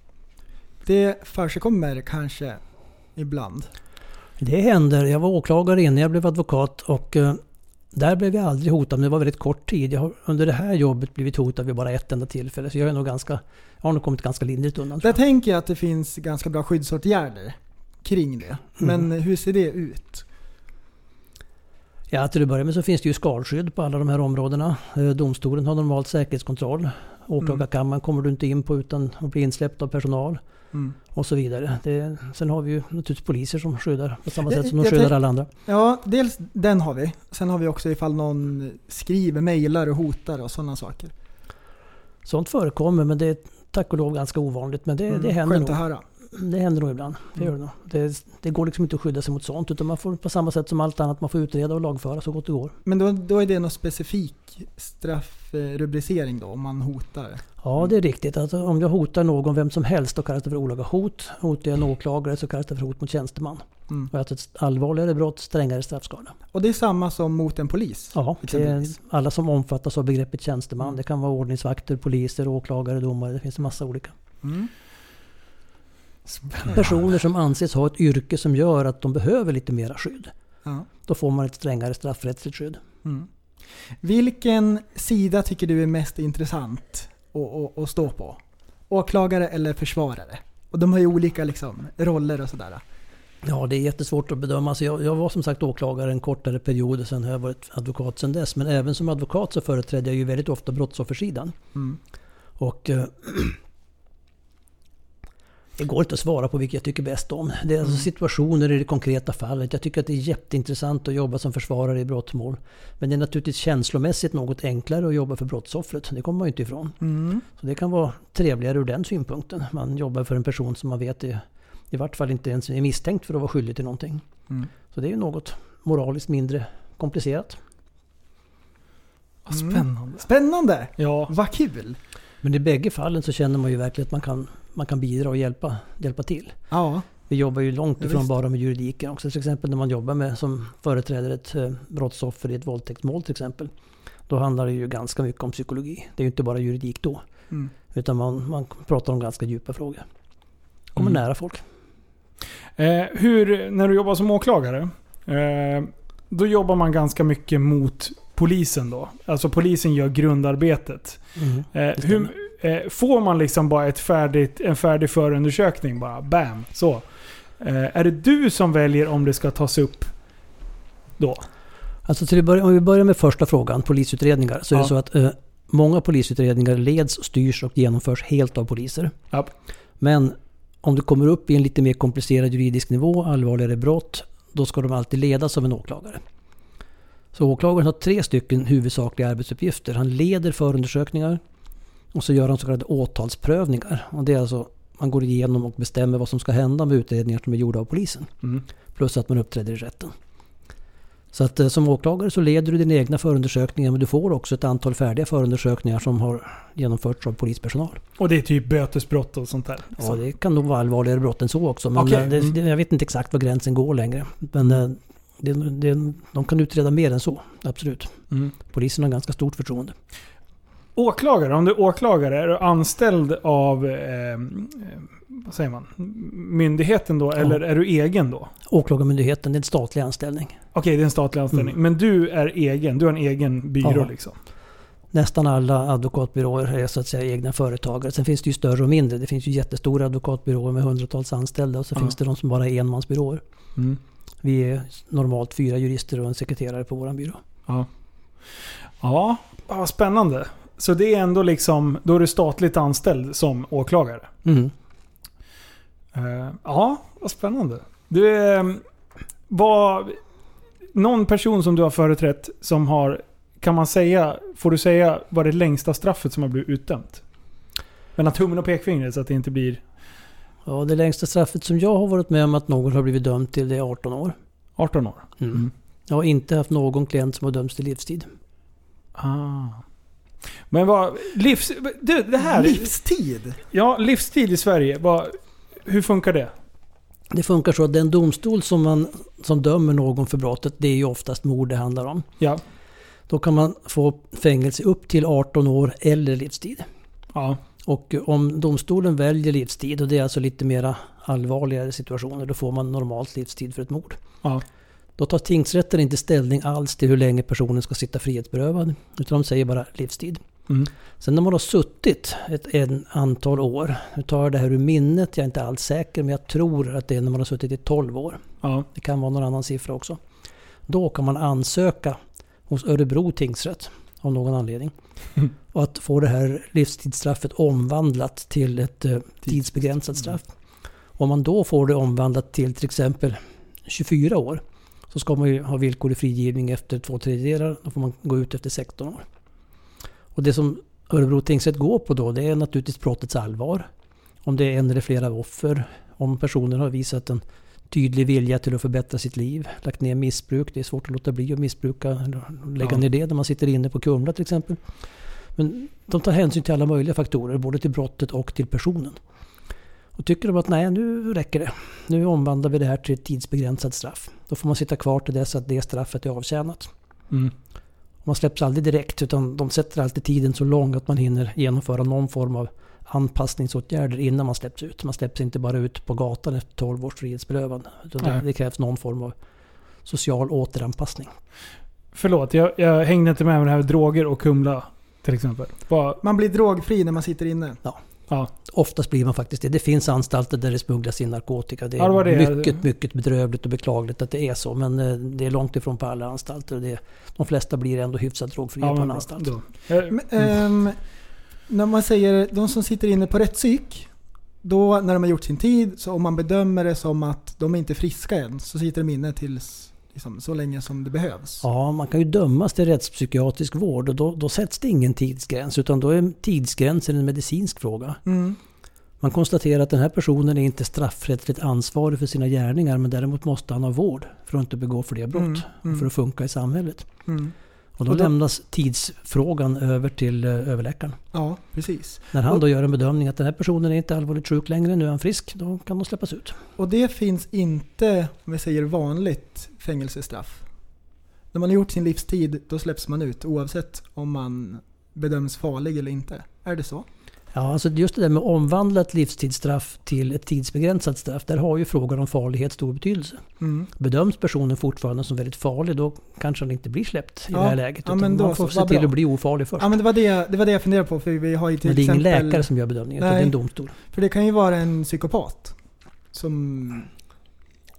Det förekommer kanske ibland. Det händer. Jag var åklagare innan jag blev advokat och uh, där blev jag aldrig hotad, men det var väldigt kort tid. Jag har under det här jobbet blivit hotad vid bara ett enda tillfälle, så jag är nog ganska, jag har nog kommit ganska lindrigt undan. Där tänker jag att det finns ganska bra skyddsåtgärder kring det. Men mm. hur ser det ut? Ja, till att börja med så finns det ju skalskydd på alla de här områdena. Domstolen har normalt säkerhetskontroll. Åklagarkammaren kommer du inte in på utan att bli insläppt av personal. Mm. Och så vidare. Det, sen har vi ju naturligtvis poliser som skyddar på samma sätt som de skyddar alla andra. Ja, dels den har vi. Sen har vi också ifall någon skriver, mejlar och hotar och sådana saker. Sånt förekommer, men det är tack och lov ganska ovanligt. Men det, mm, det händer nog. Att höra. Det händer nog ibland. Det, gör det, nog. Det, det går liksom inte att skydda sig mot sånt, utan man får på samma sätt som allt annat, man får utreda och lagföra så gott det går. Men då, då är det någon specifik straffrubricering då, om man hotar? Ja, det är riktigt. Alltså, om jag hotar någon, vem som helst, då kallas det för olaga hot. Hotar jag en åklagare så kallas det för hot mot tjänsteman. Mm. Och att ett allvarligare brott, strängare straffskala. Och det är samma som mot en polis? Ja, det är alla som omfattas av begreppet tjänsteman. Mm. Det kan vara ordningsvakter, poliser, åklagare, domare. Det finns en massa olika. Mm. Personer som anses ha ett yrke som gör att de behöver lite mera skydd. Ja. Då får man ett strängare straffrättsligt skydd. Mm. Vilken sida tycker du är mest intressant att, att, att stå på? Åklagare eller försvarare? Och de har ju olika liksom, roller och sådär. Ja, det är jättesvårt att bedöma. Alltså jag, jag var som sagt åklagare en kortare period, sen har jag varit advokat sedan dess. Men även som advokat så företrädde jag ju väldigt ofta brottsoffersidan. Mm. Och äh, det går inte att svara på vilket jag tycker bäst om. Det är alltså mm. situationer i det konkreta fallet. Jag tycker att det är jätteintressant att jobba som försvarare i brottmål. Men det är naturligtvis känslomässigt något enklare att jobba för brottsoffret. Det kommer man ju inte ifrån. Mm. Så det kan vara trevligare ur den synpunkten. Man jobbar för en person som man vet är, i vart fall inte ens är misstänkt för att vara skyldig till någonting. Mm. Så det är ju något moraliskt mindre komplicerat. Vad spännande. Spännande! Ja. Vad kul! Men i bägge fallen så känner man ju verkligen att man kan, man kan bidra och hjälpa, hjälpa till. Ja. Vi jobbar ju långt ifrån ja, bara med juridiken också. Till exempel när man jobbar med som företräder ett eh, brottsoffer i ett våldtäktsmål till exempel. Då handlar det ju ganska mycket om psykologi. Det är ju inte bara juridik då. Mm. Utan man, man pratar om ganska djupa frågor. Kommer mm. nära folk. Eh, hur, när du jobbar som åklagare, eh, då jobbar man ganska mycket mot polisen då. Alltså polisen gör grundarbetet. Mm, eh, hur, eh, får man liksom bara ett färdigt, en färdig förundersökning bara, bam, så. Eh, är det du som väljer om det ska tas upp då? Alltså till börja, om vi börjar med första frågan, polisutredningar, så ja. är det så att eh, många polisutredningar leds, styrs och genomförs helt av poliser. Ja. Men om du kommer upp i en lite mer komplicerad juridisk nivå, allvarligare brott, då ska de alltid ledas av en åklagare. Så åklagaren har tre stycken huvudsakliga arbetsuppgifter. Han leder förundersökningar och så gör han så kallade åtalsprövningar. Och det är alltså, man går igenom och bestämmer vad som ska hända med utredningar som är gjorda av polisen. Mm. Plus att man uppträder i rätten. Så att som åklagare så leder du dina egna förundersökningar, men du får också ett antal färdiga förundersökningar som har genomförts av polispersonal. Och det är typ bötesbrott och sånt där? Ja, det kan nog vara allvarligare brott än så också. Men okay. det, det, jag vet inte exakt var gränsen går längre. Men det, det, de kan utreda mer än så, absolut. Mm. Polisen har ganska stort förtroende. Åklagare, om du är åklagare, är du anställd av eh, vad säger man, myndigheten då, ja. Eller är du egen då? Åklagarmyndigheten, det är en statlig anställning. Okej, okay, det är en statlig anställning. Mm. Men du är egen, du har en egen byrå ja. Liksom? Nästan alla advokatbyråer är så att säga egna företagare. Sen finns det ju större och mindre. Det finns ju jättestora advokatbyråer med hundratals anställda och så ja. Finns det de som bara är enmansbyråer. Mm. Vi är normalt fyra jurister och en sekreterare på våran byrå. Ja, ja, vad spännande. Så det är ändå liksom, då är du statligt anställd som åklagare. Mm. Uh, ja, vad spännande. Du är, vad, någon person som du har företrätt som har, kan man säga, får du säga vad det längsta straffet som har blivit utdömt? Mellan tummen och pekfingret så att det inte blir... Ja, det längsta straffet som jag har varit med om att någon har blivit dömd till det är arton år. arton år? Mm. Mm. Jag har inte haft någon klient som har dömts till livstid. Ah. Men vad livs det, det här livstid. Ja, livstid i Sverige. Vad, hur funkar det? Det funkar så att den domstol som man som dömer någon för brottet, det är ju oftast mord det handlar om. Ja. Då kan man få fängelse upp till arton år eller livstid. Ja. Och om domstolen väljer livstid, och det är alltså lite mera allvarligare situationer, då får man normalt livstid för ett mord. Ja. Då tar tingsrätten inte ställning alls till hur länge personen ska sitta frihetsberövad, utan de säger bara livstid. Mm. Sen när man har suttit ett en antal år, nu tar jag det här ur minnet, jag är inte alls säker, men jag tror att det är när man har suttit i tolv år. Ja. Det kan vara någon annan siffra också. Då kan man ansöka hos Örebro tingsrätt av någon anledning. Mm. Och att få det här livstidsstraffet omvandlat till ett eh, tidsbegränsat straff. Om man då får det omvandlat till till exempel tjugofyra år, så ska man ju ha villkorlig frigivning efter två tredjedelar. Då får man gå ut efter sexton år. Och det som Örebro tingsrätt går på då, det är naturligtvis brottets allvar. Om det är en eller flera offer. Om personen har visat en tydlig vilja till att förbättra sitt liv. Lagt ner missbruk. Det är svårt att låta bli att missbruka. Lägga ja. ner det när man sitter inne på Kumla till exempel. Men de tar hänsyn till alla möjliga faktorer. Både till brottet och till personen. Och tycker de att nej, nu räcker det. Nu omvandlar vi det här till ett tidsbegränsat straff. Då får man sitta kvar till dess att det straffet är avtjänat. Mm. Man släpps aldrig direkt, utan de sätter alltid tiden så lång att man hinner genomföra någon form av anpassningsåtgärder innan man släpps ut. Man släpps inte bara ut på gatan efter tolv års frihetsberövande. Utan det, det krävs någon form av social återanpassning. Förlåt, jag, jag hängde inte med med det här med droger och Kumla till exempel. Bara... Man blir drogfri när man sitter inne. Ja. Ja. Oftast blir man faktiskt det. Det finns anstalter där det smugglas in narkotika. Det är, ja, det det. mycket, mycket bedrövligt och beklagligt att det är så. Men det är långt ifrån på alla anstalter. Det är, de flesta blir ändå hyfsat drogfria ja, på en anstalt. Men, ähm, när man säger de som sitter inne på rättspsyk, då när de har gjort sin tid, så om man bedömer det som att de är inte friska än, så sitter de inne tills liksom, så länge som det behövs. Ja, man kan ju dömas till rättspsykiatrisk vård och då, då sätts det ingen tidsgräns, utan då är tidsgränsen en medicinsk fråga. Mm. Man konstaterar att den här personen är inte straffrättsligt ansvarig för sina gärningar, men däremot måste han ha vård för att inte begå fler brott mm. Mm. och för att funka i samhället. Mm. Och då, och då lämnas tidsfrågan över till uh, överläkaren. Ja, precis. När han och, då gör en bedömning att den här personen är inte allvarligt sjuk längre, nu är han frisk, då kan de släppas ut. Och det finns inte, om vi säger vanligt, fängelsestraff. När man har gjort sin livstid, då släpps man ut oavsett om man bedöms farlig eller inte. Är det så? Ja, alltså just det där med omvandlat livstidsstraff till ett tidsbegränsat straff, där har ju frågan om farlighet stor betydelse. Mm. Bedöms personen fortfarande som väldigt farlig, då kanske han inte blir släppt i ja, det här läget. Ja, men då, man får så, se till bra. att bli ofarlig först. Ja, men det var det, det var det jag funderade på. För vi har ju till men det är exempel, ingen läkare som gör bedömningen, utan det är en domstol. För det kan ju vara en psykopat som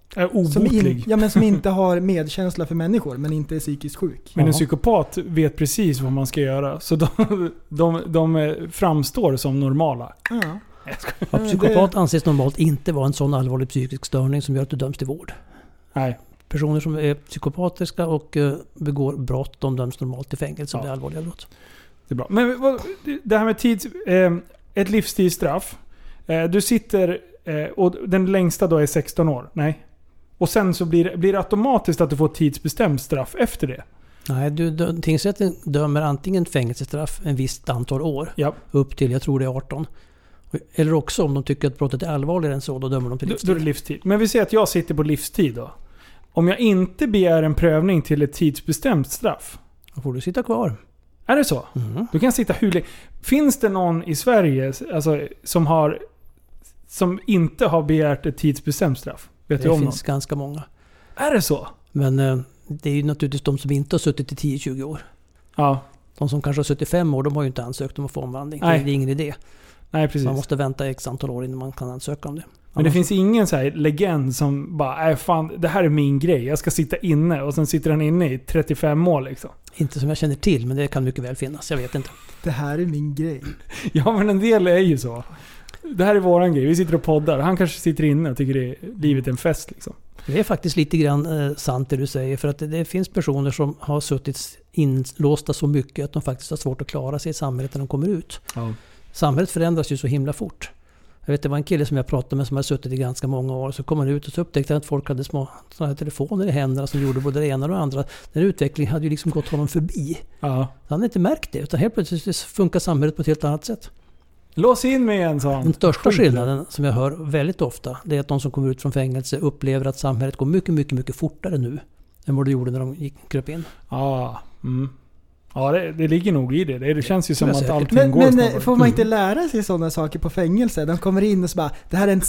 Är obotlig. Som, in, ja, men som inte har medkänsla för människor, men inte är psykiskt sjuk. Men en ja. psykopat vet precis vad man ska göra. Så de, de, de framstår som normala. Ja. Ja, psykopat anses normalt inte vara en sån allvarlig psykisk störning som gör att du döms till vård. Nej. Personer som är psykopatiska och uh, begår brott, de döms normalt till fängelse om Ja. det är allvarliga brott. Det är bra. Men vad, det här med tids... Eh, ett livstidsstraff. Eh, du sitter... Eh, och den längsta då är sexton år. Nej. Och sen så blir det, blir det automatiskt att du får tidsbestämt straff efter det. Nej, du, du, tingsrätten dömer antingen fängelsestraff en visst antal år. Ja. Upp till, jag tror det är arton. Eller också om de tycker att brottet är allvarligare än så, då dömer de till livstid. Då är det livstid. Men vi säger att jag sitter på livstid då. Om jag inte begär en prövning till ett tidsbestämt straff. Då får du sitta kvar. Är det så? Mm. Du kan sitta hur länge. Finns det någon i Sverige alltså, som, har, som inte har begärt ett tidsbestämt straff? Vet du Det om finns någon? ganska många. Är det så? Men eh, det är ju naturligtvis de som inte har suttit i tio till tjugo år. Ja. De som kanske har suttit i fem år, de har ju inte ansökt om att få omvandling. Nej. Det är ingen idé. Nej, precis. Man måste vänta x antal år innan man kan ansöka om det. Men det Annars- finns ingen så här legend som bara, äh, fan, det här är min grej. Jag ska sitta inne. Och sen sitter han inne i trettiofem år liksom. Inte som jag känner till, men det kan mycket väl finnas. Jag vet inte. Det här är min grej. Ja, men en del är ju så. Det här är våran grej. Vi sitter och poddar. Han kanske sitter inne och tycker det är, livet är en fest liksom. Det är faktiskt lite grann eh, sant det du säger. För att det, det finns personer som har suttit inlåsta så mycket att de faktiskt har svårt att klara sig i samhället när de kommer ut. Ja. Samhället förändras ju så himla fort. Jag vet, det var en kille som jag pratade med som hade suttit i ganska många år. Så kom han ut och så upptäckte han att folk hade små såna här telefoner i händerna som gjorde både det ena och det andra. Den utvecklingen hade ju liksom gått honom förbi. Ja. Han hade inte märkt det, utan helt plötsligt funkar samhället på ett helt annat sätt. Lås in mig en sån. Den största skillnaden som jag hör väldigt ofta, det är att de som kommer ut från fängelse upplever att samhället går mycket, mycket, mycket fortare nu än vad det gjorde när de gick, kröp in. Ja. Mm. Ja, det, det ligger nog i det. Det, det känns ju som Jag att säkert. allting Men, går men snabbare. får man inte lära sig sådana saker på fängelse? De kommer in och så bara, det här är en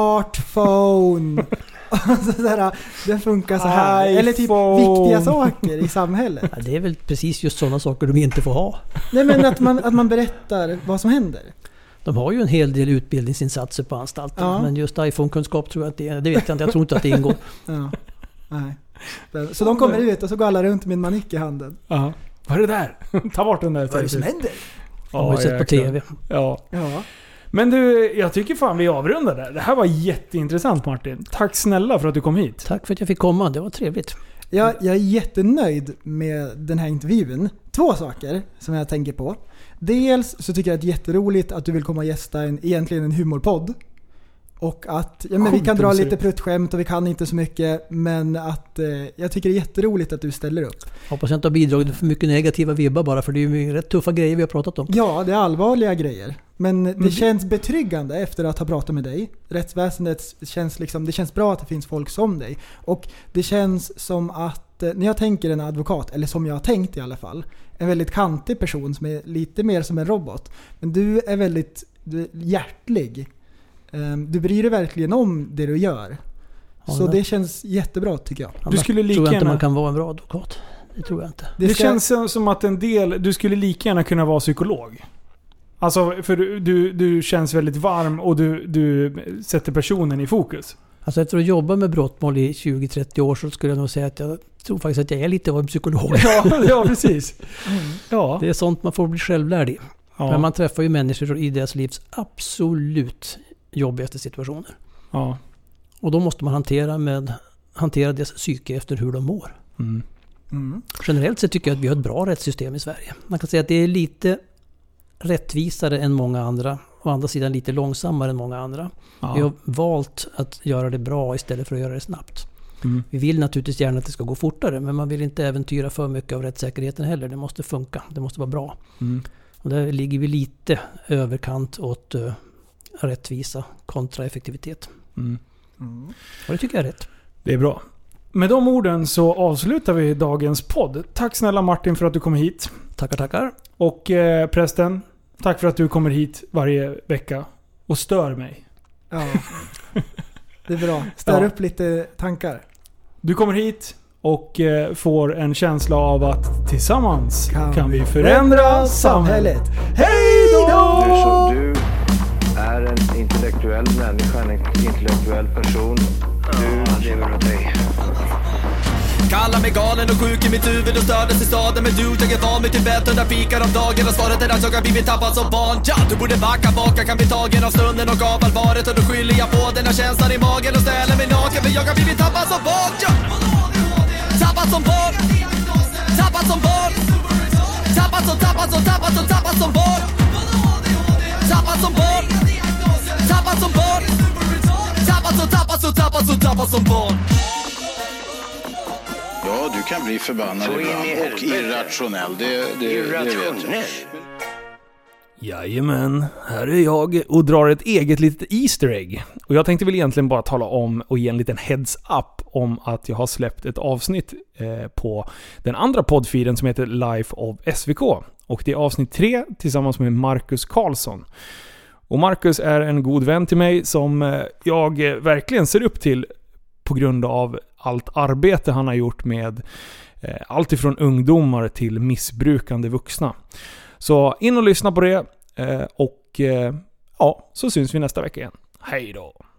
smartphone. Och så där, den funkar så här. Eller typ iPhone. viktiga saker i samhället. Ja, det är väl precis just sådana saker de inte får ha. Nej, men att man, att man berättar vad som händer. De har ju en hel del utbildningsinsatser på anstalten. Ja. Men just iPhone-kunskap tror jag att det är. Det vet jag inte. Jag tror inte att det ingår. Ja. Nej. Så de kommer ut och så går alla runt med en manick i handen. Ja. Vad är det där? Ta bort den där. Vad är det som händer? De har ju sett på jäklar. tv. Ja. Ja. Men du, jag tycker fan vi avrundar där. Det här var jätteintressant Martin. Tack snälla för att du kom hit. Tack för att jag fick komma. Det var trevligt. Jag, jag är jättenöjd med den här intervjun. Två saker som jag tänker på. Dels så tycker jag att det är jätteroligt att du vill komma och gästa en, egentligen en humorpodd. Och att ja, men vi kan dra lite pruttskämt och vi kan inte så mycket. Men att eh, jag tycker det är jätteroligt att du ställer upp. Hoppas jag inte har bidragit för mycket negativa vibbar bara. För det är ju rätt tuffa grejer vi har pratat om. Ja, det är allvarliga grejer. Men det det- känns betryggande efter att ha pratat med dig. Rättsväsendet känns liksom, det känns bra att det finns folk som dig. Och det känns som att, eh, när jag tänker en advokat, eller som jag har tänkt i alla fall, en väldigt kantig person som är lite mer som en robot. Men du är väldigt du är hjärtlig. Um, du bryr dig verkligen om det du gör. Ja, Så det- det känns jättebra tycker jag. Du Annars skulle lika tror jag inte gärna... man kan vara en bra advokat. Det tror jag inte. Det, ska- känns som- som att en del... Du skulle lika gärna kunna vara psykolog. Alltså, för du, du, du känns väldigt varm och du, du sätter personen i fokus. Alltså efter att jobba med brottmål i tjugo till trettio år så skulle jag nog säga att jag tror faktiskt att jag är lite av en psykolog. Ja, ja precis. Ja. Det är sånt man får bli självlärd i. Ja. Men man träffar ju människor i deras livs absolut jobbigaste situationer. Ja. Och då måste man hantera, med, hantera deras psyke efter hur de mår. Mm. Mm. Generellt sett tycker jag att vi har ett bra rättssystem i Sverige. Man kan säga att det är lite rättvisare än många andra. Å andra sidan lite långsammare än många andra. Ja. Vi har valt att göra det bra istället för att göra det snabbt. Mm. Vi vill naturligtvis gärna att det ska gå fortare, men man vill inte äventyra för mycket av rättssäkerheten heller. Det måste funka, det måste vara bra. Mm. Och där ligger vi lite överkant åt uh, rättvisa kontra effektivitet. Mm. Mm. Och det tycker jag är rätt. Det är bra. Med de orden så avslutar vi dagens podd. Tack snälla Martin för att du kom hit. Tackar, tackar. Och eh, prästen, tack för att du kommer hit varje vecka och stör mig. Ja. Det är bra. Stör Ja. upp lite tankar. Du kommer hit och eh, får en känsla av att tillsammans kan, Kan vi förändra samhället. Hej då! Eftersom du är en intellektuell människa, en intellektuell person. Du lever åt dig. Kallar mig galen och sjuk i mitt huvud och stördes i staden. Men du, jag är van vid Tibet under fikar om dagen. Och svaret är att jag har blivit tappad som barn. Ja, du borde backa bak, jag kan bli tagen av stunden och av allvaret. Och då skyller jag på den här känslan i magen och ställer mig naken. För jag har blivit tappad som barn. Ja. Tappad som barn. Tappad som barn. Tappad som, tappad som, tappad som, tappad som barn. Tappad som barn. Tappad som barn. Tappad som, tappad som, tappad som, tappad som barn. Ja, du kan bli förbannad ibland och irrationell, det, det, det vet jag. Jajamän, här är jag och drar ett eget litet Easter egg. Och jag tänkte väl egentligen bara tala om och ge en liten heads up om att jag har släppt ett avsnitt eh, på den andra poddfeeden som heter Life of S V K. Och det är avsnitt tre tillsammans med Marcus Karlsson. Och Marcus är en god vän till mig som eh, jag eh, verkligen ser upp till på grund av allt arbete han har gjort med eh, allt ifrån ungdomar till missbrukande vuxna. Så in och lyssna på det eh, och eh, ja, så syns vi nästa vecka igen. Hej då!